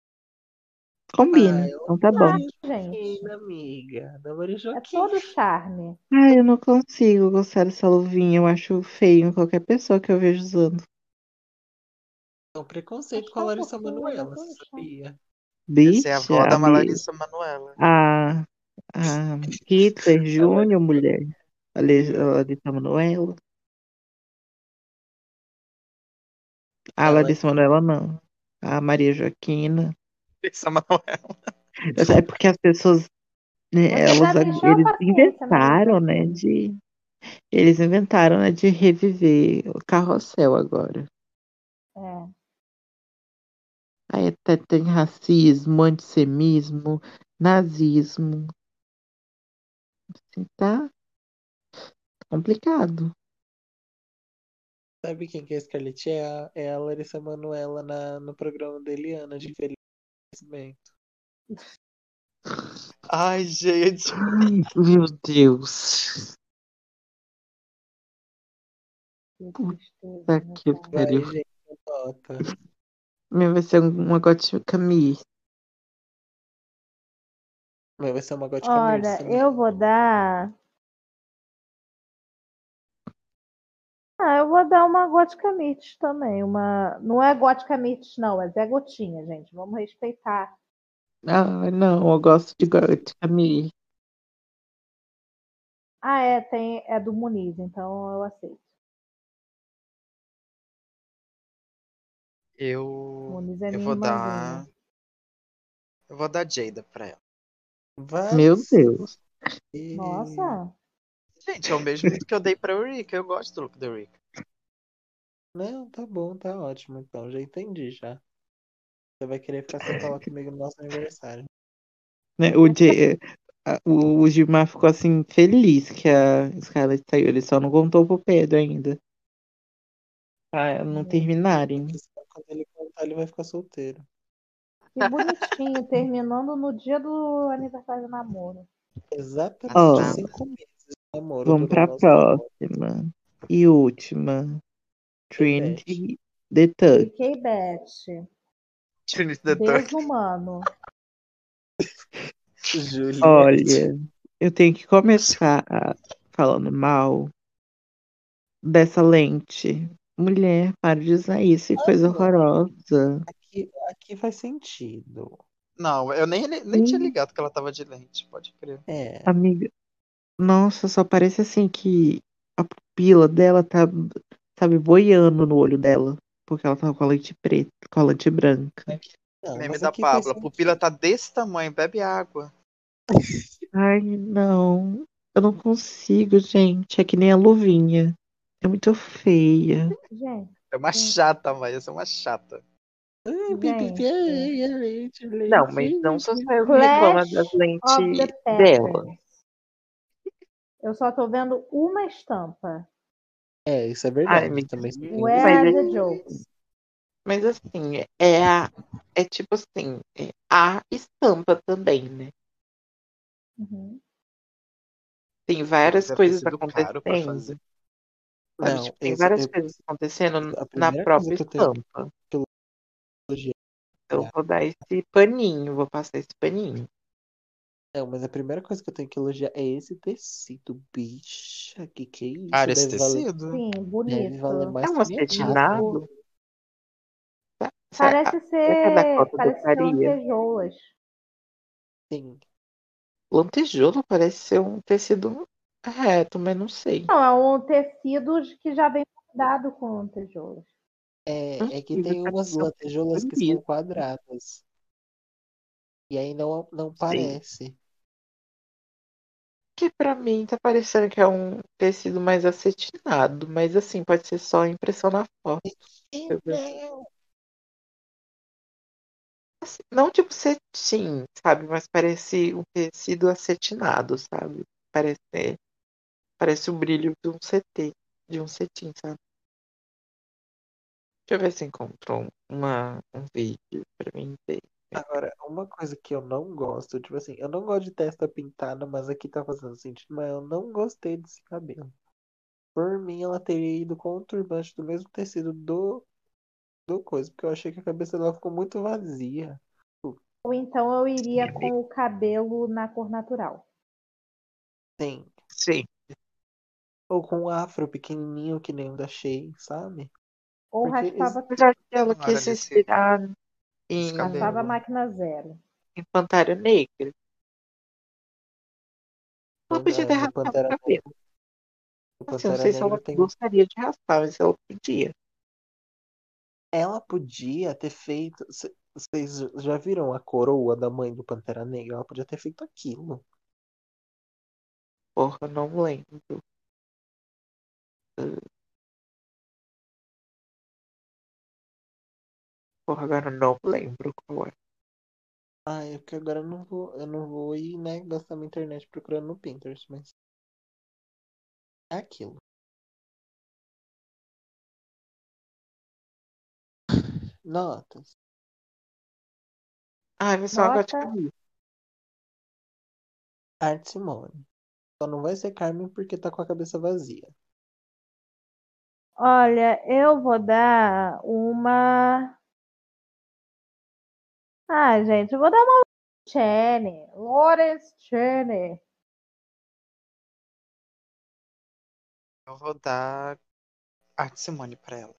Ah, combina, eu então tá bom. Maria Gente, Joaquina, amiga. Da Maria é Joaquina. todo charme. Ai, eu não consigo gostar dessa luvinha, eu acho feio em qualquer pessoa que eu vejo usando. É um preconceito Acho com a tão Larissa fofinho, mas é Manoela, todo você charme. sabia? Essa é a Bicha, avó da Larissa Manoela. a Hitler A Júnior, Larissa mulher. A Manoela. Larissa Manoela. A A Larissa Larissa Manoela não. A Maria Joaquina. Larissa Manoela. É porque as pessoas, né, Você já me encheu a eles paciência, Maria inventaram, né, Joaquina. Eles inventaram, né, de reviver o carrossel agora. É. Aí até tem racismo, antissemismo, nazismo. Assim, tá complicado. Sabe quem que é a Scarlett? É a Larissa Manoela no programa da Eliana de envelhecimento. Ai, gente. Ai, meu Deus. Que tristeza, Puta meu que pai. pariu. Vai, gente, nota. Meu, vai ser uma gotinha Camille. Mas vai ser uma gótica Olha, Mirce, né? eu vou dar. Ah, eu vou dar uma gótica mix também. Não é gótica mix, não, é Zé Gotinha, gente. Vamos respeitar. Ah, não, eu gosto de gotinha Camille. Ah, é do Muniz, então eu aceito. Eu, Muniz é eu minha vou irmãzinha. dar. Eu vou dar Jada pra ela. Vai Meu se Deus. Nossa, Gente, é o mesmo que eu dei pra Eureka. Eu gosto do look da Eureka. Não, tá bom, tá ótimo então. Já entendi já. Você vai querer ficar sem falar comigo no nosso aniversário. Né, o Gilmar ficou assim feliz que a Scarlett saiu. Ele só não contou pro Pedro ainda. Pra não terminarem. Porque senão, quando ele contar, ele vai ficar solteiro. que bonitinho, terminando no dia do aniversário do namoro. Exatamente Ó, 5 meses de namoro vamos durou pra nosso namoro. próxima. E última. E Beth? Trinity the Tuck. Fiquei Beth. Trinity the Tuck. Desumano. Juliette. Olha, eu tenho que começar falando mal dessa lente. Mulher, para de usar isso, que coisa Não, horrorosa. aqui faz sentido. Não, eu nem tinha Hum, ligado que ela tava de lente, pode crer. É. amiga, nossa, só parece assim que a pupila dela tá, sabe, boiando no olho dela. Porque ela tava com a lente preta, com a lente branca. Não, Meme mas da aqui faz Pablo. A pupila sentido. tá desse tamanho, bebe água. Ai, não. Eu não consigo, gente. É que nem a luvinha. É muito feia. Gente, É uma chata, Maia. Você é uma chata. gente. Não, mas não sou só eu que reclamo das Clash of the lentes dela. Patterns. Eu só tô vendo uma estampa. É, isso é Ai, verdade. me Também só tem Where isso. mas, are the jokes? mas assim, é tipo assim, é a estampa também, né? Uhum. Tem várias Deve ter coisas sido caro pra acontecendo, fazer. sabe? Não, Tipo, tem várias coisas acontecendo a na primeira coisa própria que eu tenho estampa. que elogiar. Eu vou dar esse paninho, vou passar esse paninho. Não, mas a primeira coisa que eu tenho que elogiar é esse tecido, bicha. Que é isso? Cara, esse tecido. Sim, Deve valer bonito. É mais um que minha casa. acetinado? Será que é da cota do Parece ser Faria? lantejoulas. Sim. Lantejoula parece ser um tecido reto, mas não sei. Não, é um tecido que já vem bordado com lantejoulas. É que Incrível, tem parece umas ser um lantejoulas que tecido são liso. quadradas. E aí não Sim. parece. Que pra mim tá parecendo que é um tecido mais acetinado, mas assim, pode ser só impressão na foto. E Eu vejo. não. Assim, não tipo cetim, sabe? Mas parece um tecido acetinado, sabe? Parece, parece o brilho de um CT, de um cetim, sabe? Deixa eu ver se encontro um vídeo pra mim ver. Agora, uma coisa que eu não gosto, tipo assim, eu não gosto de testa pintada, mas aqui tá fazendo sentido, mas eu não gostei desse cabelo. Por mim, ela teria ido com o turbante do mesmo tecido do coisa, porque eu achei que a cabeça dela ficou muito vazia. Ou então eu iria com o cabelo na cor natural. Sim. Sim. Ou com um afro pequenininho que nem o da Shea, sabe? Ou Porque raspava Mas eu acho que ela Não era quis se desse, inspirar desse Raspava a cabelo. máquina zero. em Pantera Negra. Ela podia ter no raspado o Pantera Negra, cabelo. no Assim, não Pantera sei se ela Negra tem. gostaria de raspar, mas ela podia. Ela podia ter feito. Vocês já viram a coroa da mãe do Pantera Negra? Ela podia ter feito aquilo. Porra, não lembro. Porra, agora eu não lembro qual é. Ah, é porque agora eu não vou ir, né, gastar minha internet procurando no Pinterest, mas é aquilo. Notas. Ah, vai ser uma gótica Nota, mista. Arte Simone. Só não vai ser Carmen porque tá com a cabeça vazia. olha, eu vou dar uma. Ah, gente, eu vou dar uma Chene. Lawrence Chene. Eu vou dar Arte Simone pra ela.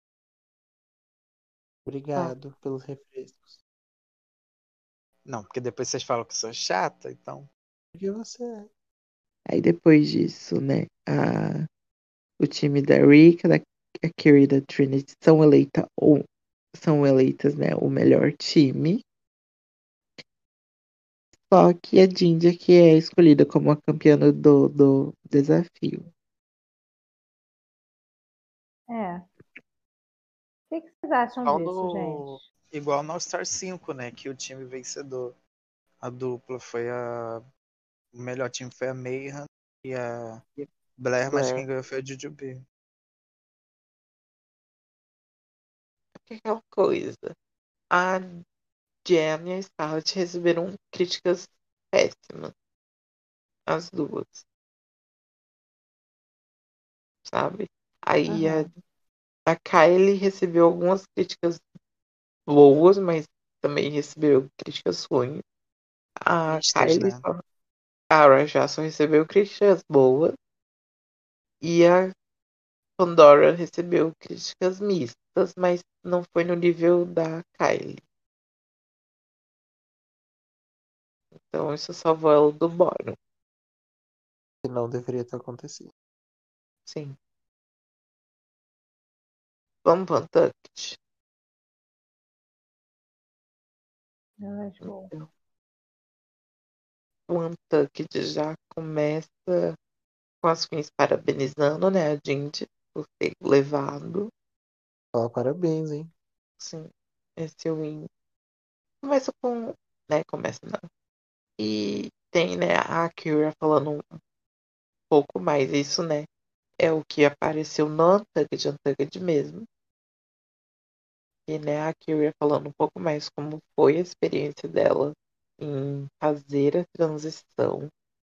Tá. Obrigado pelos refrescos. Não, porque depois vocês falam que eu sou chata, então. Porque você é. Aí depois disso, né, o time da Rika, a Kiri e da Trinity são eleitas, né, o melhor time. Só que a Jinja que é escolhida como a campeã do desafio. É. O que vocês acham Igual disso, no, gente? igual no All-Star 5, né? Que o time vencedor, a dupla foi a. O melhor time foi a Mayhem e a Blair, mas quem Blair. ganhou foi a Jujubee. Porque é aquela coisa. A Jen e a Scarlett receberam críticas péssimas. As duas, sabe? Aí Aham. a Kylie recebeu algumas críticas boas, mas também recebeu críticas ruins. A Mistas, Kylie né? só, a Raja só recebeu críticas boas. E a Pandora recebeu críticas mistas, mas não foi no nível da Kylie. Então isso salvou ela do bottom. Que não deveria ter acontecido. Sim. Vamos pro Untucked. Eu acho bom. Então, o Untucked já começa com as queens parabenizando, né, a Jindy por ter levado. Ó, parabéns, hein? Sim, esse win. Começa com. Né, começa não. E tem, né, a Kyria falando um pouco mais. Isso, né, é o que apareceu no Untucked mesmo. E, né, a Kyria falando um pouco mais como foi a experiência dela em fazer a transição.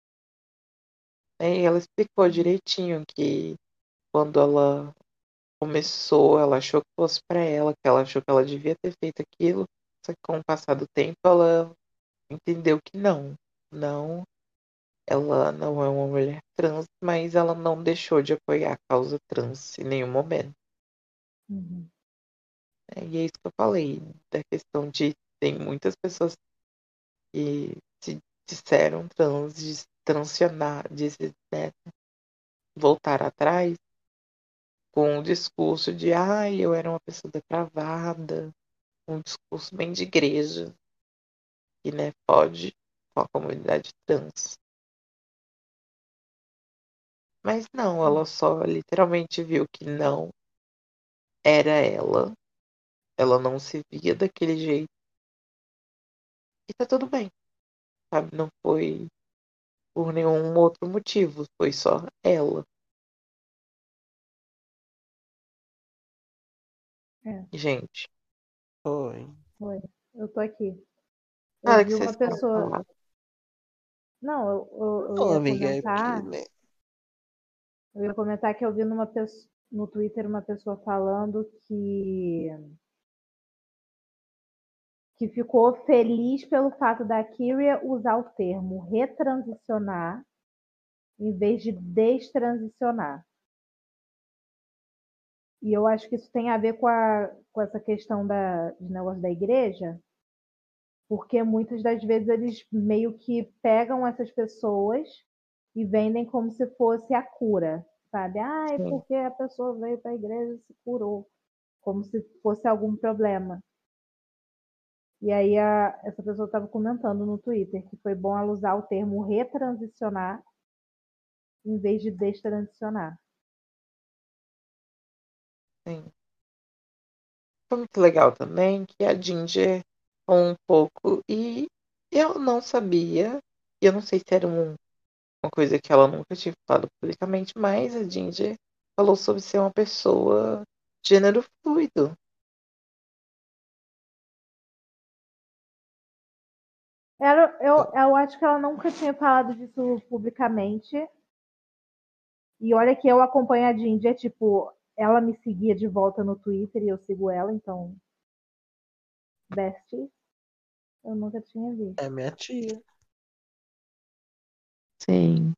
E ela explicou direitinho que quando ela começou, ela achou que fosse pra ela, que ela achou que ela devia ter feito aquilo, só que com o passar do tempo ela entendeu que não. Não, ela não é uma mulher trans, mas ela não deixou de apoiar a causa trans em nenhum momento. Uhum. E é isso que eu falei, da questão de tem muitas pessoas que se disseram trans, de transicionar, de né, voltar atrás com o discurso de ai, eu era uma pessoa depravada, um discurso bem de igreja, que né, pode com a comunidade trans. Mas não, ela só literalmente viu que não era ela. Ela não se via daquele jeito. E tá tudo bem, sabe? Não foi por nenhum outro motivo. Foi só ela. É, Gente, Foi. foi. Eu tô aqui. Eu nada que vi vocês uma querem pessoa. falar. Não, eu Não, ia amiga, é porque, comentar. né? Eu ia comentar que eu vi numa pessoa, no Twitter uma pessoa falando que ficou feliz pelo fato da Kyria usar o termo retransicionar em vez de destransicionar. E eu acho que isso tem a ver com essa questão de negócio da igreja, porque muitas das vezes eles meio que pegam essas pessoas e vendem como se fosse a cura, sabe? Ah, é Sim. porque a pessoa veio para a igreja e se curou, como se fosse algum problema. E aí essa pessoa estava comentando no Twitter que foi bom ela usar o termo retransicionar em vez de destransicionar. Sim. Foi muito legal também que a Ginger falou um pouco e eu não sabia, e eu não sei se era uma coisa que ela nunca tinha falado publicamente, mas a Ginger falou sobre ser uma pessoa gênero fluido. Eu acho que ela nunca tinha falado disso publicamente. E olha que eu acompanho a Ginger, tipo, ela me seguia de volta no Twitter e eu sigo ela, então. Bestie, eu nunca tinha visto. É minha tia. Sim.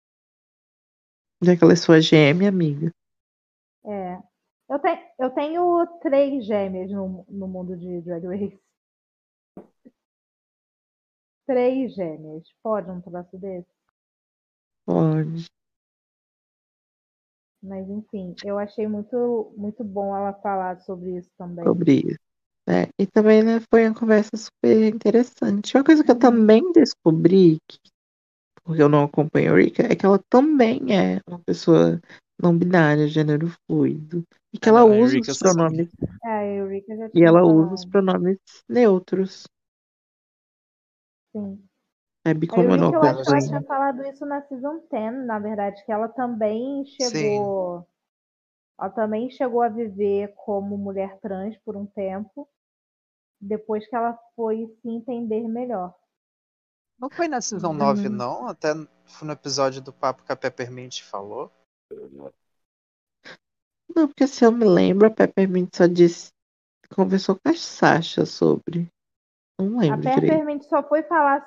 Já que ela é sua gêmea, amiga. É. Eu tenho 3 gêmeas no mundo de Drag Race. 3 gêmeas. Pode um troço desse? Pode. Mas enfim, eu achei muito, muito bom ela falar sobre isso também. Sobre isso. É, e também, né, foi uma conversa super interessante. Uma coisa que eu Uhum. também descobri, porque eu não acompanho a Rika, é que ela também é uma pessoa não binária, gênero fluido. E que Ah, ela não, a usa Erika os sim. pronomes. É, a Eureka já E tinha ela usa os falado. pronomes neutros. Sim. Sabe A como eu não Eureka, eu acho que ela tinha acompanho? falado isso na Season 10, na verdade, que ela também Sim. chegou. Ela também chegou a viver como mulher trans por um tempo, depois que ela foi se entender melhor. Não foi na Season 9, não? Até foi no episódio do Papo que a Peppermint falou. Não, porque se eu me lembro, a Peppermint só disse, conversou com a Sasha sobre. Não A lembro direito. Peppermint só foi falar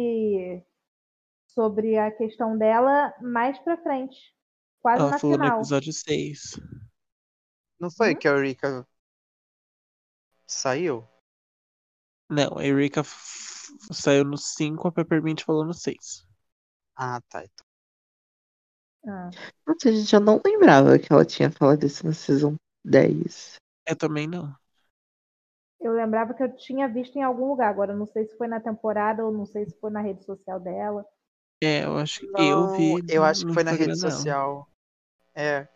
sobre a questão dela mais pra frente, quase Ela na falou no final. episódio 6. Não foi Hum? que a Eureka saiu? Não, a Erika saiu no 5, a Peppermint falou no 6. Ah, tá. Então. Ah, Nossa, gente, eu não lembrava que ela tinha falado isso na Season 10. Eu também não. eu lembrava que eu tinha visto em algum lugar, agora eu não sei se foi na temporada ou não sei se foi na rede social dela. É, eu acho que eu Não, vi eu acho que no foi na rede Instagram dela. social. É,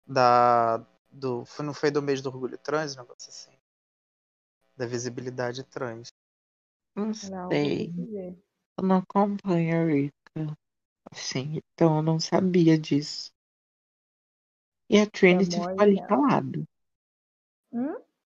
não foi do mês do orgulho trans, um negócio assim. Da visibilidade trans. Não Não, vou ter sei. que ver. Eu não acompanho a Rika. Sim, então eu não sabia disso. E a É Trinity ficou mole ali ela. calada. Hum?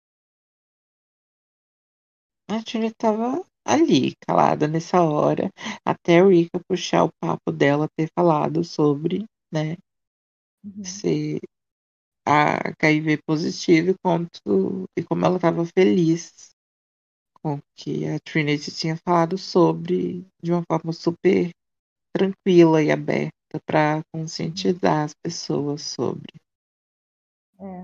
A Trinity tava ali, calada nessa hora, até a Rika puxar o papo dela ter falado sobre, né, Uhum. ser a HIV positivo e como ela estava feliz com o que a Trinity tinha falado sobre de uma forma super tranquila e aberta para conscientizar as pessoas sobre. É.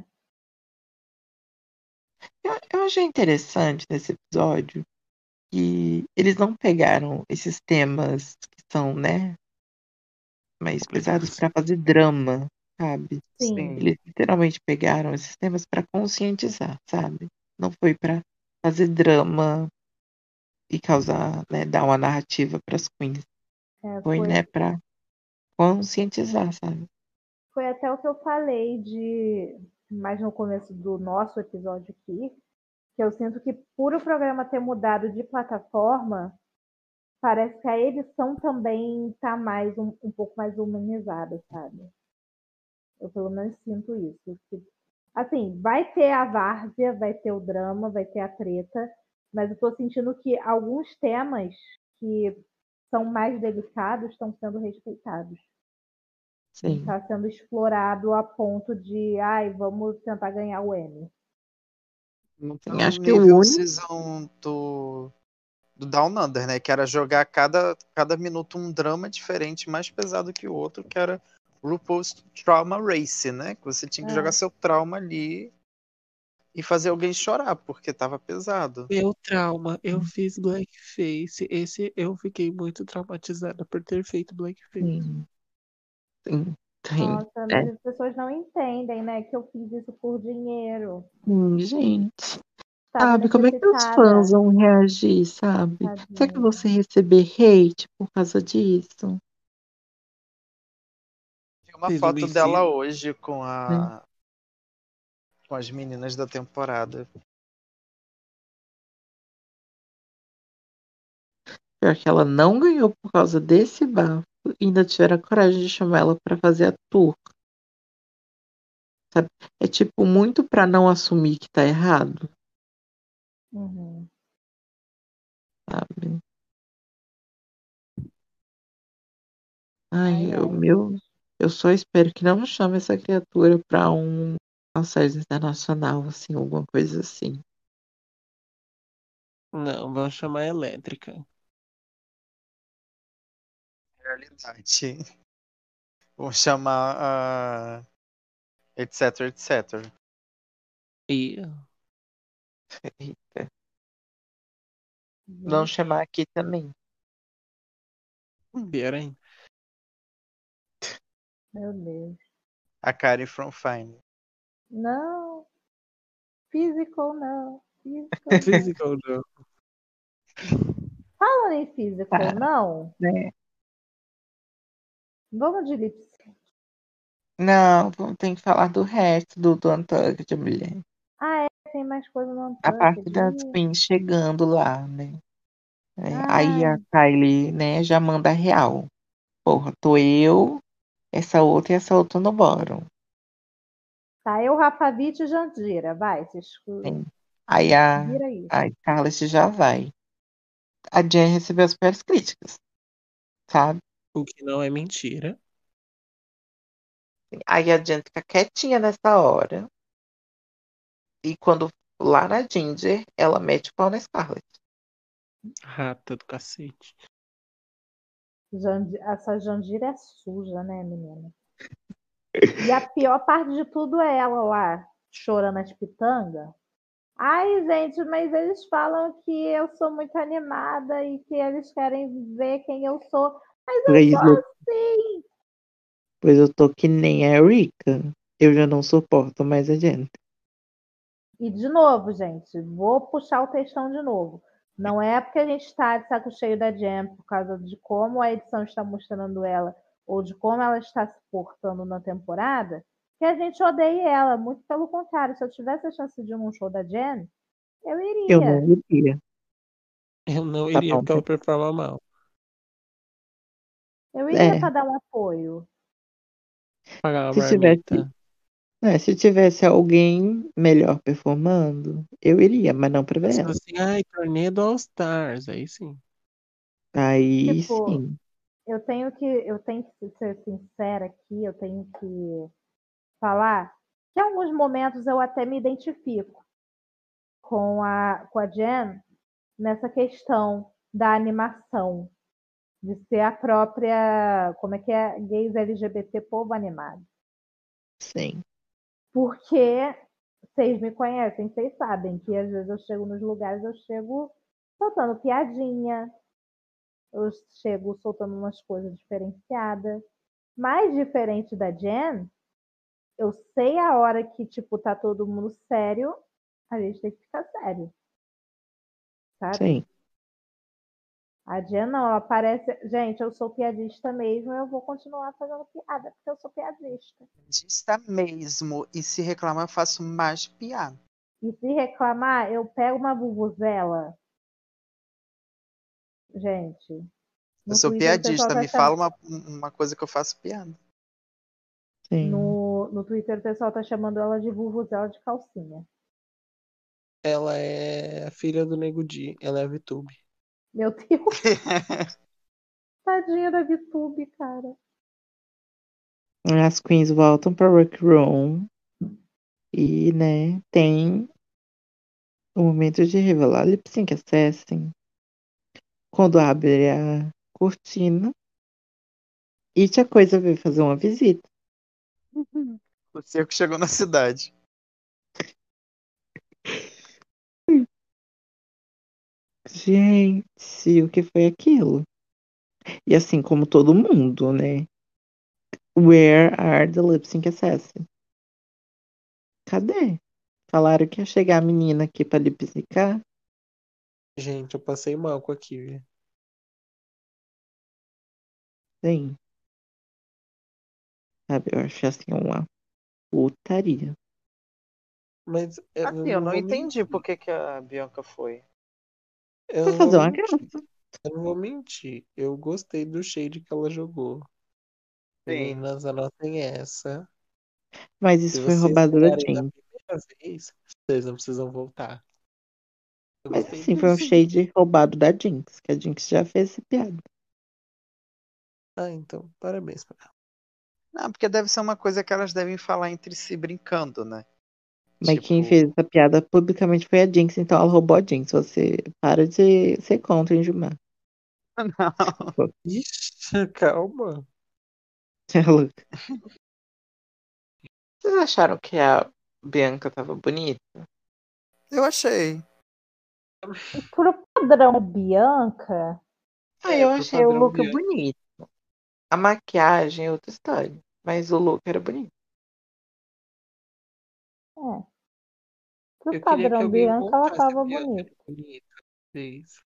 Eu achei interessante nesse episódio que eles não pegaram esses temas que são, né, mais pesados Complicados. para fazer drama, sabe? Sim. Eles literalmente pegaram esses temas para conscientizar, sabe? Não foi para fazer drama e causar, né, dar uma narrativa para as queens. É, Foi, né, para conscientizar, sabe? foi até o que eu falei mais no começo do nosso episódio aqui, que eu sinto que por o programa ter mudado de plataforma, parece que a edição também tá mais um pouco mais humanizada, sabe? Eu pelo menos sinto isso. Assim, vai ter a várzea, vai ter o drama, vai ter a treta, mas eu tô sentindo que alguns temas que são mais delicados estão sendo respeitados. Não Sim. está sendo explorado a ponto de, ai, vamos tentar ganhar o Emmy. Não tá Sim, no acho que o nível único. season do Down Under, né? Que era jogar cada minuto um drama diferente, mais pesado que o outro, que era RuPaul's Trauma Race, né? Que você tinha que jogar seu trauma ali e fazer alguém chorar, porque tava pesado. Meu trauma, eu fiz blackface. Esse eu fiquei muito traumatizada por ter feito blackface. Sim, sim, sim. Nossa, É, mas as pessoas não entendem, né? Que eu fiz isso por dinheiro. sim, gente. Estava Sabe, como é que os fãs necessitada, vão reagir, sabe? Será que tadinha. você receber hate por causa disso? Vi uma Fez foto dela homicídio. hoje com Né? com as meninas da temporada. Pior que ela não ganhou por causa desse bafo e ainda tiveram a coragem de chamar ela pra fazer a tour, sabe? É tipo muito pra não assumir que tá errado, Uhum. sabe? Ai, Ai, ai, eu só espero que não chame essa criatura pra uma série internacional, assim, alguma coisa assim. Não, vão chamar a elétrica. Realidade. Vou chamar a. Etc, etc. E Eita. Vão gente, chamar aqui também. pior ainda. meu Deus. A Karen from Fine. Não, physical não, physical não. Physical não. Falando em physical Tá, não, né? vamos de lip sync. Não, tem que falar do resto do Untucked, mulher. Ah, é, tem mais coisa no A parte Untucked. das queens chegando lá, né? Aí a Ai, Kylie, né, já manda real. Porra, tô eu, essa outra no bottom. tá eu, Rafa Witt e Jandira. Vai, Sim. Aí vira aí. a Scarlett já vai. A Jen recebeu as piores críticas, sabe? O que não é mentira. Aí a Jen fica quietinha nessa hora. E quando lá na Ginger, ela mete o pau na Scarlett. Rata do cacete. Essa Jandira é suja, né, menina? E a pior parte de tudo é ela lá, chorando as pitangas. Ai, gente, mas eles falam que eu sou muito animada e que eles querem ver quem eu sou. Mas eu Pois sou eu, assim. pois eu tô que nem a Erika. Eu já não suporto mais a Jen. E de novo, gente, vou puxar o textão de novo. Não é porque a gente está de saco cheio da Jam por causa de como a edição está mostrando ela ou de como ela está se portando na temporada que a gente odeia ela. Muito pelo contrário, se eu tivesse a chance de ir num show da Jam, eu Eu não iria. iria. Eu não Tá iria bom. porque ela performa mal. Eu iria É, para dar um apoio. Pagar uma se tivesse, marmita. se tivesse alguém melhor performando, eu iria, mas não pra ver Mas ela. assim, ai, torneio do All Stars. Aí sim. Aí Tipo, sim, eu tenho que ser sincera aqui, eu tenho que falar que em alguns momentos eu até me identifico com a Jen nessa questão da animação, de ser a própria, como é que é, gays LGBT povo animado. sim, Porque vocês me conhecem, vocês sabem que às vezes eu chego nos lugares, eu chego soltando piadinha, eu chego soltando umas coisas diferenciadas. Mais diferente da Jen, eu sei a hora que, tipo, tá todo mundo sério, a gente tem que ficar sério, sabe? sim. A Jen não, ela parece. Gente, eu sou piadista mesmo, eu vou continuar fazendo piada, porque eu sou piadista. Está mesmo. E se reclamar, eu faço mais piada. E se reclamar, eu pego uma vuvuzela. Gente, Eu no sou Twitter o pessoal piadista. tá Me fala chamando. uma coisa que eu faço piada. Sim. No Twitter o pessoal tá chamando ela de vuvuzela de calcinha. Ela é a filha do Nego Di. Ela é a VTube. Meu Deus, tadinha da VTube, cara. As queens voltam pra Workroom e, né, tem o momento de revelar Lip Sync Assassin. Quando abre a cortina e Tia Coisa veio fazer uma visita. O circo chegou na cidade. Gente, o que foi aquilo? E assim como todo mundo, né? Where are the Lip Sync Assassin? Cadê? Falaram que ia chegar a menina aqui pra lip syncar. Gente, eu passei mal com aquilo. Sim, sabe? Eu acho assim uma putaria. Mas eu Assim, eu não não vou entendi mentir. por que que a Bianca foi. Eu Pra não vou fazer uma mentir. graça. Eu não vou mentir. Eu gostei do shade que ela jogou. Sim. Meninas, anotem essa. Mas Se isso foi vocês roubado da lembrarem da Jinx. primeira vez, vocês não precisam voltar. Eu Mas gostei assim, foi um disso. shade roubado da Jinx, que a Jinx já fez essa piada. Ah, então, parabéns pra ela. Não, porque deve ser uma coisa que elas devem falar entre si brincando, né? Mas quem Tipo, fez essa piada publicamente foi a Jinx, então ela roubou a Jinx. Você para de ser contra em Gilmar. não. Ixi, calma. Ela- Vocês acharam que a Bianca tava bonita? Eu achei. Pro padrão Bianca, Ah, eu Pro achei o padrão look Bianca. bonito. A maquiagem é outra história. Mas o look era bonito. pro Eu queria que padrão alguém Bianca, ela contasse a tava Bianca bonita. de bonita. Fez.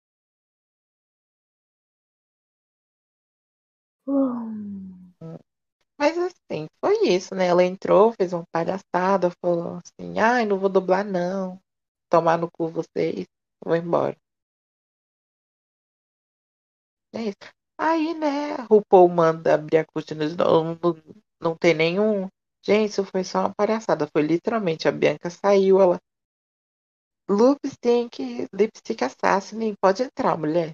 Mas assim, foi isso, né? Ela entrou, fez uma palhaçada, falou assim, ai, não vou dublar não. Tomar no cu vocês, vou embora. É isso. Aí, né, RuPaul manda abrir a cortina de novo, não tem nenhum. Gente, isso foi só uma palhaçada. Foi literalmente, a Bianca saiu, ela. Lip Sync Assassin, pode entrar, mulher.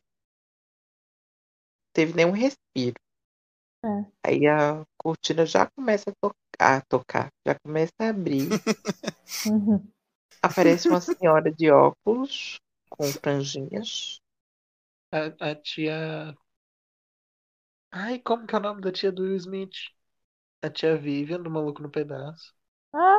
Teve nenhum respiro. É. Aí a cortina já começa a tocar, já começa a abrir. Uhum. Aparece uma senhora de óculos com franjinhas. A tia. Ai, como que é o nome da tia do Will Smith? A tia Vivian, do Maluco no Pedaço. Ah,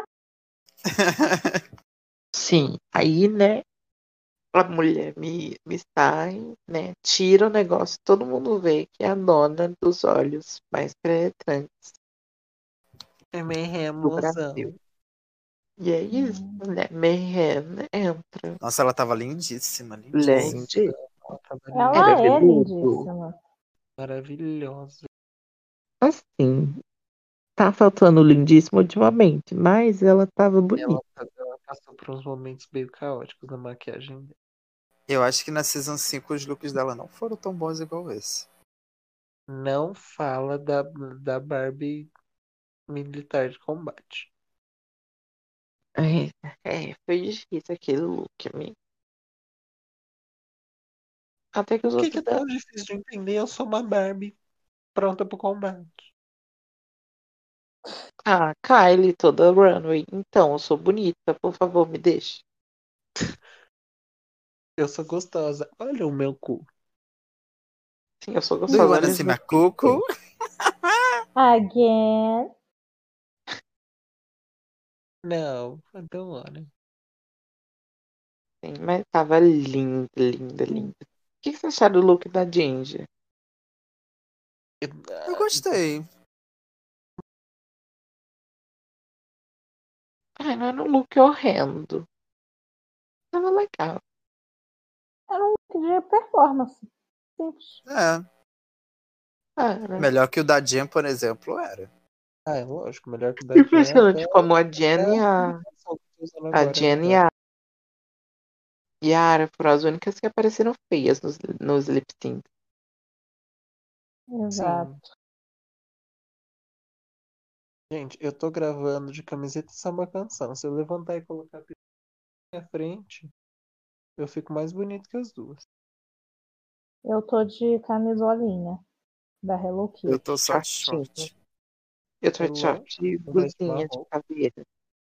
Sim, aí, né, a mulher me sai, né, tira o negócio, todo mundo vê que é a dona dos olhos mais penetrantes É meio do Brasil. emoção. E é isso, né, Mayhem entra. Nossa, ela tava lindíssima, lindíssima. Nossa, Lende, ela tava era ela é veludo. lindíssima. maravilhosa. Assim, tá faltando lindíssimo ultimamente, mas ela tava bonita. Ela passou por uns momentos meio caóticos na maquiagem dela. Eu acho que na Season 5 os looks dela não foram tão bons igual esse. Não fala da Barbie militar de combate. Foi difícil aquele look, amigo. Até que O os que que outros é tão difícil de entender? Eu sou uma Barbie pronta pro combate. Ah, Kylie, toda runway. Então, eu sou bonita, por favor, me deixe. Eu sou gostosa. Olha o meu cu. Sim, eu sou Do you gostosa. wanna Olha os see meus my cuckoo? peitos. Again. Não, então olha. Sim, mas tava linda, linda, linda. O que você acharam do look da Ginger? Eu gostei. Ah, não era um look horrendo. Tava legal. Era um look de performance. Simples. É. Cara, Melhor que o da Jen, por exemplo, era. Ah, é lógico, melhor que o da Jen até, impressionante como a Jen até e a a, combinação que eu tô usando a agora Jen no e a Yara foram as únicas que apareceram feias nos lip sync. Exato. Sim. Gente, eu tô gravando de camiseta e samba canção. Se eu levantar e colocar a na minha frente, eu fico mais bonito que as duas. Eu tô de camisolinha da Hello Eu Kitty. tô só de Shortinho. short. Eu tô É de short lógico, de o resto blusinha de marrom. caveira.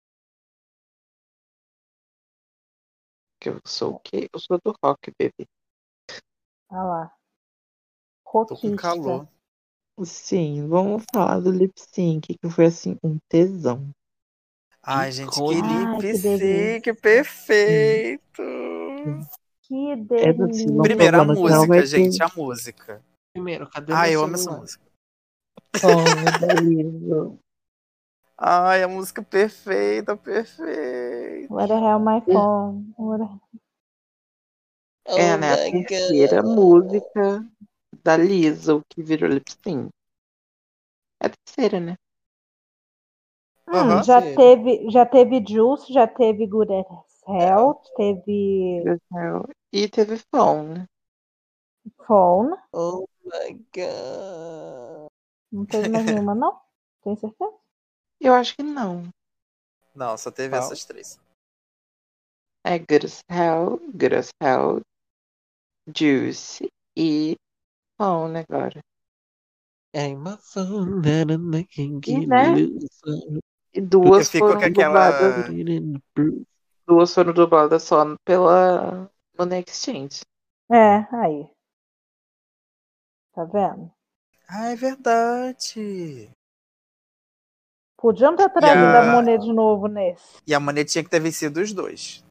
Que eu sou o quê? Eu sou do rock, bebê. Olha lá. Tô com Roquista. calor. Sim, vamos falar do lip sync, que foi assim, um tesão. Ai, gente, que Icônico. Ai, lip que delícia. sync perfeito! Que Essa assim, não delícia. tô Primeiro, a falando que não vai música, ter. gente, a música. Primeiro, cadê Ai, meu eu amo essa celular? música. Tome, Dalisa. Ai, a música perfeita, perfeita. What the hell, my phone? What the... É, Oh né, a my terceira god. música da Lizzo que virou lip sync. É a terceira, né? Aham. Já teve Juice, já teve Good as Hell, teve E teve Phone. Phone. Oh my god. Não teve mais nenhuma, não? Tem certeza? Eu acho que não. Não, só teve Qual? essas 3. É Good as Hell, Juice e Phone agora. I'm a phone that I'm making E, you né? lose. E Eu duas fico com foram dubladas. aquela. Duas foram dubladas só pela Money Exchange. É, aí. Tá vendo? Ah, é verdade. Podiam ter E trazido a a, Monet de novo nesse. e a Monet tinha que ter vencido os 2.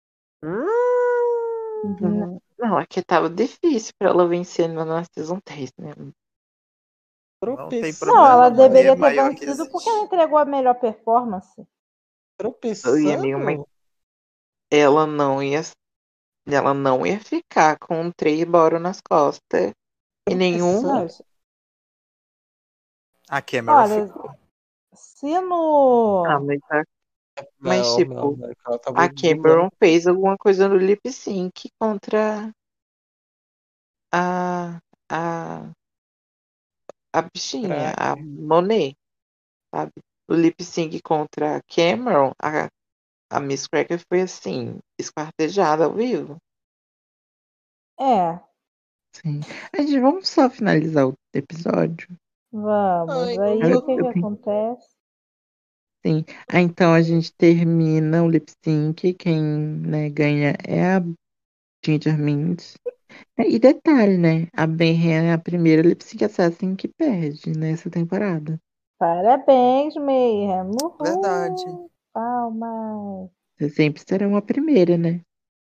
Não, é que tava difícil pra ela vencer na Season 3, né? Não tem Não, problema, ela não. É deveria ter maior que vencido porque existe. ela entregou a melhor performance. E amigo, mas Tropeçando? ela não ia ficar com um trem bora nas costas. E nenhum. Não, Tropeçando? isso- A Cameron Olha, ficou. se no. Mas, Não, tipo, não, ela tava a dublando. Cameron fez alguma coisa no lip sync contra a, a, a bichinha, a Crack. Monet, sabe? O lip sync contra a Cameron, a Miss Cracker foi assim, esquartejada ao vivo. É, Sim. A gente, vamos só finalizar o episódio? vamos. Ai, não Aí o que que Eu tenho- acontece? Sim. Então a gente termina o lip sync. Quem, né, ganha é a Ginger Mint. E detalhe, né? A Mayhem é a primeira lip sync assassin que perde nessa temporada. Parabéns, Mayhem. Verdade. Uhul. Palmas. Você sempre será uma primeira, né?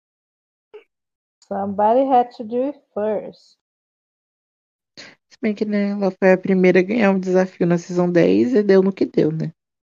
Somebody had to do it first. Se bem que, né, ela foi a primeira a ganhar um desafio na Season 10 e deu no que deu, né?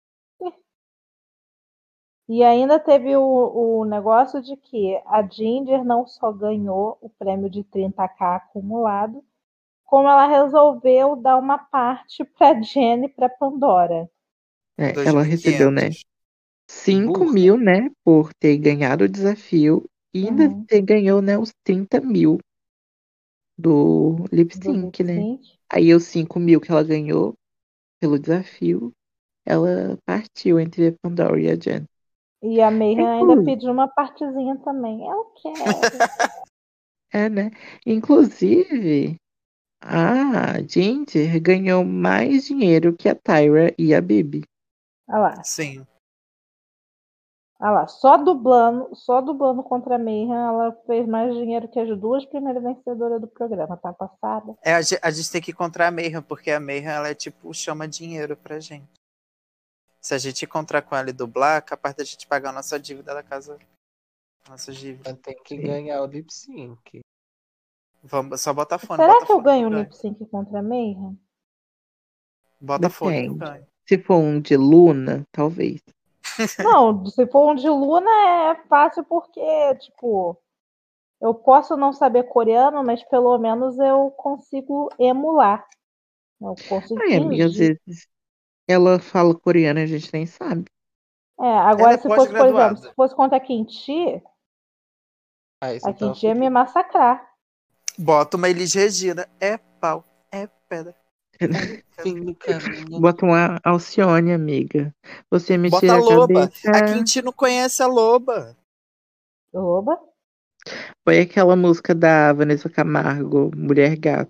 E ainda teve o negócio de que a Ginger não só ganhou o prêmio de 30k acumulado, como ela resolveu dar uma parte para Jenny e para Pandora. Ela recebeu, né, 2.500. 5 Burra. mil, né, por ter ganhado o desafio e ainda Uhum. ganhou, né, os 30 mil do lip Do lip sync, né? sync. Aí os 5 mil que ela ganhou pelo desafio, ela partiu entre a Pandora e a Jen. E a Mayhem ainda Inclu- pediu uma partezinha também. Eu quero. né? Inclusive, a Ginger ganhou mais dinheiro que a Tyra e a Bibi. Olha lá. Sim. Olha lá. Só dublando contra a Mayhem, ela fez mais dinheiro que as duas primeiras vencedoras do programa. Tá passada? A gente tem que encontrar a Mayhem, porque a Mayhem, ela é tipo, chama dinheiro pra gente. Se a gente encontrar com ela e dublar, é capaz da gente pagar a nossa dívida da casa. Nossa dívida. Ela tem que ganhar o lip sync. Vamos, só bota fone, Será bota que eu fone ganho que o ganha. lip sync contra a Mayhem? Bota fone que Depende. ganha. Se for um de Luna, talvez. Não, se for um de Luna é fácil porque, tipo, eu posso não saber coreano, mas pelo menos eu consigo emular. Eu consigo Ai, amiga, às fingir. vezes ela fala coreano e a gente nem sabe. Ela Agora, é se fosse, por exemplo, pós-graduada. se fosse contra a Kimchi, Aí a você tava Kimchi ia me fudido. massacrar. Bota uma Elis Regina. É pau, é pedra. Fim do caminho. Bota uma Alcione, amiga. Você me Bota a tira a loba. cabeça. A Quinti não conhece a loba. Oba. Foi aquela música da Vanessa Camargo, Mulher Gato.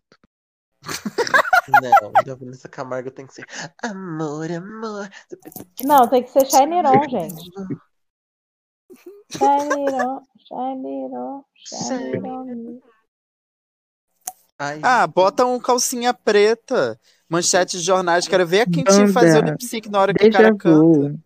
Não, da Vanessa Camargo tem que ser amor, amor. Não, tem que ser Shiny On, gente. Shiny On, Shiny On, Shiny On. Ai, Ah, bota um calcinha preta. Manchete de jornais. Quero ver a Quinti fazer o Banda lip sync na hora que o Deja cara canta. Vu.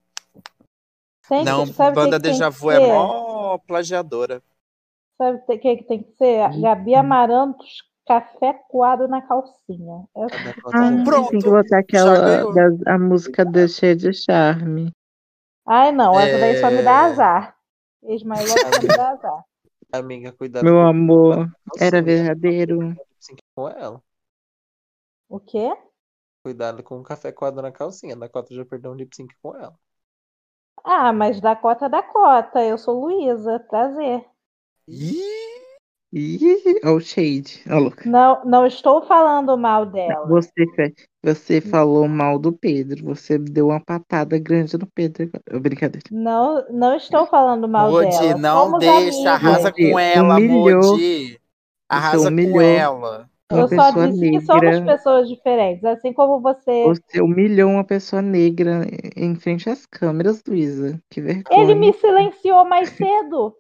Não, Sabe o que banda que tem Deja que Vu é ser? mó plagiadora. Sabe o que tem que ser? Gabi Amarantos, café coado na calcinha. a da Tem que Pronto, botar já aquela ganhou. a música da Cheia de Charme. Ai, não, essa daí só me dá É... azar. Ismael só me dá azar. Amiga, cuidado Meu com amor, o era calcinha. verdadeiro. Lip sync com ela. O quê? Cuidado com o café coado na calcinha. A Dakota já perdeu um lip sync com ela. Ah, mas Dakota. Eu sou Luísa. Prazer. Ih, Ih, olha o shade. Ó, louca. Não estou falando mal dela. Você falou mal do Pedro. Você deu uma patada grande no Pedro agora. Brincadeira. Não estou falando mal Modi, dela. não Somos deixa, amigas. arrasa com Você ela, humilhou, Modi. você Arrasa com humilhou ela. uma Eu só pessoa disse que somos negra. pessoas diferentes. Assim como você. Você humilhou uma pessoa negra em frente às câmeras, Luísa. Que Ele vergonha. me silenciou mais cedo.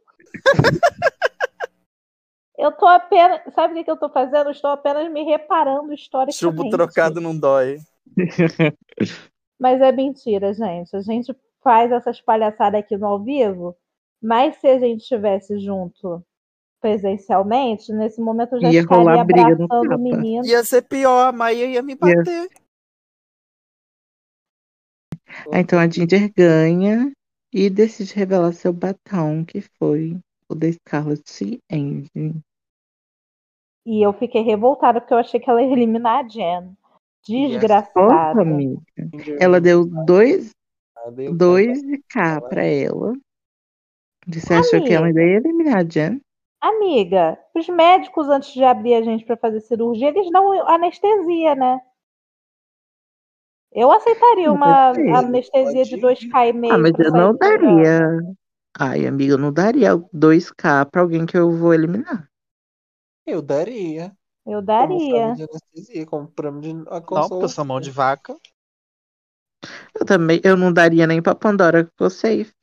Eu tô apenas. Sabe o que eu tô fazendo? Eu estou apenas me reparando Chumbo historicamente. trocado não dói. Mas é mentira, gente. A gente faz essas palhaçadas aqui no ao vivo. Mas se a gente estivesse junto presencialmente, nesse momento eu já Ia rolar estaria briga no abraçando o tapa. menino. Ia ser pior, a Maia ia me Ia... bater. Então a Ginger ganha e decide revelar seu batom, que foi o da Scarlett Envy. E eu fiquei revoltada porque eu achei que ela ia eliminar a Jen. Nossa, Desgraçada. amiga. Ela deu dois de K Ela- pra ela. Você achou que ela ainda ia eliminar a Jen? Amiga, os médicos, antes de abrir a gente para fazer cirurgia, eles dão anestesia, né? Eu aceitaria uma Sei. anestesia de 2K e Ah, meio mas para eu sair não do programa. daria. Ai, amiga, eu não daria 2K pra alguém que eu vou eliminar. Eu daria. Eu Como forma daria. de anestesia, como prêmio de a Não, porque eu sou mão consolação. de vaca. Eu não daria nem pra Pandora que ficou safe.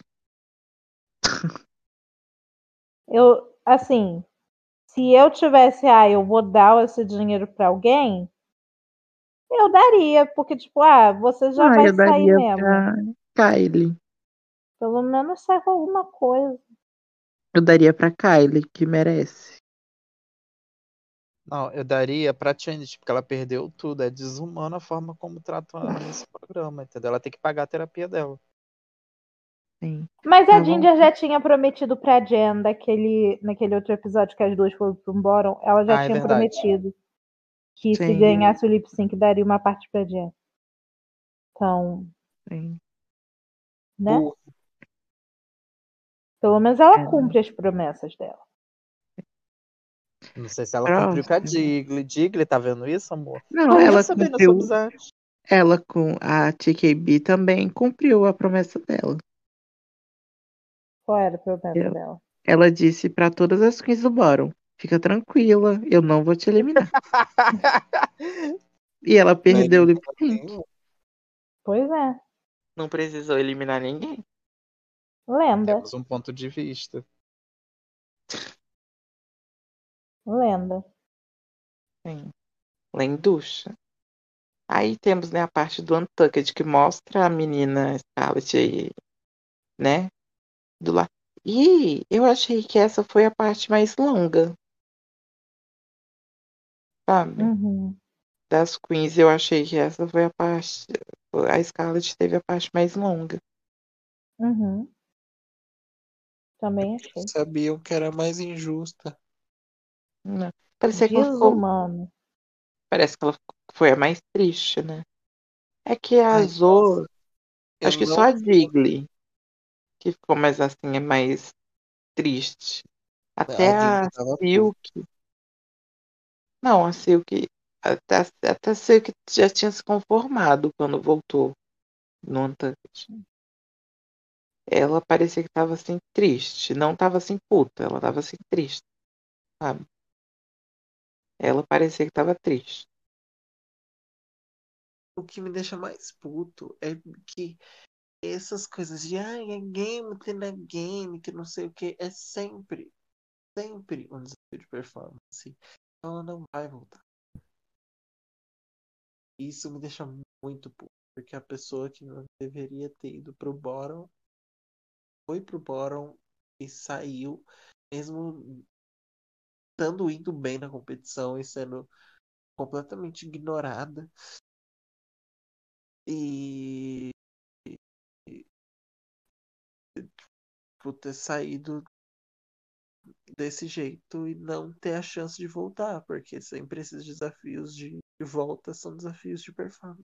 Eu, assim, se eu tivesse, eu vou dar esse dinheiro para alguém, eu daria, porque, tipo, você já Ah, vai eu sair daria mesmo. pra Kylie. Pelo menos sai com alguma coisa. Eu daria pra Kylie, que merece. Não, eu daria pra Trinity, porque ela perdeu tudo. É desumana a forma como tratam ela nesse programa, entendeu? Ela tem que pagar a terapia dela. Sim. Mas a Tá bom. Ginger já tinha prometido pra Jen naquele outro episódio que as duas foram pro Bottom, ela já Ah, é tinha verdade. prometido que se Sim, ganhasse o lip sync daria uma parte pra Jen. Então, sim. né? Pelo menos ela É, cumpre as promessas dela. Não sei se ela cumpriu com a próximo. Digley. Digley, tá vendo isso, amor? Não, Não ia ela saber na sua cumpriu. amizade. Ela com a TKB também cumpriu a promessa dela. Qual era a promessa Ela, dela? ela disse pra todas as queens do Bottom: fica tranquila, eu não vou te eliminar. E ela Nem perdeu o lip sync. nenhum. Pois é, Não precisou eliminar ninguém. lenda, Temos um ponto de vista. lenda. Sim. Lenducha. Aí temos, né, a parte do Untucked que mostra a menina Scarlett aí, né? Do lado. E eu achei que essa foi a parte mais longa, sabe? Uhum, Das queens, eu achei que essa foi a parte. A Scarlett teve a parte mais longa. uhum. Também achei. Sabiam que era mais injusta. Não. Parecia que ela ficou. Desumano. Parece que ela foi a mais triste, né? É que a Ai, Zoe, eu acho que só não. a Digley que ficou mais assim, é mais triste. A Até Digley a tava puta. Silk. Não, a Silk. Até a Silk já tinha se conformado quando voltou no Untucked. Ela parecia que tava assim triste. Não tava assim puta, ela tava assim triste, sabe? Ela parecia que tava triste. O que me deixa mais puto é que essas coisas de é game, tem na game, que não sei o que, é sempre um desafio de performance. Ela não vai voltar. Isso me deixa muito puto, porque a pessoa que não deveria ter ido pro bottom foi pro bottom e saiu, mesmo estando indo bem na competição e sendo completamente ignorada. E por ter saído desse jeito e não ter a chance de voltar, porque sempre esses desafios de De volta são desafios de performance.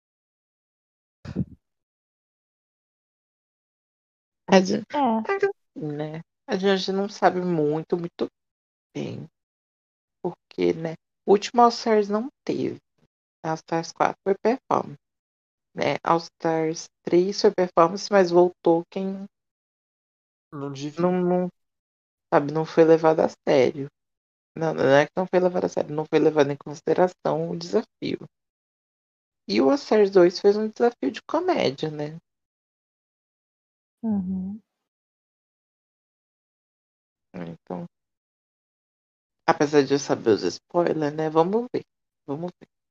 A gente, É. né? A gente não sabe muito bem. Porque, né? O último All Stars não teve. All Stars 4 foi performance. Né? All Stars 3 foi performance, mas voltou quem Não devia. não, sabe, não foi levado a sério. Não, não é que não foi levado a sério, não foi levado em consideração o desafio. E o All Stars 2 fez um desafio de comédia, né? Uhum. Então, apesar de eu saber os spoilers, né? Vamos ver. Vamos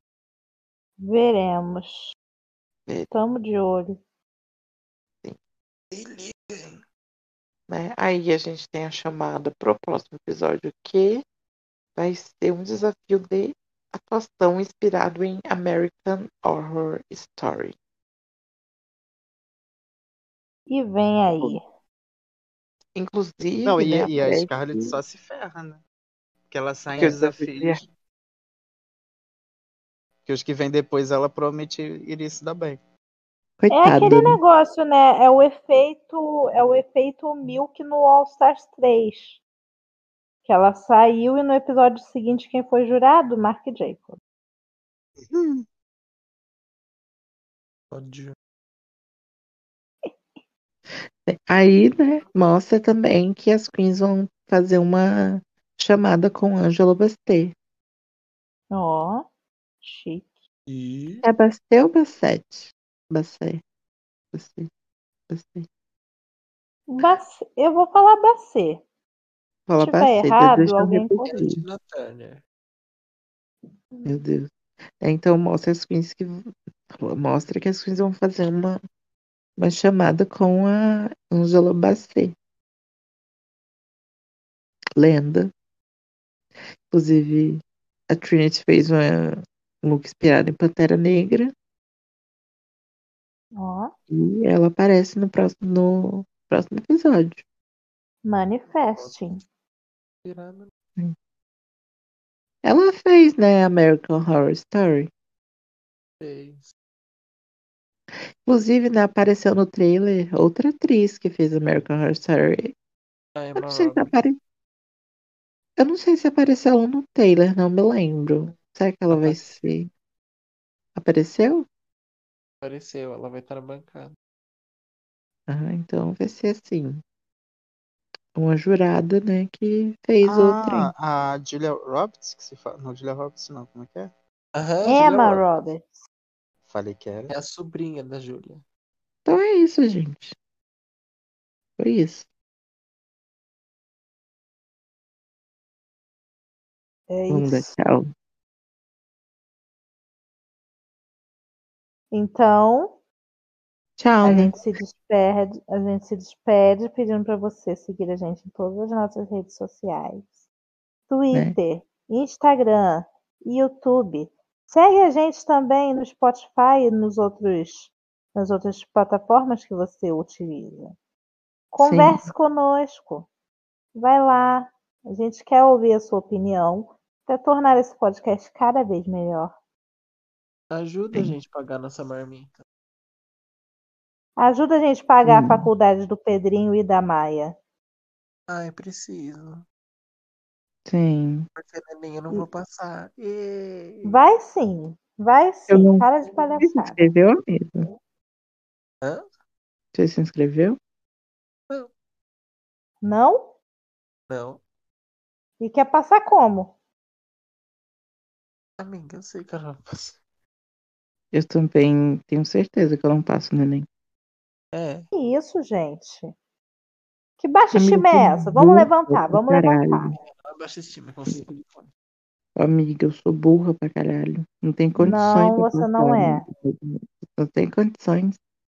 Veremos. ver. Estamos de olho. Se liguem. Né? Aí a gente tem a chamada pro próximo episódio, que vai ser um desafio de atuação inspirado em American Horror Story. E vem aí. Inclusive, Não, né, e a aparece Scarlett só se ferra, né? Porque ela sai em que o desafio seria desafios que os que vêm depois ela provavelmente iria se dar bem. É aquele coitada, né? negócio, né? É o efeito Milk no All Stars 3. Que ela saiu e no episódio seguinte quem foi jurado? Mark Jacob. Ódio. Aí, né, mostra também que as queens vão fazer uma chamada com Angela Bastet. Ó, chique. E É Bastet ou Bassett? Basset, Basset, Basset. Eu vou falar Bacê. Se Fala tiver Basset, deixa errado, eu alguém é a corrige. repetir. Tina Turner. Meu Deus. Então mostra as queens que mostra que as queens vão fazer uma chamada com a Angela Basset, lenda. Inclusive, a Trinity fez um look inspirado em Pantera Negra Ó, e ela aparece no próximo episódio. manifesting. Tirando. Ela fez, né, American Horror Story. Fez. Inclusive, né, apareceu no trailer outra atriz que fez American Horror Story. A Eu Emma não sei se Roberts eu não sei se apareceu ela no trailer, não me lembro. Será que ela vai apareceu. ser? Apareceu? Apareceu, ela vai estar na bancada. Ah, então vai ser assim. Uma jurada, né, que fez o trem. Ah, a Julia Roberts, que se fala. Não, Julia Roberts não, como é que é? Aham, Julia Emma Roberts. Roberts. Falei que era. É a sobrinha da Julia. Então é isso, gente. Foi isso. É Vamos dar isso. tchau. Então, Tchau, a né? gente se despede pedindo para você seguir a gente em todas as nossas redes sociais. Né? Twitter, Instagram, YouTube. Segue a gente também no Spotify e nas outras plataformas que você utiliza. Sim. Converse conosco. Vai lá. A gente quer ouvir a sua opinião para tornar esse podcast cada vez melhor. Ajuda a Sim. gente a pagar nossa marmita. Ajuda a gente a pagar a Sim. faculdade do Pedrinho e da Maia. Ai, preciso. Sim. Porque neném eu não vou passar. Ê. Vai sim, vai Eu sim. não. Para de Você se palhaçada. inscreveu, amigo? Hã? Você se inscreveu? Não. Não? Não. E quer passar como? Amiga, eu sei que eu não vou passar. Eu também tenho certeza que eu não passo no Enem. É. Que isso, gente? Que baixa Amiga, eu estima sou é essa? Vamos burra levantar, pra vamos levantar. caralho. Não baixa estima, consigo de fone. Amiga, eu sou burra pra caralho. Não tem condições Não, de eu você não passar. é. Não tem condições.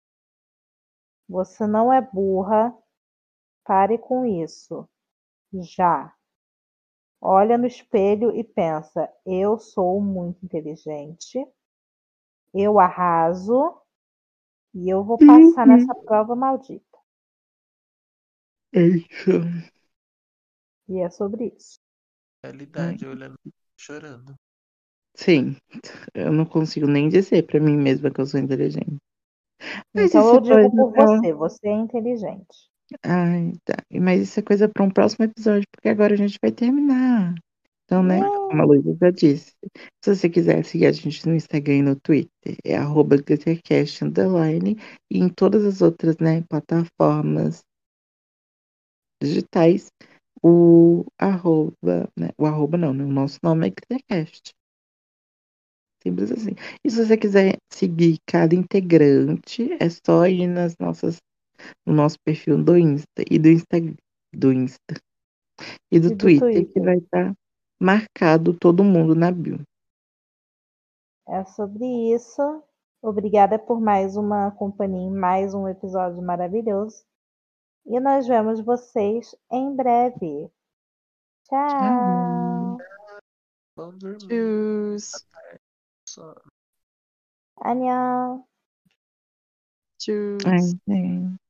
Você não é burra. Pare com isso. Já. Olha no espelho e pensa: eu sou muito inteligente, eu arraso e eu vou passar Uhum. nessa prova maldita. É isso. E é sobre isso. Realidade, olhando, chorando. Sim, eu não consigo nem dizer pra mim mesma que eu sou inteligente. Mas Então isso eu é digo coisa por pra... você é inteligente. Ai, tá. Mas isso é coisa pra um próximo episódio, porque agora a gente vai terminar. Então, né, como a Yay! Luísa já disse, se você quiser seguir a gente no Instagram e no Twitter, é @glittercast_, e em todas as outras, né, plataformas digitais, o arroba não, né, o nosso nome é Glittercast. Simples assim. E se você quiser seguir cada integrante, é só ir no nosso perfil do Insta e do Insta e do E do Twitter, que Twitter. vai estar marcado todo mundo na bio. É sobre isso. Obrigada por mais uma companhia em mais um episódio maravilhoso. E nós vemos vocês em breve. Tchau. Tchau. Vamos dormir. Tschüss. Só. Annyeong. Ai, Tchau. é.